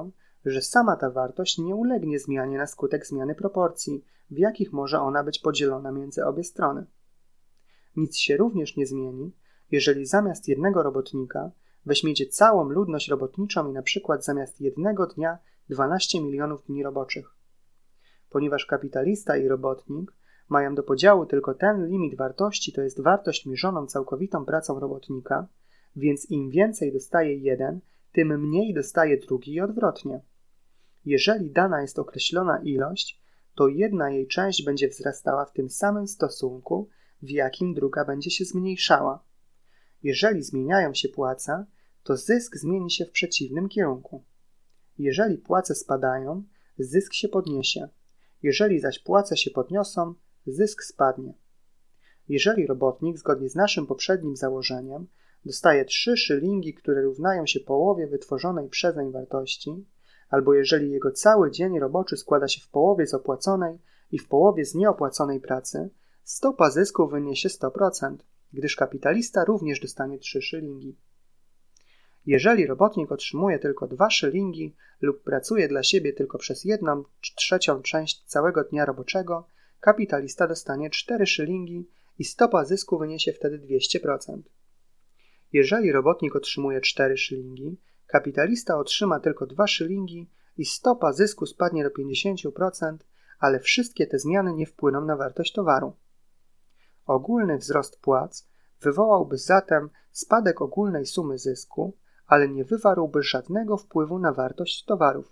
A: że sama ta wartość nie ulegnie zmianie na skutek zmiany proporcji, w jakich może ona być podzielona między obie strony. Nic się również nie zmieni, jeżeli zamiast jednego robotnika weźmiecie całą ludność robotniczą i na przykład zamiast jednego dnia dwanaście milionów dni roboczych. Ponieważ kapitalista i robotnik mają do podziału tylko ten limit wartości, to jest wartość mierzoną całkowitą pracą robotnika, więc im więcej dostaje jeden, tym mniej dostaje drugi i odwrotnie. Jeżeli dana jest określona ilość, to jedna jej część będzie wzrastała w tym samym stosunku, w jakim druga będzie się zmniejszała. Jeżeli zmieniają się płace, to zysk zmieni się w przeciwnym kierunku. Jeżeli płace spadają, zysk się podniesie. Jeżeli zaś płace się podniosą, zysk spadnie. Jeżeli robotnik, zgodnie z naszym poprzednim założeniem, dostaje trzy szylingi, które równają się połowie wytworzonej przezeń wartości, albo jeżeli jego cały dzień roboczy składa się w połowie z opłaconej i w połowie z nieopłaconej pracy, stopa zysku wyniesie sto procent, gdyż kapitalista również dostanie trzy szylingi. Jeżeli robotnik otrzymuje tylko dwa szylingi lub pracuje dla siebie tylko przez jedną trzecią część całego dnia roboczego, kapitalista dostanie cztery szylingi i stopa zysku wyniesie wtedy dwieście procent. Jeżeli robotnik otrzymuje cztery szylingi, kapitalista otrzyma tylko dwa szylingi i stopa zysku spadnie do pięćdziesiąt procent, ale wszystkie te zmiany nie wpłyną na wartość towaru. Ogólny wzrost płac wywołałby zatem spadek ogólnej sumy zysku, ale nie wywarłby żadnego wpływu na wartość towarów.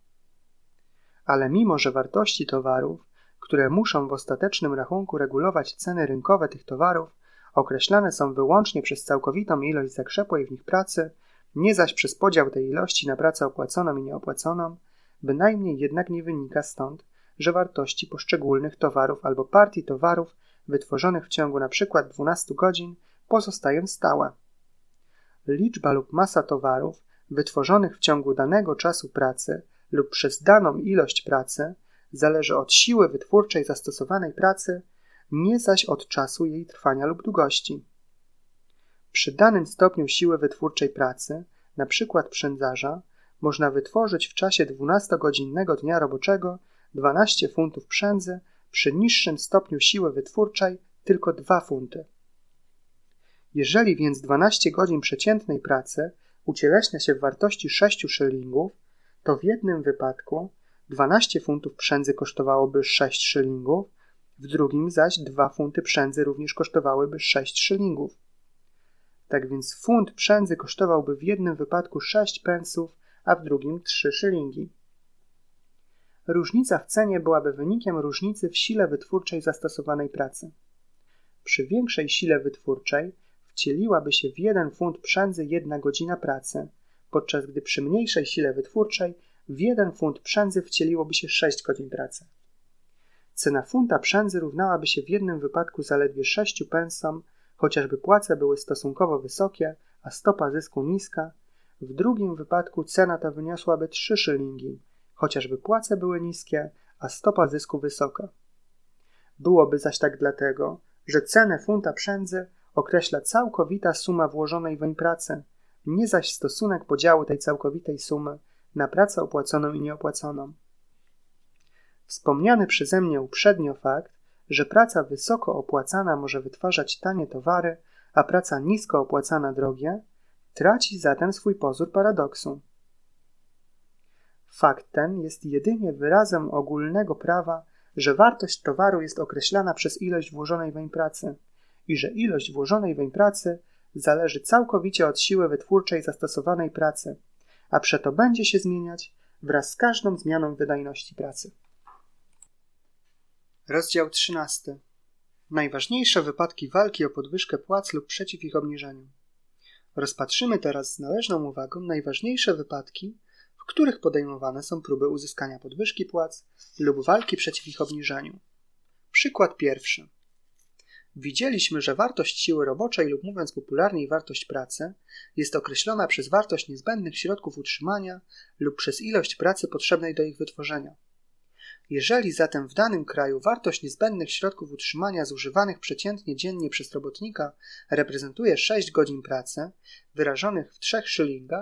A: Ale mimo że wartości towarów, które muszą w ostatecznym rachunku regulować ceny rynkowe tych towarów, określane są wyłącznie przez całkowitą ilość zakrzepłej w nich pracy, nie zaś przez podział tej ilości na pracę opłaconą i nieopłaconą, bynajmniej jednak nie wynika stąd, że wartości poszczególnych towarów albo partii towarów wytworzonych w ciągu np. dwunastu godzin pozostają stałe. Liczba lub masa towarów wytworzonych w ciągu danego czasu pracy lub przez daną ilość pracy zależy od siły wytwórczej zastosowanej pracy, nie zaś od czasu jej trwania lub długości. Przy danym stopniu siły wytwórczej pracy, np. przędzarza, można wytworzyć w czasie dwunastogodzinnego dnia roboczego dwanaście funtów przędzy, przy niższym stopniu siły wytwórczej tylko dwa funty. Jeżeli więc dwanaście godzin przeciętnej pracy ucieleśnia się w wartości sześć szylingów, to w jednym wypadku dwanaście funtów przędzy kosztowałoby sześć szylingów, w drugim zaś dwa funty przędzy również kosztowałyby sześć szylingów. Tak więc funt przędzy kosztowałby w jednym wypadku sześć pensów, a w drugim trzy szylingi. Różnica w cenie byłaby wynikiem różnicy w sile wytwórczej zastosowanej pracy. Przy większej sile wytwórczej wcieliłaby się w jeden funt przędzy jedna godzina pracy, podczas gdy przy mniejszej sile wytwórczej w jeden funt przędzy wcieliłoby się sześć godzin pracy. Cena funta przędzy równałaby się w jednym wypadku zaledwie sześciu pensom, chociażby płace były stosunkowo wysokie, a stopa zysku niska, w drugim wypadku cena ta wyniosłaby trzy szylingi, chociażby płace były niskie, a stopa zysku wysoka. Byłoby zaś tak dlatego, że cenę funta przędzy określa całkowita suma włożonej weń pracy, nie zaś stosunek podziału tej całkowitej sumy na pracę opłaconą i nieopłaconą. Wspomniany przeze mnie uprzednio fakt, że praca wysoko opłacana może wytwarzać tanie towary, a praca nisko opłacana drogie, traci zatem swój pozór paradoksu. Fakt ten jest jedynie wyrazem ogólnego prawa, że wartość towaru jest określana przez ilość włożonej weń pracy i że ilość włożonej weń pracy zależy całkowicie od siły wytwórczej zastosowanej pracy, a przeto będzie się zmieniać wraz z każdą zmianą wydajności pracy. Rozdział trzynasty. Najważniejsze wypadki walki o podwyżkę płac lub przeciw ich obniżeniu. Rozpatrzymy teraz z należną uwagą najważniejsze wypadki, w których podejmowane są próby uzyskania podwyżki płac lub walki przeciw ich obniżeniu. Przykład pierwszy. Widzieliśmy, że wartość siły roboczej lub mówiąc popularniej wartość pracy jest określona przez wartość niezbędnych środków utrzymania lub przez ilość pracy potrzebnej do ich wytworzenia. Jeżeli zatem w danym kraju wartość niezbędnych środków utrzymania zużywanych przeciętnie dziennie przez robotnika reprezentuje sześć godzin pracy, wyrażonych w trzech szylingach,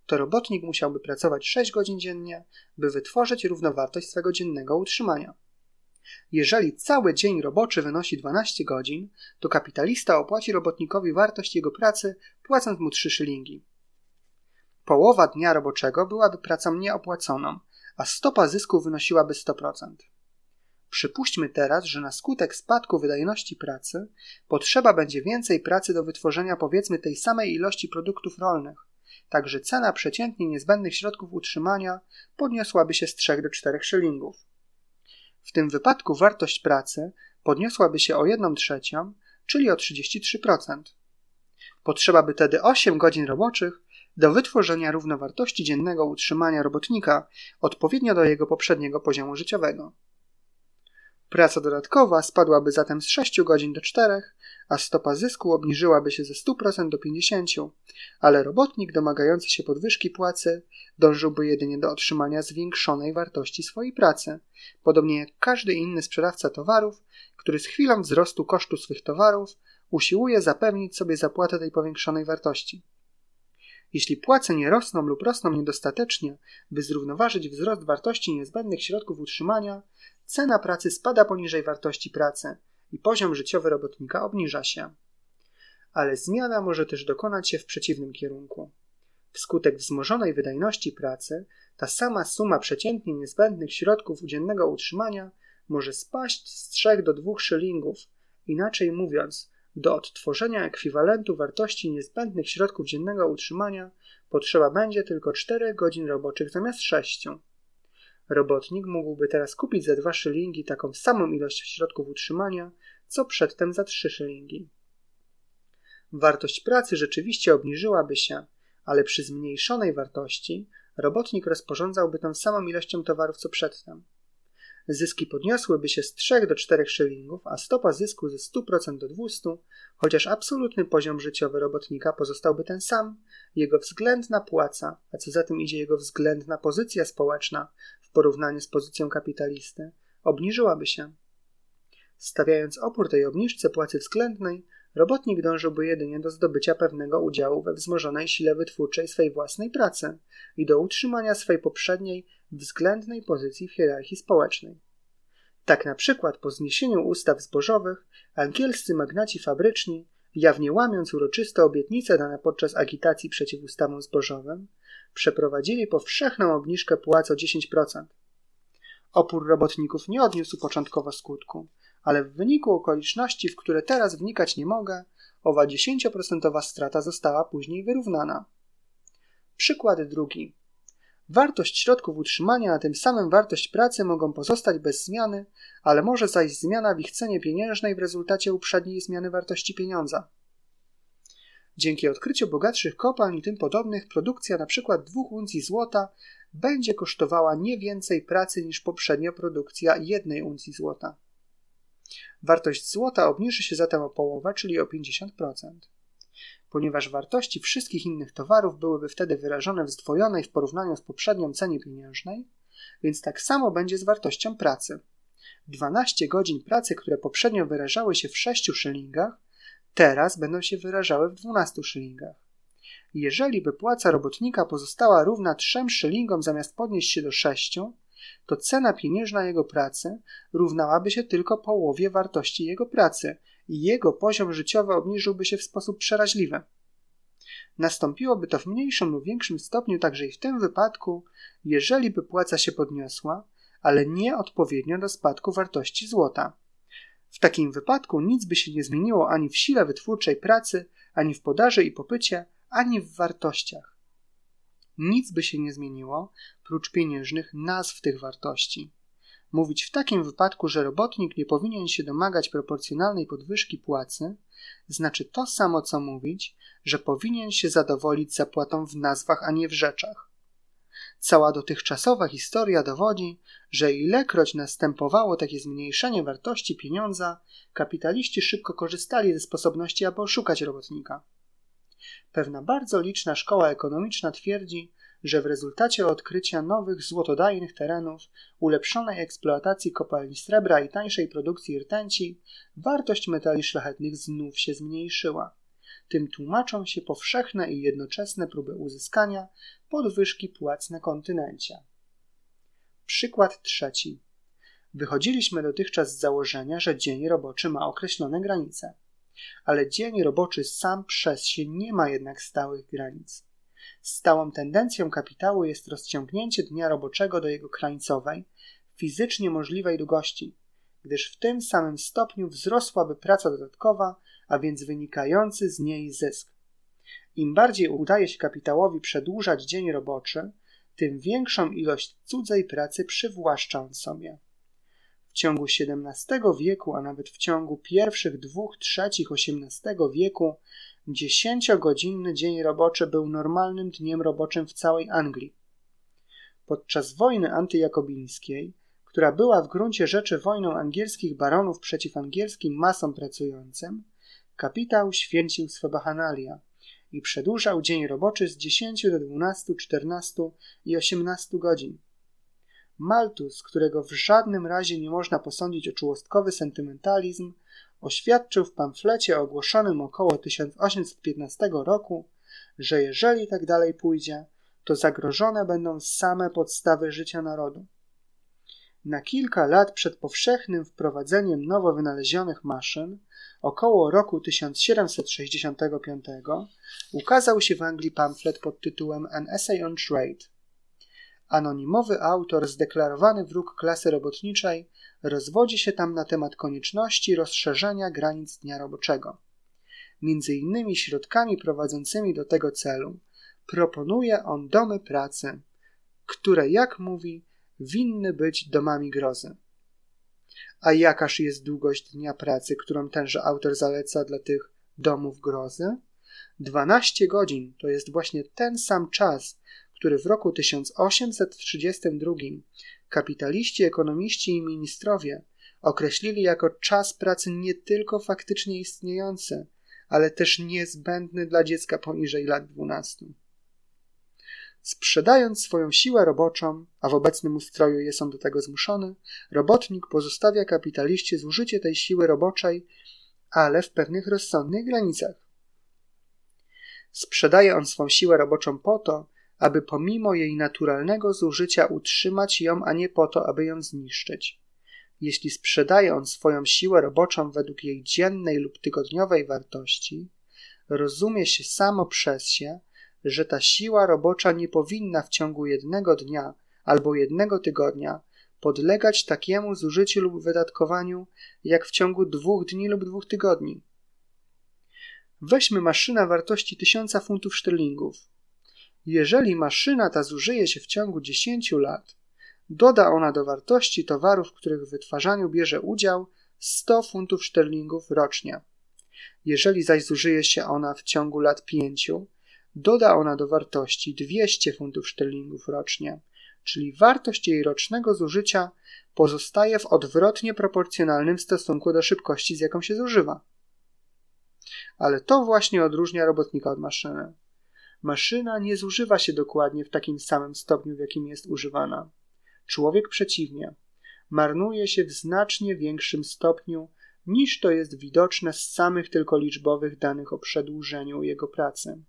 A: to robotnik musiałby pracować sześć godzin dziennie, by wytworzyć równowartość swego dziennego utrzymania. Jeżeli cały dzień roboczy wynosi dwanaście godzin, to kapitalista opłaci robotnikowi wartość jego pracy, płacąc mu trzy szylingi. Połowa dnia roboczego byłaby pracą nieopłaconą, a stopa zysku wynosiłaby sto procent. Przypuśćmy teraz, że na skutek spadku wydajności pracy potrzeba będzie więcej pracy do wytworzenia powiedzmy tej samej ilości produktów rolnych, także cena przeciętnie niezbędnych środków utrzymania podniosłaby się z trzech do czterech szylingów. W tym wypadku wartość pracy podniosłaby się o jedną trzecią, czyli o trzydzieści trzy procent. Potrzeba by wtedy osiem godzin roboczych do wytworzenia równowartości dziennego utrzymania robotnika odpowiednio do jego poprzedniego poziomu życiowego. Praca dodatkowa spadłaby zatem z sześciu godzin do czterech, a stopa zysku obniżyłaby się ze stu procent do pięćdziesięciu procent, ale robotnik domagający się podwyżki płacy dążyłby jedynie do otrzymania zwiększonej wartości swojej pracy, podobnie jak każdy inny sprzedawca towarów, który z chwilą wzrostu kosztu swych towarów usiłuje zapewnić sobie zapłatę tej powiększonej wartości. Jeśli płace nie rosną lub rosną niedostatecznie, by zrównoważyć wzrost wartości niezbędnych środków utrzymania, cena pracy spada poniżej wartości pracy i poziom życiowy robotnika obniża się. Ale zmiana może też dokonać się w przeciwnym kierunku. Wskutek wzmożonej wydajności pracy, ta sama suma przeciętnie niezbędnych środków dziennego utrzymania może spaść z trzech do dwóch szylingów, inaczej mówiąc, do odtworzenia ekwiwalentu wartości niezbędnych środków dziennego utrzymania potrzeba będzie tylko czterech godzin roboczych zamiast sześciu. Robotnik mógłby teraz kupić za dwa szylingi taką samą ilość środków utrzymania, co przedtem za trzy szylingi. Wartość pracy rzeczywiście obniżyłaby się, ale przy zmniejszonej wartości robotnik rozporządzałby tą samą ilością towarów co przedtem. Zyski podniosłyby się z trzech do czterech szylingów, a stopa zysku ze stu procent do dwustu procent, chociaż absolutny poziom życiowy robotnika pozostałby ten sam, jego względna płaca, a co za tym idzie jego względna pozycja społeczna w porównaniu z pozycją kapitalisty, obniżyłaby się. Stawiając opór tej obniżce płacy względnej, robotnik dążyłby jedynie do zdobycia pewnego udziału we wzmożonej sile wytwórczej swej własnej pracy i do utrzymania swej poprzedniej, względnej pozycji w hierarchii społecznej. Tak na przykład po zniesieniu ustaw zbożowych angielscy magnaci fabryczni, jawnie łamiąc uroczyste obietnice dane podczas agitacji przeciw ustawom zbożowym, przeprowadzili powszechną obniżkę płac o dziesięć procent. Opór robotników nie odniósł początkowo skutku, ale w wyniku okoliczności, w które teraz wnikać nie mogę, owa dziesięcioprocentowa strata została później wyrównana. Przykład drugi. Wartość środków utrzymania, a tym samym wartość pracy mogą pozostać bez zmiany, ale może zajść zmiana w ich cenie pieniężnej w rezultacie uprzedniej zmiany wartości pieniądza. Dzięki odkryciu bogatszych kopalń i tym podobnych produkcja np. dwóch uncji złota będzie kosztowała nie więcej pracy niż poprzednio produkcja jednej uncji złota. Wartość złota obniży się zatem o połowę, czyli o pięćdziesiąt procent. Ponieważ wartości wszystkich innych towarów byłyby wtedy wyrażone w zdwojonej w porównaniu z poprzednią cenie pieniężnej, więc tak samo będzie z wartością pracy. dwanaście godzin pracy, które poprzednio wyrażały się w sześciu szylingach, teraz będą się wyrażały w dwunastu szylingach. Jeżeli by płaca robotnika pozostała równa trzem szylingom zamiast podnieść się do sześciu, to cena pieniężna jego pracy równałaby się tylko połowie wartości jego pracy i jego poziom życiowy obniżyłby się w sposób przeraźliwy. Nastąpiłoby to w mniejszym lub większym stopniu także i w tym wypadku, jeżeli by płaca się podniosła, ale nie odpowiednio do spadku wartości złota. W takim wypadku nic by się nie zmieniło ani w sile wytwórczej pracy, ani w podaży i popycie, ani w wartościach. Nic by się nie zmieniło, prócz pieniężnych nazw tych wartości. Mówić w takim wypadku, że robotnik nie powinien się domagać proporcjonalnej podwyżki płacy, znaczy to samo co mówić, że powinien się zadowolić zapłatą w nazwach, a nie w rzeczach. Cała dotychczasowa historia dowodzi, że ilekroć następowało takie zmniejszenie wartości pieniądza, kapitaliści szybko korzystali ze sposobności, aby oszukać robotnika. Pewna bardzo liczna szkoła ekonomiczna twierdzi, że w rezultacie odkrycia nowych złotodajnych terenów, ulepszonej eksploatacji kopalni srebra i tańszej produkcji rtęci, wartość metali szlachetnych znów się zmniejszyła. Tym tłumaczą się powszechne i jednoczesne próby uzyskania podwyżki płac na kontynencie. Przykład trzeci. Wychodziliśmy dotychczas z założenia, że dzień roboczy ma określone granice. Ale dzień roboczy sam przez się nie ma jednak stałych granic. Stałą tendencją kapitału jest rozciągnięcie dnia roboczego do jego krańcowej, fizycznie możliwej długości, gdyż w tym samym stopniu wzrosłaby praca dodatkowa, a więc wynikający z niej zysk. Im bardziej udaje się kapitałowi przedłużać dzień roboczy, tym większą ilość cudzej pracy przywłaszcza on sobie. W ciągu siedemnastego wieku, a nawet w ciągu pierwszych dwóch trzecich osiemnastego wieku, dziesięciogodzinny dzień roboczy był normalnym dniem roboczym w całej Anglii. Podczas wojny antyjakobińskiej, która była w gruncie rzeczy wojną angielskich baronów przeciw angielskim masom pracującym, kapitał święcił swe bachanalia i przedłużał dzień roboczy z dziesięciu do dwunastu, czternastu i osiemnastu godzin. Malthus, którego w żadnym razie nie można posądzić o czułostkowy sentymentalizm, oświadczył w pamflecie ogłoszonym około tysiąc osiemset piętnastego roku, że jeżeli tak dalej pójdzie, to zagrożone będą same podstawy życia narodu. Na kilka lat przed powszechnym wprowadzeniem nowo wynalezionych maszyn, około roku tysiąc siedemset sześćdziesiątego piątego, ukazał się w Anglii pamflet pod tytułem An Essay on Trade. Anonimowy autor, zdeklarowany wróg klasy robotniczej, rozwodzi się tam na temat konieczności rozszerzenia granic dnia roboczego. Między innymi środkami prowadzącymi do tego celu proponuje on domy pracy, które, jak mówi, winny być domami grozy. A jakaż jest długość dnia pracy, którą tenże autor zaleca dla tych domów grozy? dwanaście godzin to jest właśnie ten sam czas, który w roku tysiąc osiemset trzydziestym drugim kapitaliści, ekonomiści i ministrowie określili jako czas pracy nie tylko faktycznie istniejący, ale też niezbędny dla dziecka poniżej lat dwunastu. Sprzedając swoją siłę roboczą, a w obecnym ustroju jest on do tego zmuszony, robotnik pozostawia kapitaliście zużycie tej siły roboczej, ale w pewnych rozsądnych granicach. Sprzedaje on swą siłę roboczą po to, aby pomimo jej naturalnego zużycia utrzymać ją, a nie po to, aby ją zniszczyć. Jeśli sprzedaje on swoją siłę roboczą według jej dziennej lub tygodniowej wartości, rozumie się samo przez się, że ta siła robocza nie powinna w ciągu jednego dnia albo jednego tygodnia podlegać takiemu zużyciu lub wydatkowaniu, jak w ciągu dwóch dni lub dwóch tygodni. Weźmy maszynę wartości tysiąca funtów sztylingów. Jeżeli maszyna ta zużyje się w ciągu dziesięciu lat, doda ona do wartości towarów, w których wytwarzaniu bierze udział, sto funtów sztylingów rocznie. Jeżeli zaś zużyje się ona w ciągu lat pięciu, doda ona do wartości dwieście funtów sztylingów rocznie, czyli wartość jej rocznego zużycia pozostaje w odwrotnie proporcjonalnym stosunku do szybkości, z jaką się zużywa. Ale to właśnie odróżnia robotnika od maszyny. Maszyna nie zużywa się dokładnie w takim samym stopniu, w jakim jest używana. Człowiek przeciwnie, marnuje się w znacznie większym stopniu, niż to jest widoczne z samych tylko liczbowych danych o przedłużeniu jego pracy.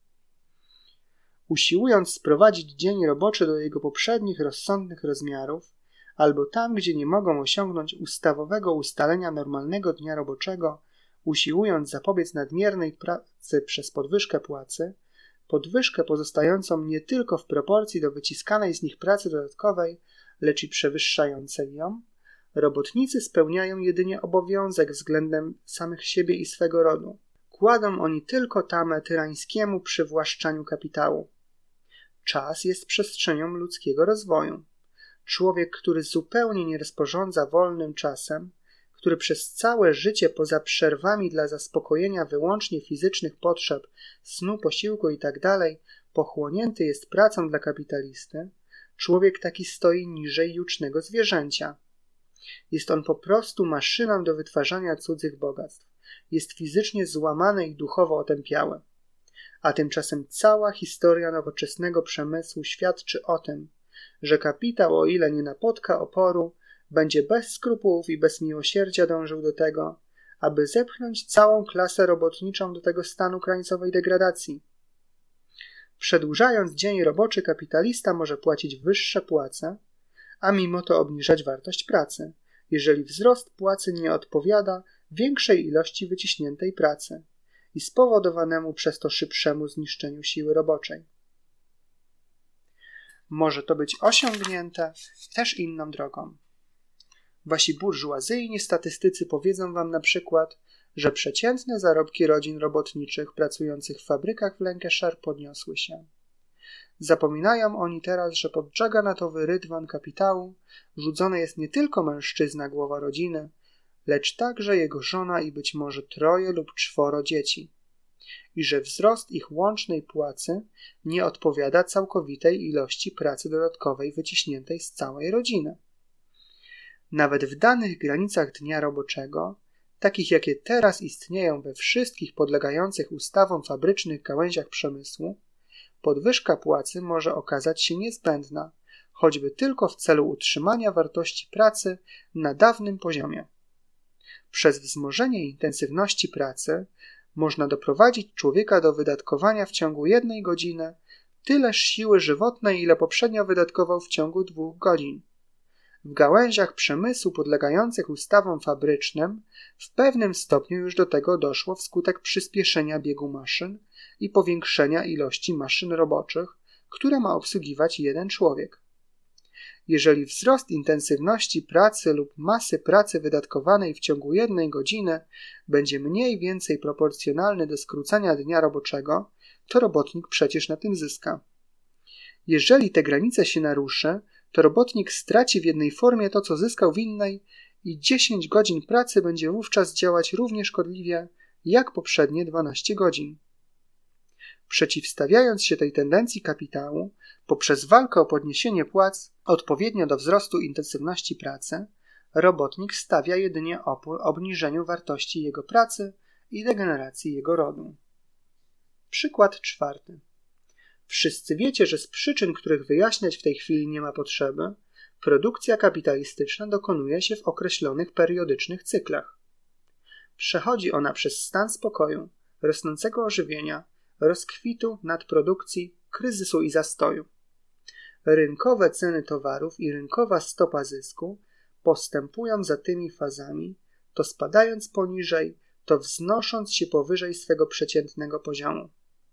A: Usiłując sprowadzić dzień roboczy do jego poprzednich rozsądnych rozmiarów, albo tam, gdzie nie mogą osiągnąć ustawowego ustalenia normalnego dnia roboczego, usiłując zapobiec nadmiernej pracy przez podwyżkę płacy, podwyżkę pozostającą nie tylko w proporcji do wyciskanej z nich pracy dodatkowej, lecz i przewyższającej ją, robotnicy spełniają jedynie obowiązek względem samych siebie i swego rodu. Kładą oni tylko tamę tyrańskiemu przywłaszczaniu kapitału. Czas jest przestrzenią ludzkiego rozwoju. Człowiek, który zupełnie nie rozporządza wolnym czasem, który przez całe życie poza przerwami dla zaspokojenia wyłącznie fizycznych potrzeb, snu, posiłku itd. pochłonięty jest pracą dla kapitalisty, człowiek taki stoi niżej jucznego zwierzęcia. Jest on po prostu maszyną do wytwarzania cudzych bogactw. Jest fizycznie złamany i duchowo otępiały. A tymczasem cała historia nowoczesnego przemysłu świadczy o tym, że kapitał, o ile nie napotka oporu, będzie bez skrupułów i bez miłosierdzia dążył do tego, aby zepchnąć całą klasę robotniczą do tego stanu krańcowej degradacji. Przedłużając dzień roboczy, kapitalista może płacić wyższe płace, a mimo to obniżać wartość pracy, jeżeli wzrost płacy nie odpowiada większej ilości wyciśniętej pracy i spowodowanemu przez to szybszemu zniszczeniu siły roboczej. Może to być osiągnięte też inną drogą. Wasi burżuazyjni statystycy powiedzą wam na przykład, że przeciętne zarobki rodzin robotniczych pracujących w fabrykach w Lancashire podniosły się. Zapominają oni teraz, że pod dżaganatowy rydwan kapitału rzucony jest nie tylko mężczyzna, głowa rodziny, lecz także jego żona i być może troje lub czworo dzieci. I że wzrost ich łącznej płacy nie odpowiada całkowitej ilości pracy dodatkowej wyciśniętej z całej rodziny. Nawet w danych granicach dnia roboczego, takich jakie teraz istnieją we wszystkich podlegających ustawom fabrycznych gałęziach przemysłu, podwyżka płacy może okazać się niezbędna, choćby tylko w celu utrzymania wartości pracy na dawnym poziomie. Przez wzmożenie intensywności pracy można doprowadzić człowieka do wydatkowania w ciągu jednej godziny tyleż siły żywotnej, ile poprzednio wydatkował w ciągu dwóch godzin. W gałęziach przemysłu podlegających ustawom fabrycznym w pewnym stopniu już do tego doszło wskutek przyspieszenia biegu maszyn i powiększenia ilości maszyn roboczych, które ma obsługiwać jeden człowiek. Jeżeli wzrost intensywności pracy lub masy pracy wydatkowanej w ciągu jednej godziny będzie mniej więcej proporcjonalny do skrócenia dnia roboczego, to robotnik przecież na tym zyska. Jeżeli te granice się naruszy, to robotnik straci w jednej formie to, co zyskał w innej i dziesięć godzin pracy będzie wówczas działać równie szkodliwie jak poprzednie dwanaście godzin. Przeciwstawiając się tej tendencji kapitału, poprzez walkę o podniesienie płac odpowiednio do wzrostu intensywności pracy, robotnik stawia jedynie opór obniżeniu wartości jego pracy i degeneracji jego rodu. Przykład czwarty. Wszyscy wiecie, że z przyczyn, których wyjaśniać w tej chwili nie ma potrzeby, produkcja kapitalistyczna dokonuje się w określonych periodycznych cyklach. Przechodzi ona przez stan spokoju, rosnącego ożywienia, rozkwitu, nadprodukcji, kryzysu i zastoju. Rynkowe ceny towarów i rynkowa stopa zysku postępują za tymi fazami, to spadając poniżej, to wznosząc się powyżej swego przeciętnego poziomu.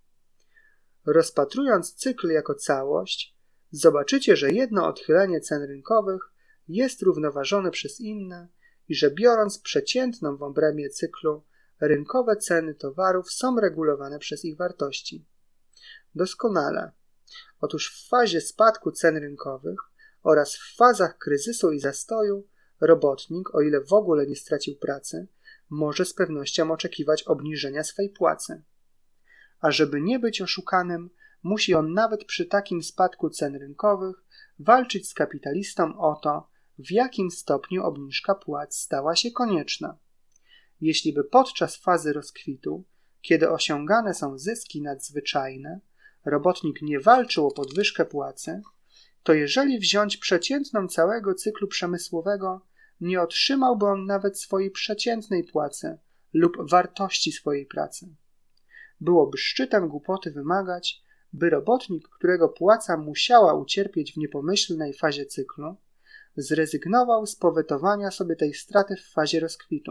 A: Rozpatrując cykl jako całość, zobaczycie, że jedno odchylenie cen rynkowych jest równoważone przez inne i że biorąc przeciętną w obrębie cyklu, rynkowe ceny towarów są regulowane przez ich wartości. Doskonale. Otóż w fazie spadku cen rynkowych oraz w fazach kryzysu i zastoju robotnik, o ile w ogóle nie stracił pracy, może z pewnością oczekiwać obniżenia swej płacy. A żeby nie być oszukanym, musi on nawet przy takim spadku cen rynkowych walczyć z kapitalistą o to, w jakim stopniu obniżka płac stała się konieczna. Jeśli by podczas fazy rozkwitu, kiedy osiągane są zyski nadzwyczajne, robotnik nie walczył o podwyżkę płacy, to jeżeli wziąć przeciętną całego cyklu przemysłowego, nie otrzymałby on nawet swojej przeciętnej płacy lub wartości swojej pracy. Byłoby szczytem głupoty wymagać, by robotnik, którego płaca musiała ucierpieć w niepomyślnej fazie cyklu, zrezygnował z powetowania sobie tej straty w fazie rozkwitu.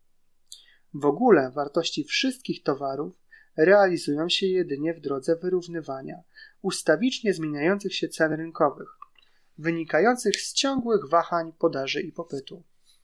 A: W ogóle wartości wszystkich towarów realizują się jedynie w drodze wyrównywania ustawicznie zmieniających się cen rynkowych, wynikających z ciągłych wahań podaży i popytu.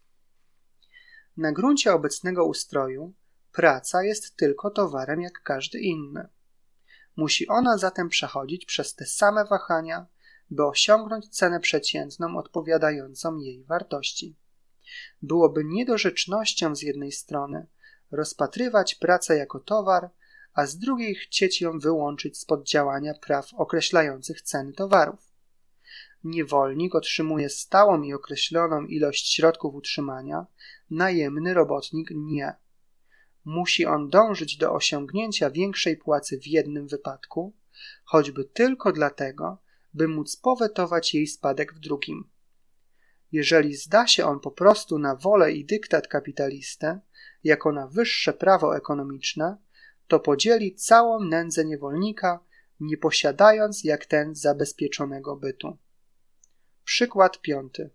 A: Na gruncie obecnego ustroju praca jest tylko towarem jak każdy inny. Musi ona zatem przechodzić przez te same wahania, by osiągnąć cenę przeciętną odpowiadającą jej wartości. Byłoby niedorzecznością z jednej strony rozpatrywać pracę jako towar, a z drugiej chcieć ją wyłączyć spod działania praw określających ceny towarów. Niewolnik otrzymuje stałą i określoną ilość środków utrzymania, najemny robotnik nie. Musi on dążyć do osiągnięcia większej płacy w jednym wypadku, choćby tylko dlatego, by móc powetować jej spadek w drugim. Jeżeli zda się on po prostu na wolę i dyktat kapitalistę, jako na wyższe prawo ekonomiczne, to podzieli całą nędzę niewolnika, nie posiadając jak ten zabezpieczonego bytu. Przykład piąty.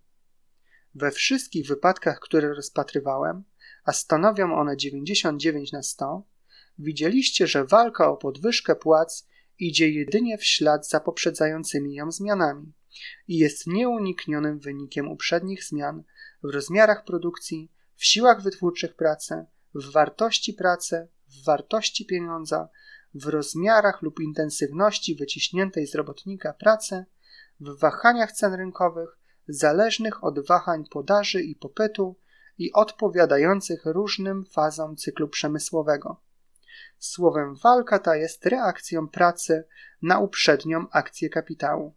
A: We wszystkich wypadkach, które rozpatrywałem, a stanowią one dziewięćdziesiąt dziewięć na sto, widzieliście, że walka o podwyżkę płac idzie jedynie w ślad za poprzedzającymi ją zmianami i jest nieuniknionym wynikiem uprzednich zmian w rozmiarach produkcji, w siłach wytwórczych pracy, w wartości pracy, w wartości pieniądza, w rozmiarach lub intensywności wyciśniętej z robotnika pracy, w wahaniach cen rynkowych zależnych od wahań podaży i popytu i odpowiadających różnym fazom cyklu przemysłowego. Słowem, walka ta jest reakcją pracy na uprzednią akcję kapitału.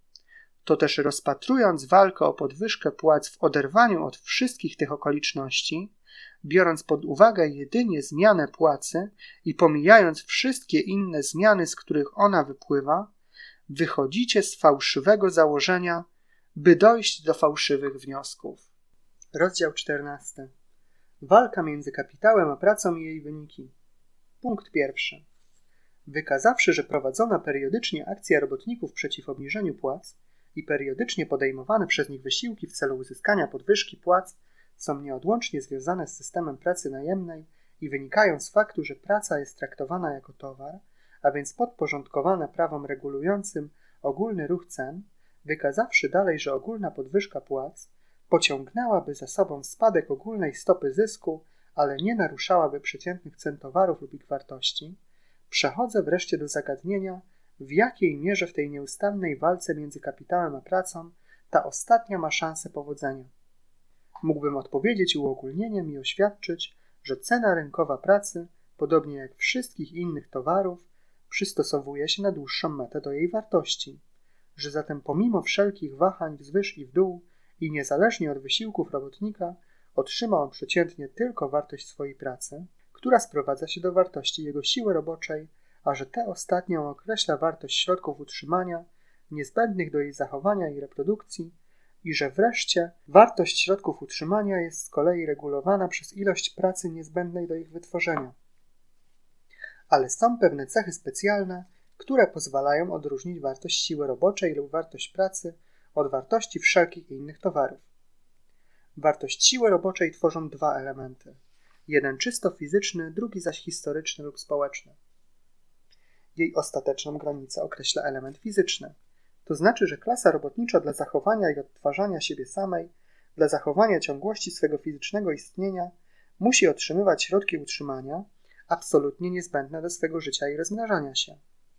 A: To też rozpatrując walkę o podwyżkę płac w oderwaniu od wszystkich tych okoliczności, biorąc pod uwagę jedynie zmianę płacy i pomijając wszystkie inne zmiany, z których ona wypływa, wychodzicie z fałszywego założenia, by dojść do fałszywych wniosków. Rozdział czternasty. Walka między kapitałem a pracą i jej wyniki. Punkt pierwszy. Wykazawszy, że prowadzona periodycznie akcja robotników przeciw obniżeniu płac i periodycznie podejmowane przez nich wysiłki w celu uzyskania podwyżki płac są nieodłącznie związane z systemem pracy najemnej i wynikają z faktu, że praca jest traktowana jako towar, a więc podporządkowana prawom regulującym ogólny ruch cen, wykazawszy dalej, że ogólna podwyżka płac pociągnęłaby za sobą spadek ogólnej stopy zysku, ale nie naruszałaby przeciętnych cen towarów lub ich wartości, przechodzę wreszcie do zagadnienia, w jakiej mierze w tej nieustannej walce między kapitałem a pracą ta ostatnia ma szansę powodzenia. Mógłbym odpowiedzieć uogólnieniem i oświadczyć, że cena rynkowa pracy, podobnie jak wszystkich innych towarów, przystosowuje się na dłuższą metę do jej wartości, że zatem pomimo wszelkich wahań wzwyż i w dół i niezależnie od wysiłków robotnika otrzyma on przeciętnie tylko wartość swojej pracy, która sprowadza się do wartości jego siły roboczej, a że tę ostatnią określa wartość środków utrzymania niezbędnych do jej zachowania i reprodukcji i że wreszcie wartość środków utrzymania jest z kolei regulowana przez ilość pracy niezbędnej do ich wytworzenia. Ale są pewne cechy specjalne, które pozwalają odróżnić wartość siły roboczej lub wartość pracy od wartości wszelkich innych towarów. Wartość siły roboczej tworzą dwa elementy. Jeden czysto fizyczny, drugi zaś historyczny lub społeczny. Jej ostateczną granicę określa element fizyczny. To znaczy, że klasa robotnicza dla zachowania i odtwarzania siebie samej, dla zachowania ciągłości swego fizycznego istnienia, musi otrzymywać środki utrzymania absolutnie niezbędne do swego życia i rozmnażania się.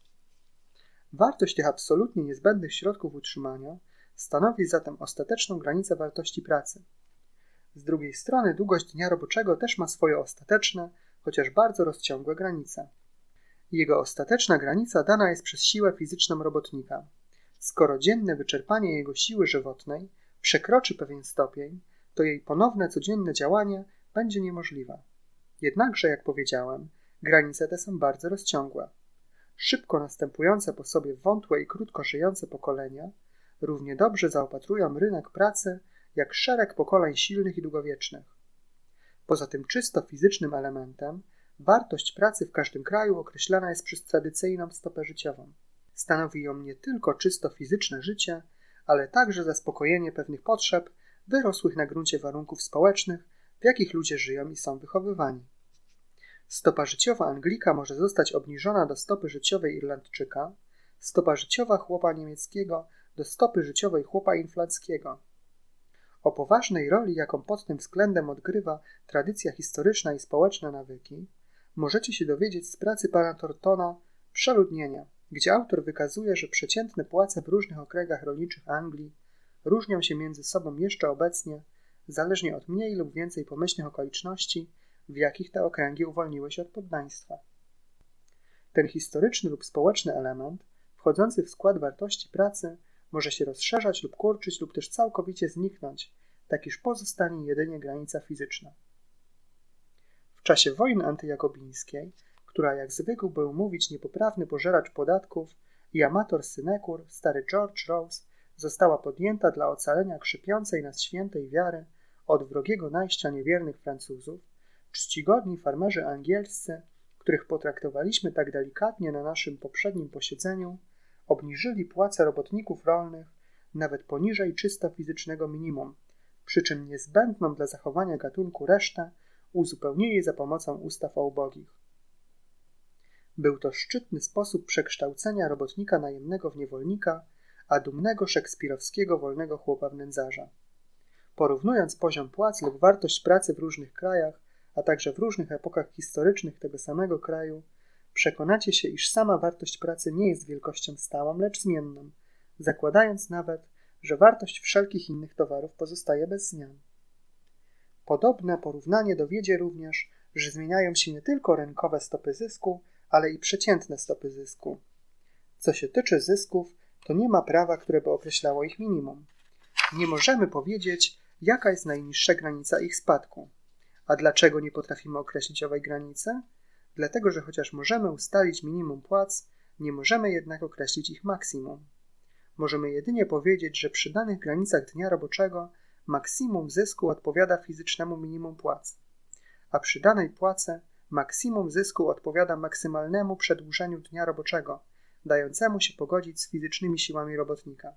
A: Wartość tych absolutnie niezbędnych środków utrzymania stanowi zatem ostateczną granicę wartości pracy. Z drugiej strony długość dnia roboczego też ma swoje ostateczne, chociaż bardzo rozciągłe granice. Jego ostateczna granica dana jest przez siłę fizyczną robotnika. Skoro dzienne wyczerpanie jego siły żywotnej przekroczy pewien stopień, to jej ponowne codzienne działanie będzie niemożliwe. Jednakże, jak powiedziałem, granice te są bardzo rozciągłe. Szybko następujące po sobie wątłe i krótko żyjące pokolenia równie dobrze zaopatrują rynek pracy jak szereg pokoleń silnych i długowiecznych. Poza tym czysto fizycznym elementem wartość pracy w każdym kraju określana jest przez tradycyjną stopę życiową. Stanowi ją nie tylko czysto fizyczne życie, ale także zaspokojenie pewnych potrzeb wyrosłych na gruncie warunków społecznych, w jakich ludzie żyją i są wychowywani. Stopa życiowa Anglika może zostać obniżona do stopy życiowej Irlandczyka, stopa życiowa chłopa niemieckiego do stopy życiowej chłopa inflanckiego. O poważnej roli, jaką pod tym względem odgrywa tradycja historyczna i społeczne nawyki, możecie się dowiedzieć z pracy pana Thorntona Przeludnienia, gdzie autor wykazuje, że przeciętne płace w różnych okręgach rolniczych Anglii różnią się między sobą jeszcze obecnie, zależnie od mniej lub więcej pomyślnych okoliczności, w jakich te okręgi uwolniły się od poddaństwa. Ten historyczny lub społeczny element, wchodzący w skład wartości pracy, może się rozszerzać lub kurczyć lub też całkowicie zniknąć, tak iż pozostanie jedynie granica fizyczna. W czasie wojny antyjagobińskiej, która jak zwykł był mówić niepoprawny pożeracz podatków i amator synekur, stary George Rose, została podjęta dla ocalenia krzepiącej nas świętej wiary od wrogiego najścia niewiernych Francuzów, Czcigodni farmerzy angielscy, których potraktowaliśmy tak delikatnie na naszym poprzednim posiedzeniu, obniżyli płace robotników rolnych nawet poniżej czysto fizycznego minimum, przy czym niezbędną dla zachowania gatunku resztę uzupełnili za pomocą ustaw o ubogich. Był to szczytny sposób przekształcenia robotnika najemnego w niewolnika, a dumnego szekspirowskiego wolnego chłopa w nędzarza. Porównując poziom płac lub wartość pracy w różnych krajach, a także w różnych epokach historycznych tego samego kraju, przekonacie się, iż sama wartość pracy nie jest wielkością stałą, lecz zmienną, zakładając nawet, że wartość wszelkich innych towarów pozostaje bez zmian. Podobne porównanie dowiedzie również, że zmieniają się nie tylko rynkowe stopy zysku, ale i przeciętne stopy zysku. Co się tyczy zysków, to nie ma prawa, które by określało ich minimum. Nie możemy powiedzieć, jaka jest najniższa granica ich spadku. A dlaczego nie potrafimy określić owej granicy? Dlatego, że chociaż możemy ustalić minimum płac, nie możemy jednak określić ich maksimum. Możemy jedynie powiedzieć, że przy danych granicach dnia roboczego maksimum zysku odpowiada fizycznemu minimum płac, a przy danej płacy maksimum zysku odpowiada maksymalnemu przedłużeniu dnia roboczego, dającemu się pogodzić z fizycznymi siłami robotnika.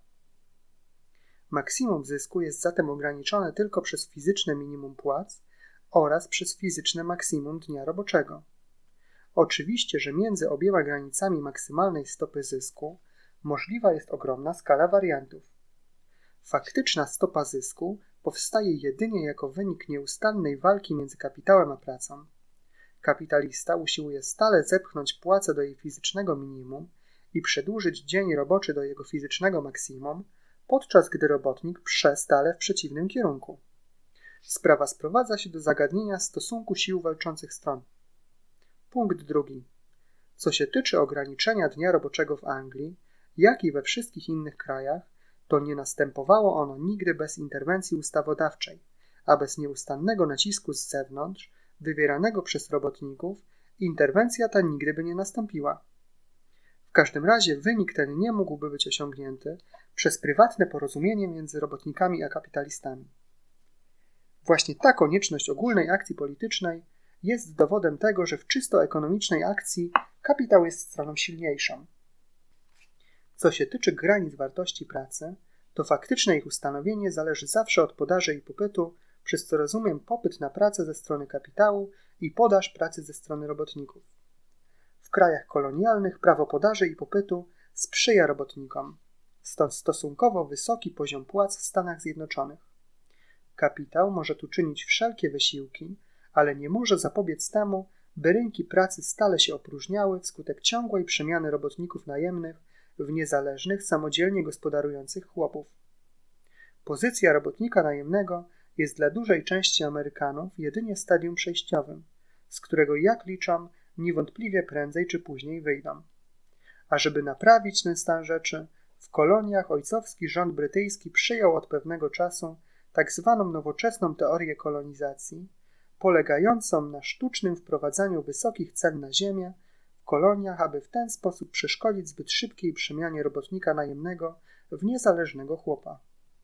A: Maksimum zysku jest zatem ograniczone tylko przez fizyczne minimum płac oraz przez fizyczne maksimum dnia roboczego. Oczywiście, że między obiema granicami maksymalnej stopy zysku możliwa jest ogromna skala wariantów. Faktyczna stopa zysku powstaje jedynie jako wynik nieustannej walki między kapitałem a pracą. Kapitalista usiłuje stale zepchnąć płacę do jej fizycznego minimum i przedłużyć dzień roboczy do jego fizycznego maksimum, podczas gdy robotnik prze stale w przeciwnym kierunku. Sprawa sprowadza się do zagadnienia stosunku sił walczących stron. Punkt drugi. Co się tyczy ograniczenia dnia roboczego w Anglii, jak i we wszystkich innych krajach, to nie następowało ono nigdy bez interwencji ustawodawczej, a bez nieustannego nacisku z zewnątrz, wywieranego przez robotników, interwencja ta nigdy by nie nastąpiła. W każdym razie wynik ten nie mógłby być osiągnięty przez prywatne porozumienie między robotnikami a kapitalistami. Właśnie ta konieczność ogólnej akcji politycznej jest dowodem tego, że w czysto ekonomicznej akcji kapitał jest stroną silniejszą. Co się tyczy granic wartości pracy, to faktyczne ich ustanowienie zależy zawsze od podaży i popytu, przez co rozumiem popyt na pracę ze strony kapitału i podaż pracy ze strony robotników. W krajach kolonialnych prawo podaży i popytu sprzyja robotnikom, stąd stosunkowo wysoki poziom płac w Stanach Zjednoczonych. Kapitał może tu czynić wszelkie wysiłki, ale nie może zapobiec temu, by rynki pracy stale się opróżniały wskutek ciągłej przemiany robotników najemnych w niezależnych, samodzielnie gospodarujących chłopów. Pozycja robotnika najemnego jest dla dużej części Amerykanów jedynie stadium przejściowym, z którego, jak liczą, niewątpliwie prędzej czy później wyjdą. A żeby naprawić ten stan rzeczy, w koloniach ojcowski rząd brytyjski przyjął od pewnego czasu tak zwaną nowoczesną teorię kolonizacji, polegającą na sztucznym wprowadzaniu wysokich cen na ziemię w koloniach, aby w ten sposób przeszkodzić zbyt szybkiej przemianie robotnika najemnego w niezależnego chłopa.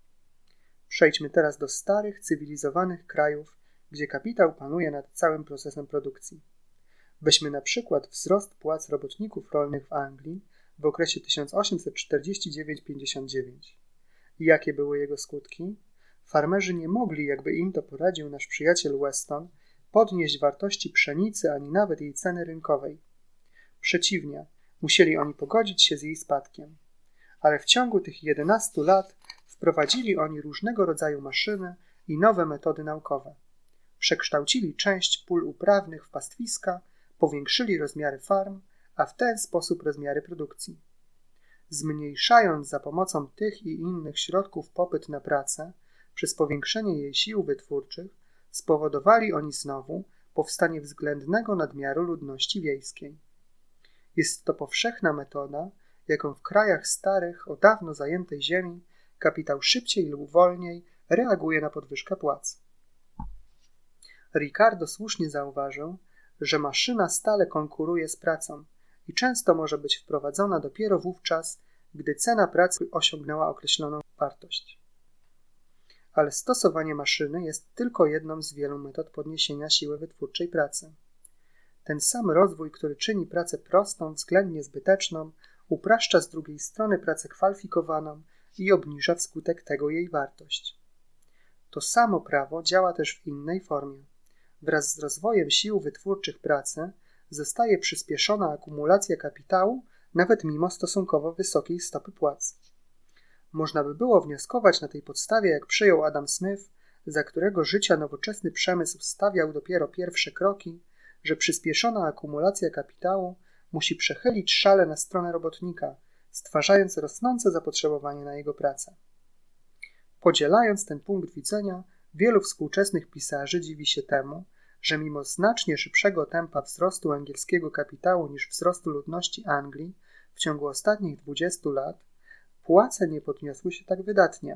A: Przejdźmy teraz do starych, cywilizowanych krajów, gdzie kapitał panuje nad całym procesem produkcji. Weźmy na przykład wzrost płac robotników rolnych w Anglii w okresie tysiąc osiemset czterdziesty dziewiąty do pięćdziesiątego dziewiątego. I jakie były jego skutki? Farmerzy nie mogli, jakby im to poradził nasz przyjaciel Weston, podnieść wartości pszenicy ani nawet jej ceny rynkowej. Przeciwnie, musieli oni pogodzić się z jej spadkiem. Ale w ciągu tych jedenastu lat wprowadzili oni różnego rodzaju maszyny i nowe metody naukowe. Przekształcili część pól uprawnych w pastwiska, powiększyli rozmiary farm, a w ten sposób rozmiary produkcji. Zmniejszając za pomocą tych i innych środków popyt na pracę, przez powiększenie jej sił wytwórczych, spowodowali oni znowu powstanie względnego nadmiaru ludności wiejskiej. Jest to powszechna metoda, jaką w krajach starych, o dawno zajętej ziemi, kapitał szybciej lub wolniej reaguje na podwyżkę płac. Ricardo słusznie zauważył, że maszyna stale konkuruje z pracą i często może być wprowadzona dopiero wówczas, gdy cena pracy osiągnęła określoną wartość. ale stosowanie maszyny jest tylko jedną z wielu metod podniesienia siły wytwórczej pracy. Ten sam rozwój, który czyni pracę prostą, względnie zbyteczną, upraszcza z drugiej strony pracę kwalifikowaną i obniża wskutek tego jej wartość. To samo prawo działa też w innej formie. Wraz z rozwojem sił wytwórczych pracy zostaje przyspieszona akumulacja kapitału nawet mimo stosunkowo wysokiej stopy płac. Można by było wnioskować na tej podstawie, jak przyjął Adam Smith, za którego życia nowoczesny przemysł stawiał dopiero pierwsze kroki, że przyspieszona akumulacja kapitału musi przechylić szale na stronę robotnika, stwarzając rosnące zapotrzebowanie na jego pracę. Podzielając ten punkt widzenia, wielu współczesnych pisarzy dziwi się temu, że mimo znacznie szybszego tempa wzrostu angielskiego kapitału niż wzrostu ludności Anglii w ciągu ostatnich dwudziestu lat, płace nie podniosły się tak wydatnie.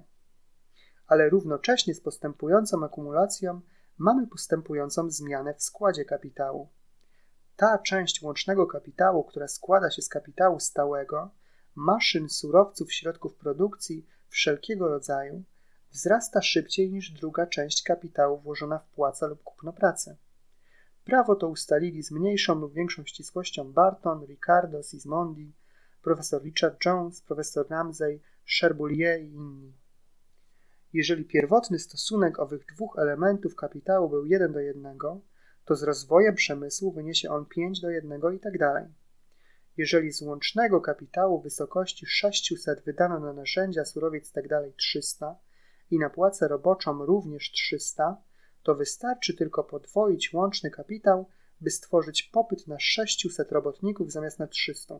A: Ale równocześnie z postępującą akumulacją mamy postępującą zmianę w składzie kapitału. Ta część łącznego kapitału, która składa się z kapitału stałego, maszyn, surowców, środków produkcji wszelkiego rodzaju, wzrasta szybciej niż druga część kapitału włożona w płacę lub kupno pracy. Prawo to ustalili z mniejszą lub większą ścisłością Barton, Ricardo, Sismondi, profesor Richard Jones, profesor Ramsey, Cherbulier i inni. Jeżeli pierwotny stosunek owych dwóch elementów kapitału był jeden do jednego, to z rozwojem przemysłu wyniesie on pięć do jednego i tak dalej. Jeżeli z łącznego kapitału w wysokości sześćset wydano na narzędzia, surowiec itd. trzysta i na płacę roboczą również trzysta, to wystarczy tylko podwoić łączny kapitał, by stworzyć popyt na sześćset robotników zamiast na trzysta.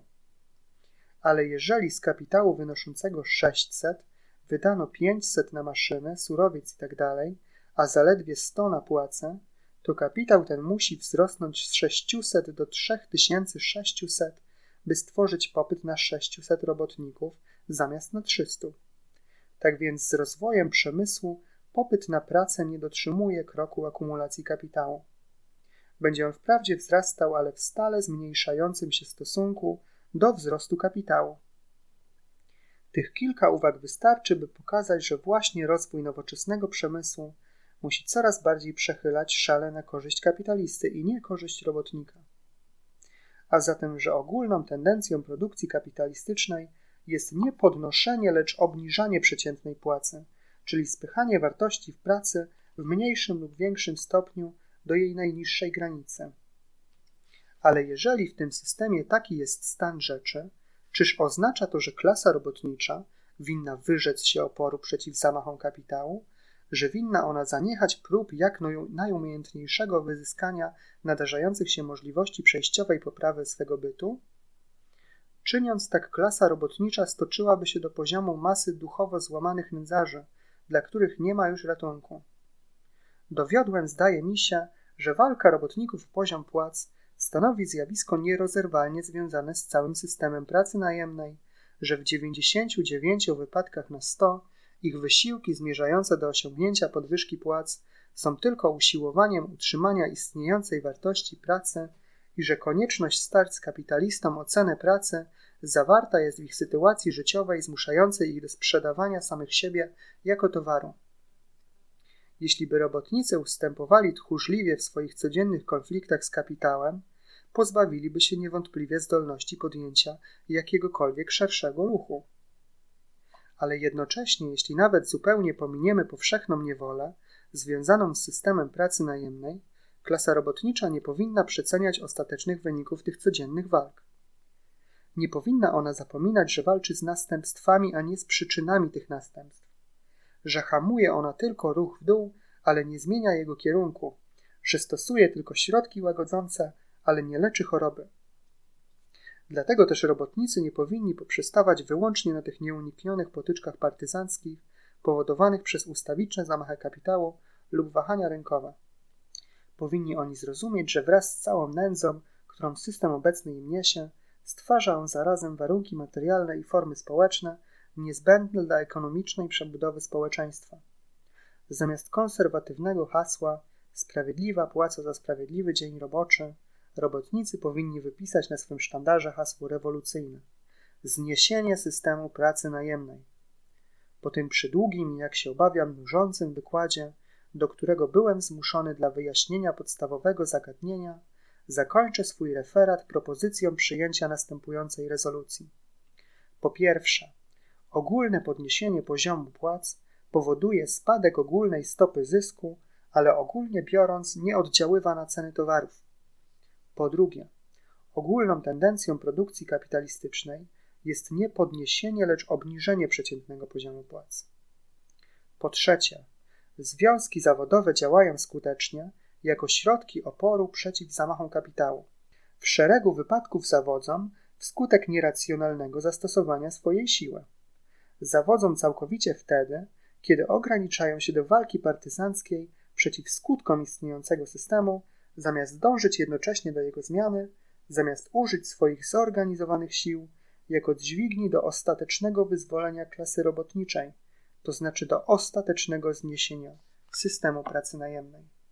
A: Ale jeżeli z kapitału wynoszącego sześćset wydano pięćset na maszyny, surowiec itd., a zaledwie sto na płacę, to kapitał ten musi wzrosnąć z sześciuset do trzy tysiące sześciuset, by stworzyć popyt na sześćset robotników zamiast na trzysta. Tak więc z rozwojem przemysłu popyt na pracę nie dotrzymuje kroku akumulacji kapitału. Będzie on wprawdzie wzrastał, ale w stale zmniejszającym się stosunku do wzrostu kapitału. Tych kilka uwag wystarczy, by pokazać, że właśnie rozwój nowoczesnego przemysłu musi coraz bardziej przechylać szale na korzyść kapitalisty i nie korzyść robotnika. A zatem, że ogólną tendencją produkcji kapitalistycznej jest nie podnoszenie, lecz obniżanie przeciętnej płacy, czyli spychanie wartości w pracy w mniejszym lub większym stopniu do jej najniższej granicy. Ale jeżeli w tym systemie taki jest stan rzeczy, czyż oznacza to, że klasa robotnicza winna wyrzec się oporu przeciw zamachom kapitału, że winna ona zaniechać prób jak najumiejętniejszego wyzyskania nadarzających się możliwości przejściowej poprawy swego bytu? Czyniąc tak, klasa robotnicza stoczyłaby się do poziomu masy duchowo złamanych nędzarzy, dla których nie ma już ratunku. Dowiodłem, zdaje mi się, że walka robotników o poziom płac stanowi zjawisko nierozerwalnie związane z całym systemem pracy najemnej, że w dziewięćdziesięciu dziewięciu wypadkach na sto ich wysiłki zmierzające do osiągnięcia podwyżki płac są tylko usiłowaniem utrzymania istniejącej wartości pracy i że konieczność starć z kapitalistą o cenę pracy zawarta jest w ich sytuacji życiowej zmuszającej ich do sprzedawania samych siebie jako towaru. Jeśli by robotnicy ustępowali tchórzliwie w swoich codziennych konfliktach z kapitałem, pozbawiliby się niewątpliwie zdolności podjęcia jakiegokolwiek szerszego ruchu. Ale jednocześnie, jeśli nawet zupełnie pominiemy powszechną niewolę związaną z systemem pracy najemnej, klasa robotnicza nie powinna przeceniać ostatecznych wyników tych codziennych walk. Nie powinna ona zapominać, że walczy z następstwami, a nie z przyczynami tych następstw, że hamuje ona tylko ruch w dół, ale nie zmienia jego kierunku, że stosuje tylko środki łagodzące, ale nie leczy choroby. Dlatego też robotnicy nie powinni poprzestawać wyłącznie na tych nieuniknionych potyczkach partyzanckich powodowanych przez ustawiczne zamachy kapitału lub wahania rynkowe. Powinni oni zrozumieć, że wraz z całą nędzą, którą system obecny im niesie, stwarza on zarazem warunki materialne i formy społeczne niezbędne dla ekonomicznej przebudowy społeczeństwa. Zamiast konserwatywnego hasła sprawiedliwa płaca za sprawiedliwy dzień roboczy, robotnicy powinni wypisać na swym sztandarze hasło rewolucyjne – zniesienie systemu pracy najemnej. Po tym przydługim i, jak się obawiam, nużącym wykładzie, do którego byłem zmuszony dla wyjaśnienia podstawowego zagadnienia, zakończę swój referat propozycją przyjęcia następującej rezolucji. Po pierwsze, ogólne podniesienie poziomu płac powoduje spadek ogólnej stopy zysku, ale ogólnie biorąc nie oddziaływa na ceny towarów. Po drugie, ogólną tendencją produkcji kapitalistycznej jest nie podniesienie, lecz obniżenie przeciętnego poziomu płac. Po trzecie, związki zawodowe działają skutecznie jako środki oporu przeciw zamachom kapitału. W szeregu wypadków zawodzą wskutek nieracjonalnego zastosowania swojej siły. Zawodzą całkowicie wtedy, kiedy ograniczają się do walki partyzanckiej przeciw skutkom istniejącego systemu, zamiast dążyć jednocześnie do jego zmiany, zamiast użyć swoich zorganizowanych sił jako dźwigni do ostatecznego wyzwolenia klasy robotniczej, to znaczy do ostatecznego zniesienia systemu pracy najemnej.